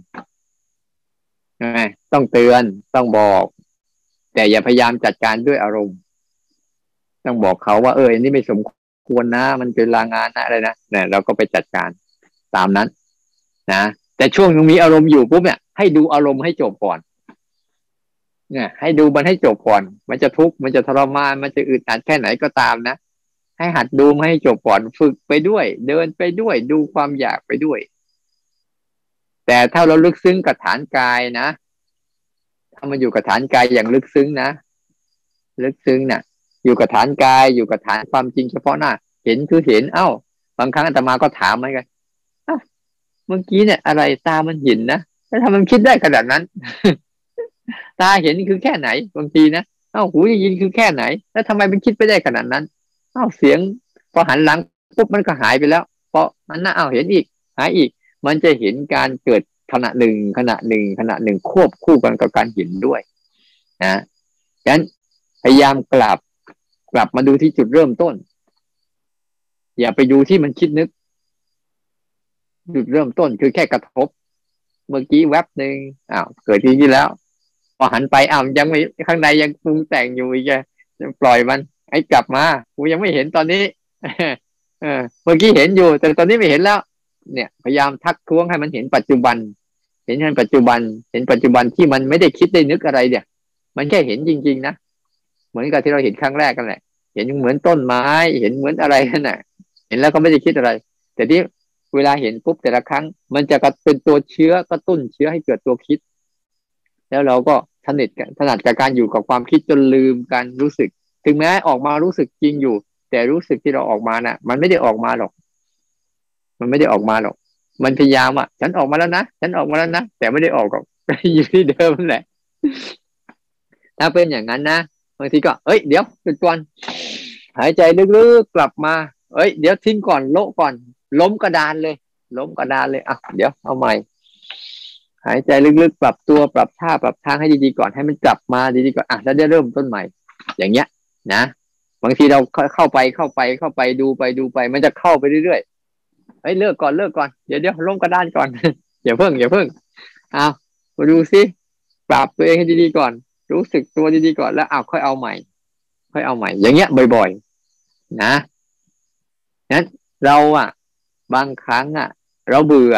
ต้องเตือนต้องบอกแต่อย่าพยายามจัดการด้วยอารมณ์ต้องบอกเขาว่าเอออันนี้ไม่สมควรนะมันเป็นลางานนะอะไรนะเนี่ยเราก็ไปจัดการตามนั้นนะแต่ช่วงนึงมีอารมณ์อยู่ปุ๊บเนี่ยให้ดูอารมณ์ให้จบก่อนเนี่ยให้ดูมันให้จบก่อนมันจะทุกข์มันจะทรมานมันจะอึดอัดแค่ไหนก็ตามนะให้หัดดูมันให้จบก่อนฝึกไปด้วยเดินไปด้วยดูความอยากไปด้วยแต่ถ้าเราลึกซึ้งกับฐานกายนะถ้ามันอยู่กับฐานกายอย่างลึกซึ้งนะลึกซึ้งนะอยู่กับฐานกายอยู่กับฐานความจริงเฉพาะหน้าเห็นคือเห็นเอ้าบางครั้งอาตมาก็ถามเหมือนกันเมื่อกี้เนี่ยอะไรตามันเห็นนะแล้วทำไมมันคิดได้ขนาดนั้น ตาเห็นคือแค่ไหนบางทีนะเอ้าหูได้ยินคือแค่ไหนแล้วทำไมมันคิดไปได้ขนาดนั้นเอ้าเสียงพอหันหลังปุ๊บมันก็หายไปแล้วพอมันน่าเอ้าเห็นอีกหายอีกมันจะเห็นการเกิดขณะหนึ่งขณะหนึ่งขณะหนึ่งควบคู่กันกับการเห็นด้วยนะฉะนั้นพยายามกลับกลับมาดูที่จุดเริ่มต้นอย่าไปดูที่มันคิดนึกจุดเริ่มต้นคือแค่กระทบเมื่อกี้แวบหนึ่งอ้าวเกิดทีนี้แล้วพอหันไปอ้าวยังไม่ข้างในยังปรุงแต่งอยู่อีกจะปล่อยมันให้กลับมากูยังไม่เห็นตอนนี้เออเมื่อกี้เห็นอยู่แต่ตอนนี้ไม่เห็นแล้วเนี่ยพยายามทักท้วงให้มันเห็นปัจจุบันเห็นปัจจุบันเห็นปัจจุบันที่มันไม่ได้คิดได้นึกอะไรเนี่ยมันแค่เห็นจริงๆนะเหมือนกับที่เราเห็นครั้งแรกกันแหละเห็นเหมือนต้นไม้เห็นเหมือนอะไรนั่นแหละเห็นแล้วก็ไม่ได้คิดอะไรแต่ที่เวลาเห็นปุ๊บแต่ละครั้งมันจะเป็นตัวเชื้อกระตุ้นเชื้อให้เกิดตัวคิดแล้วเราก็ถนัดถนัดกับการอยู่กับความคิดจนลืมการรู้สึกถึงแม้ออกมารู้สึกจริงอยู่แต่รู้สึกที่เราออกมาน่ะมันไม่ได้ออกมาหรอกมันไม่ได้ออกมาหรอกมันพยายามอ่ะฉันออกมาแล้วนะฉันออกมาแล้วนะแต่ไม่ได้ออกหรอกอยู่ที่เดิมนั่นแหละถ้าเป็นอย่างนั้นนะบางทีก็เอ้ยเดี๋ยวหยุดก่อนหายใจลึกๆกลับมาเอ้ยเดี๋ยวทิ้งก่อนโละก่อนล้มกระดานเลยล้มกระดานเลยอ่ะเดี๋ยวเอาใหม่หายใจลึกๆปรับตัวปรับท่าปรับทางให้ดีๆก่อนให้มันกลับมาดีๆก่อนอ่ะแล้วได้เริ่มต้นใหม่อย่างเงี้ยนะบางทีเราเข้าไปเข้าไปเข้าไปดูไปดูไปมันจะเข้าไปเรื่อยๆเฮ้ยเลิกก่อนเลิกก่อนเดี๋ยวเดี๋ยวล้มกระดานก่อน อย่าเพิ่งอย่าเพิ่งเอามาดูซิปรับตัวเองให้ดีๆก่อนรู้สึกตัวดีๆก่อนแล้วเอาค่อยเอาใหม่ค่อยเอาใหม่อย่างเงี้ยบ่อยๆนะนั้นเราอ่ะบางครั้งอ่ะเราเบื่อ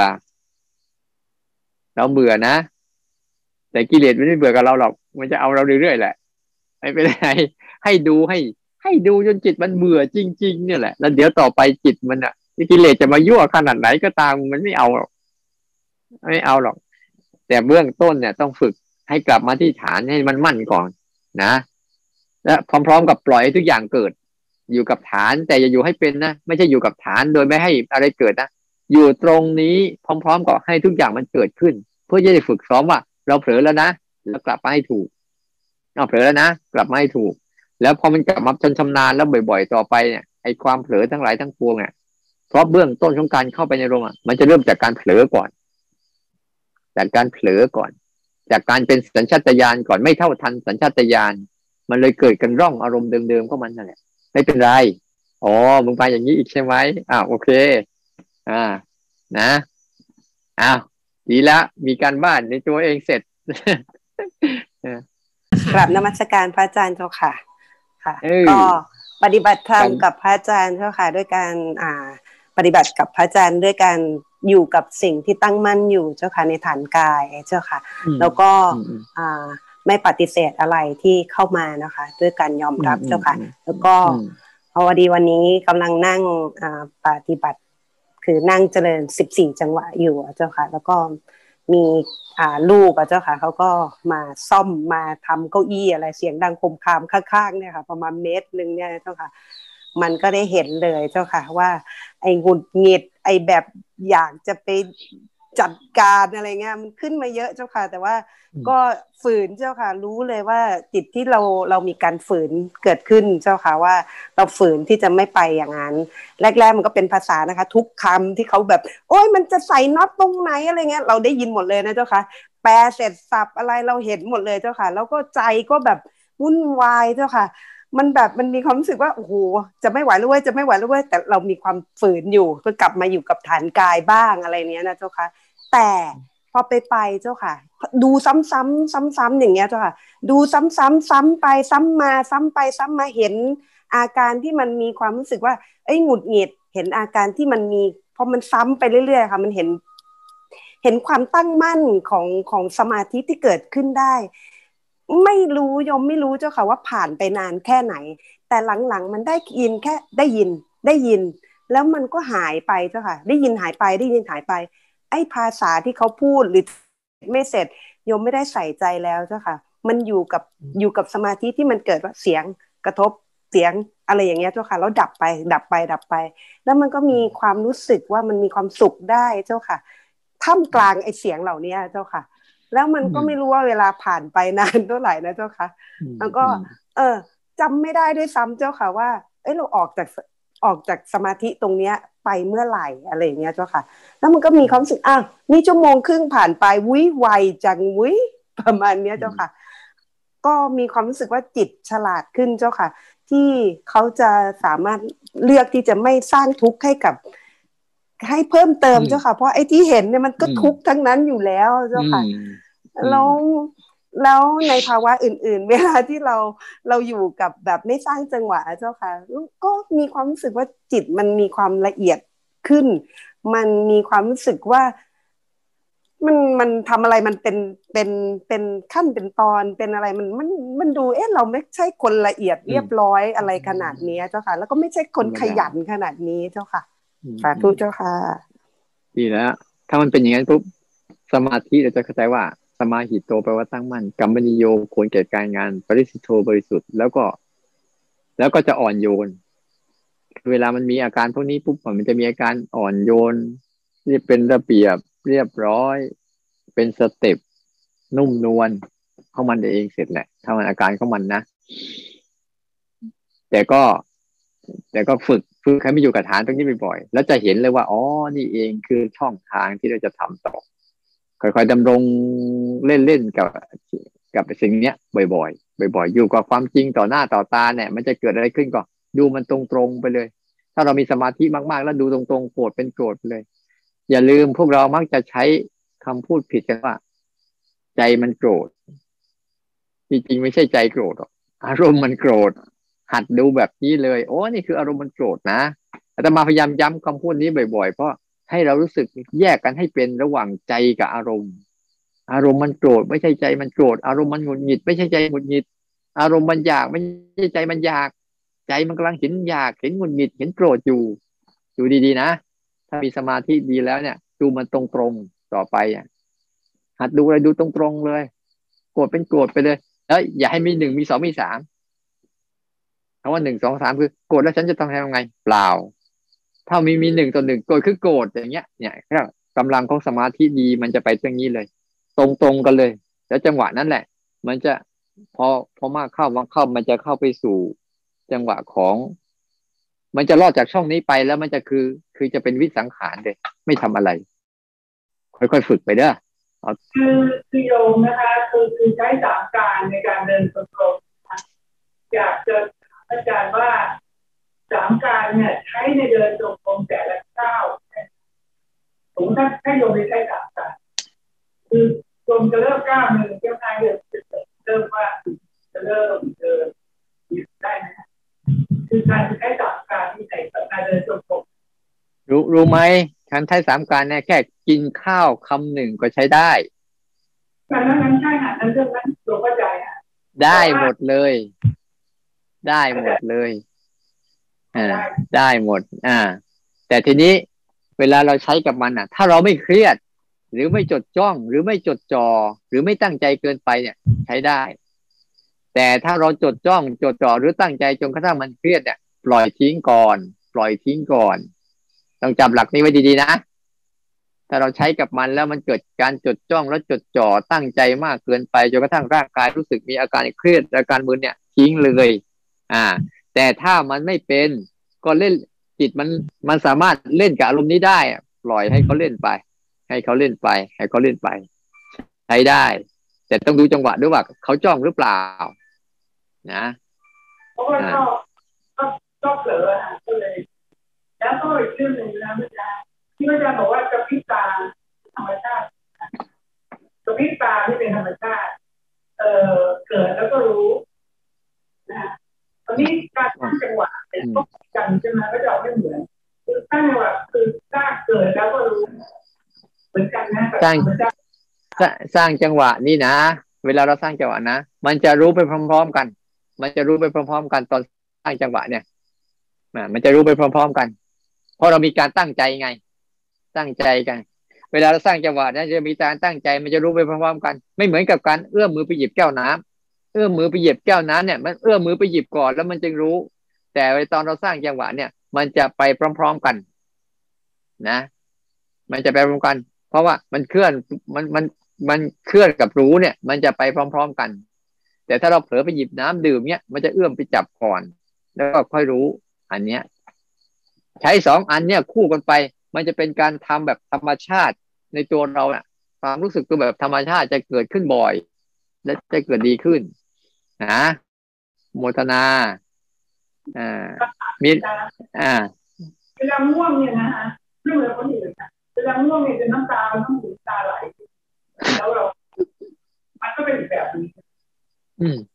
เราเบื่อนะแต่กิเลสมันไม่เบื่อกับเราหรอกมันจะเอาเราเรื่อยๆแหละไม่เป็นไรให้ดูให้ให้ดูจนจิตมันเบื่อจริงๆเนี่ยแหละแล้วเดี๋ยวต่อไปจิตมันอ่ะกิเลสจะมายั่วขนาดไหนก็ตามมันไม่เอาหรอกไม่เอาหรอกแต่เบื้องต้นเนี่ยต้องฝึกให้กลับมาที่ฐานให้มันมั่นก่อนนะและพร้อมๆกับปล่อยให้ทุกอย่างเกิดอยู่กับฐานแต่อย่าอยู่ให้เป็นนะไม่ใช่อยู่กับฐานโดยไม่ให้อะไรเกิดนะอยู่ตรงนี้พร้อมๆกับให้ทุกอย่างมันเกิดขึ้นเพื่อจะได้ฝึกซ้อมว่าเราเผลอแล้วนะแล้วกลับมาให้ถูกเอาเผลอแล้วนะกลับมาให้ถูกแล้วพอมันกลับมาจนชำนาญแล้วบ่อยๆต่อไปเนี่ยไอ้ความเผลอทั้งหลายทั้งปวงเนี่ยเพราะเบื้องต้นของการเข้าไปในโรงอ่ะมันจะเริ่มจากการเผลอก่อนจากการเผลอก่อนจากการเป็นสัญชาตญาณก่อนไม่เท่าทันสัญชาตญาณมันเลยเกิดกันร่องอารมณ์เดิมๆก็มันนั่นแหละไม่เป็นไรอ๋อมึงไปอย่างนี้อีกใช่ไหมอ้าวโอเคอ่านะอ้าวดีแล้วมีการบ้านในตัวเองเสร็จกราบนมัสการพระอาจารย์เจ้าค่ะค่ะก็ปฏิบัติธรรมกับพระอาจารย์เจ้าค่ะด้วยการอ่าปฏิบัติกับพระอาจารย์ด้วยการอยู่กับสิ่งที่ตั้งมั่นอยู่เจ้าค่ะในฐานกายเจ้าค่ะแล้วก็อ่าไม่ปฏิเสธอะไรที่เข้ามานะคะด้วยการยอมรับเจ้าค่ะแล้วก็พอดีวันนี้กำลังนั่งอ่าปฏิบัติคือนั่งเจริญสิบสี่จังหวะอยู่เจ้าค่ะแล้วก็มีอ่าลูกอ่ะเจ้าค่ะเขาก็มาซ่อมมาทำเก้าอี้อะไรเสียงดังคมคามข้างๆเนี่ยค่ะประมาณเมตรนึงเนี่ยเจ้าค่ะมันก็ได้เห็นเลยเจ้าค่ะว่าไอ้หงุดหงิดไอ้แบบอยากจะไปจัดการอะไรเงี้ยมันขึ้นมาเยอะเจ้าค่ะแต่ว่าก็ฝืนเจ้าค่ะรู้เลยว่าจิตที่เราเรามีการฝืนเกิดขึ้นเจ้าค่ะว่าเราฝืนที่จะไม่ไปอย่างนั้นแรกๆมันก็เป็นภาษานะคะทุกคำที่เขาแบบโอ๊ยมันจะใส่น็อตตรงไหนอะไรเงี้ยเราได้ยินหมดเลยนะเจ้าค่ะแปลเสร็จสับอะไรเราเห็นหมดเลยเจ้าค่ะแล้วก็ใจก็แบบวุ่นวายเจ้าค่ะมันแบบมันมีความรู้สึกว่าโอ้โหจะไม่ไหวแล้วเว้ยจะไม่ไหวแล้วเว้ยแต่เรามีความฝืนอยู่ก็กลับมาอยู่กับฐานกายบ้างอะไรเนี้ยนะเจ้าค่ะแต่พอไปไปเจ้าค่ะดูซ้ำๆซ้ำๆอย่างเงี้ยเจ้าค่ะดูซ้ำๆซ้ำไปซ้ำมาซ้ำไปซ้ำมาเห็นอาการที่มันมีความรู้สึกว่าเอ้ยหงุดหงิดเห็นอาการที่มันมีพอมันซ้ำไปเรื่อยๆค่ะมันเห็นเห็นความตั้งมั่นของของสมาธิที่เกิดขึ้นได้ไม่รู้ยมไม่รู้เจ้าค่ะว่าผ่านไปนานแค่ไหนแต่หลังๆมันได้ยินแค่ได้ยินได้ยินแล้วมันก็หายไปเจ้าค่ะได้ยินหายไปได้ยินหายไปไอ้ภาษาที่เขาพูดหรือไม่เสร็จยมไม่ได้ใส่ใจแล้วเจ้าค่ะมันอยู่กับอยู่กับสมาธิที่มันเกิดว่าเสียงกระทบเสียงอะไรอย่างเงี้ยเจ้าค่ะแล้วดับไปดับไปดับไปแล้วมันก็มีความรู้สึกว่ามันมีความสุขได้เจ้าค่ะท่ามกลางไอ้เสียงเหล่านี้เจ้าค่ะแล้วมันก็ไม่รู้ว่าเวลาผ่านไปนานเท่าไหร่นะเจ้าค่ะแล้วก็เออจำไม่ได้ด้วยซ้ำเจ้าค่ะว่าเอ้ยเราออกจากออกจากสมาธิตรงเนี้ยไปเมื่อไหร่อะไรอย่างเงี้ยเจ้าค่ะแล้วมันก็มีความรู้สึกอ้าวนี่ชั่วโมงครึ่งผ่านไปวุ้ยไวจังวุ้ยประมาณเนี้ยเจ้าค่ะก็มีความรู้สึกว่าจิตฉลาดขึ้นเจ้าค่ะที่เขาจะสามารถเลือกที่จะไม่สร้างทุกข์ให้กับให้เพิ่มเติมเจ้าค่ะเพราะไอ้ที่เห็นเนี่ยมันก็ทุกข์ทั้งนั้นอยู่แล้วเจ้าค่ะแล้วแล้วในภาวะอื่นๆเวลาที่เราเราอยู่กับแบบไม่สร้างจังหวะเจ้าค่ะก็มีความรู้สึกว่าจิตมันมีความละเอียดขึ้นมันมีความรู้สึกว่ามันมันทำอะไรมันเป็นเป็นเป็นขั้นเป็นตอนเป็นอะไรมันมันมันดูเอ๊ะเราไม่ใช่คนละเอียดเรียบร้อยอะไรขนาดนี้เจ้าค่ะแล้วก็ไม่ใช่คนขยันขนาดนี้เจ้าค่ะสาธุเจ้าค่ะดีแล้วถ้ามันเป็นอย่างนั้นปุ๊บสมาธิเราจะเข้าใจว่าสมาหิโตแปลว่าตั้งมั่นกัมมนิโยควรแก่การงานปริสุทโธบริสุทธิ์แล้วก็แล้วก็จะอ่อนโยนเวลามันมีอาการพวกนี้ปุ๊บมันจะมีอาการอ่อนโยนเรียบเป็นระเบียบเรียบร้อยเป็นสเต็ปนุ่มนวลเข้ามันเองเสร็จแหละถ้ามันอาการของมันนะแต่ก็แต่ก็ฝึกฝึกให้ไม่อยู่กับฐานตรงนี้บ่อยๆแล้วจะเห็นเลยว่าอ๋อนี่เองคือช่องทางที่เราจะทำต่อค่อยๆดำรงเล่นๆกับกับสิ่งเนี้ยบ่อยๆบ่อยๆอยู่กับความจริงต่อหน้าต่อตาเนี่ยมันจะเกิดอะไรขึ้นก็ดูมันตรงๆไปเลยถ้าเรามีสมาธิมากๆแล้วดูตรงๆโกรธเป็นโกรธไปเลยอย่าลืมพวกเรามักจะใช้คำพูดผิดกันว่าใจมันโกรธจริงๆไม่ใช่ใจโกรธหรอกอารมณ์มันโกรธหัดดูแบบนี้เลยโอ้นี่คืออารมณ์มันโกรธนะอาตมาพยายามย้ำคำพูดนี้บ่อยๆเพราะให้เรารู้สึกแยกกันให้เป็นระหว่างใจกับอารมณ์อารมณ์มันโกรธไม่ใช่ใจมันโกรธอารมณ์มันหงุดหงิดไม่ใช่ใจหงุดหงิดอารมณ์มันอยากไม่ใช่ใจมันอยากใจมันกำลังเห็นอยากเห็นหงุดหงิดเห็นโกรธอยู่ดูดีๆนะถ้ามีสมาธิดีแล้วเนี่ยดูมันตรงๆต่อไปอ่ะหัดดูอะไรดูตรงๆเลยโกรธเป็นโกรธไปเลยแล้วอย่าให้มีหนึ่งมีสองมีสามเพราะว่าหนึ่งสองสามคือโกรธแล้วฉันจะต้องทำยังไงเปล่าถ้ามีมีหนึ่งต่อหนึ่งโกรธคือโกรธอย่างเงี้ยเนี่ยกำลังของสมาธิดีมันจะไปตรงนี้เลยตรงๆกันเลยแล้วจังหวะนั้นแหละมันจะพอพอมากเข้ามากเข้ามันจะเข้าไปสู่จังหวะของมันจะรอดจากช่องนี้ไปแล้วมันจะคือคือจะเป็นวิสังขารเลยไม่ทำอะไรค่อยๆฝึกไปเด้อคือคือโยมนะคะคือคือใช้สามการในการเดินจงกรมอยากจะอาจารย์ว่าสามการเนี่ยใช้ในเดินจงกรมแต่ละก้าวผมถ้าถ้าโยมไม่ใช้สามการคือโยมจะเริ่มก้าวหนึ่งเจ้าชายเดินเริ่มว่าจะเริ่มเดินได้ไหมคือการใช้สามการที่ไหนการเดินจงกรมรู้รู้ไหมการใช้สามการเนี่ยแค่กินข้าวคำหนึ่งก็ใช้ได้แต่นั้นนั้นใช่ค่ะนั้นเรื่องนั้นโยมเข้าใจอ่ะได้หมดเลยได้หมดเลยอ่าได้หมดอ่าแต่ทีนี้เวลาเราใช้กับมันอ่ะถ้าเราไม่เครียดหรือไม่จดจ้องหรือไม่จดจ่อหรือไม่ตั้งใจเกินไปเนี่ยใช้ได้แต่ถ้าเราจดจ้องจดจ่อหรือตั้งใจจนกระทั่งมันเครียดเนี่ยปล่อยทิ้งก่อนปล่อยทิ้งก่อนต้องจำหลักนี้ไว้ดีๆนะถ้าาเราใช้กับมันแล้วมันเกิดการจดจ้องและจดจ่อตั้งใจมากเกินไปจนกระทั่งร่างกายรู้สึกมีอาการเครียดอาการมึนเนี่ยทิ้งเลยอ่าแต่ถ้ามันไม่เป็นก็เล่นจิตมันมันสามารถเล่นกับอารมณ์นี้ได้ปล่อยให้เขาเล่นไปให้เขาเล่นไปให้เขาเล่นไปใช้ได้แต่ต้องดูจังหวะด้วยว่าเขาจ้องหรือเปล่านะเพราะว่าชอบชอบชอบเผลอค่ะก็เลยแล้วก็อีกเรื่องหนึ่งนะอาจารย์ที่อาจารย์บอกว่ากระพริบตาธรรมชาติกระพริบตาที่เป็นธรรมชาติเอ่อเกิดแล้วก็รู้นะตอนนี้การตั้งจังหวะเป็นพวกกันใช่ไหมก็จะไม่เหมือนคือตั้งจังหวะคือสร้างเกิดแล้วก็รู้เหมือนกันนะสร้างสร้างจังหวะนี่นะเวลาเราสร้างจังหวะนะมันจะรู้ไปพร้อมๆกันมันจะรู้ไปพร้อมๆกันตอนสร้างจังหวะเนี่ยมันจะรู้ไปพร้อมๆกันเพราะเรามีการตั้งใจไงตั้งใจกันเวลาเราสร้างจังหวะนั้นจะมีการตั้งใจมันจะรู้ไปพร้อมๆกันไม่เหมือนกับการเอื้อมมือไปหยิบแก้วน้ำเอื้อมมือไปหยิบแก้วน้ำเนี่ยมันเอื้อมมือไปหยิบก่อนแล้วมันจึงรู้แต่ตอนเราสร้างจังหวะเนี่ยมันจะไปพร้อมๆกันนะมันจะไปพร้อมกันเพราะว่ามันเคลื่อนมันมันมันเคลื่อนกับรู้เนี่ยมันจะไปพร้อมๆกันแต่ถ้าเราเผลอไปหยิบน้ำดื่มเนี่ยมันจะเอื้อมไปจับก่อนแล้วก็ค่อยรู้อันเนี้ยใช้สองอันเนี่ยคู่กันไปมันจะเป็นการทำแบบธรรมชาติในตัวเราเนี่ยความรู้สึกตัวแบบธรรมชาติจะเกิดขึ้นบ่อยและจะเกิดดีขึ้นนะโมทนาอ่ามีอ่าเวลาง่วงเนี่ยนะฮะไม่เหมือนคนอื่นนะเวลาง่วงเนี่ยจะน้ำตาน้ำหูตาไหลแล้วเรามันก็เป็นแบบนี้อืม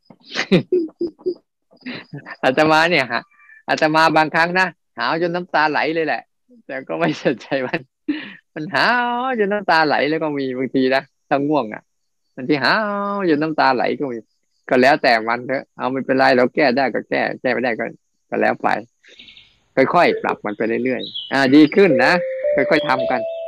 อาตมาเนี่ยฮะอาตมาบางครั้งนะหาวจนน้ำตาไหลเลยแหละแต่ก็ไม่สนใจมันมันหาวจนน้ำตาไหลแล้วก็มีบางทีนะถ้าง่วงอ่ะบางทีหาวจนน้ำตาไหลก็มีก็แล้วแต่มันเถอะเอาไม่เป็นไรเราแก้ได้ก็แก้แก้ไม่ได้ก็ก็แล้วไปค่อยๆปรับมันไปเรื่อยๆอ่าดีขึ้นนะค่อยๆทำกัน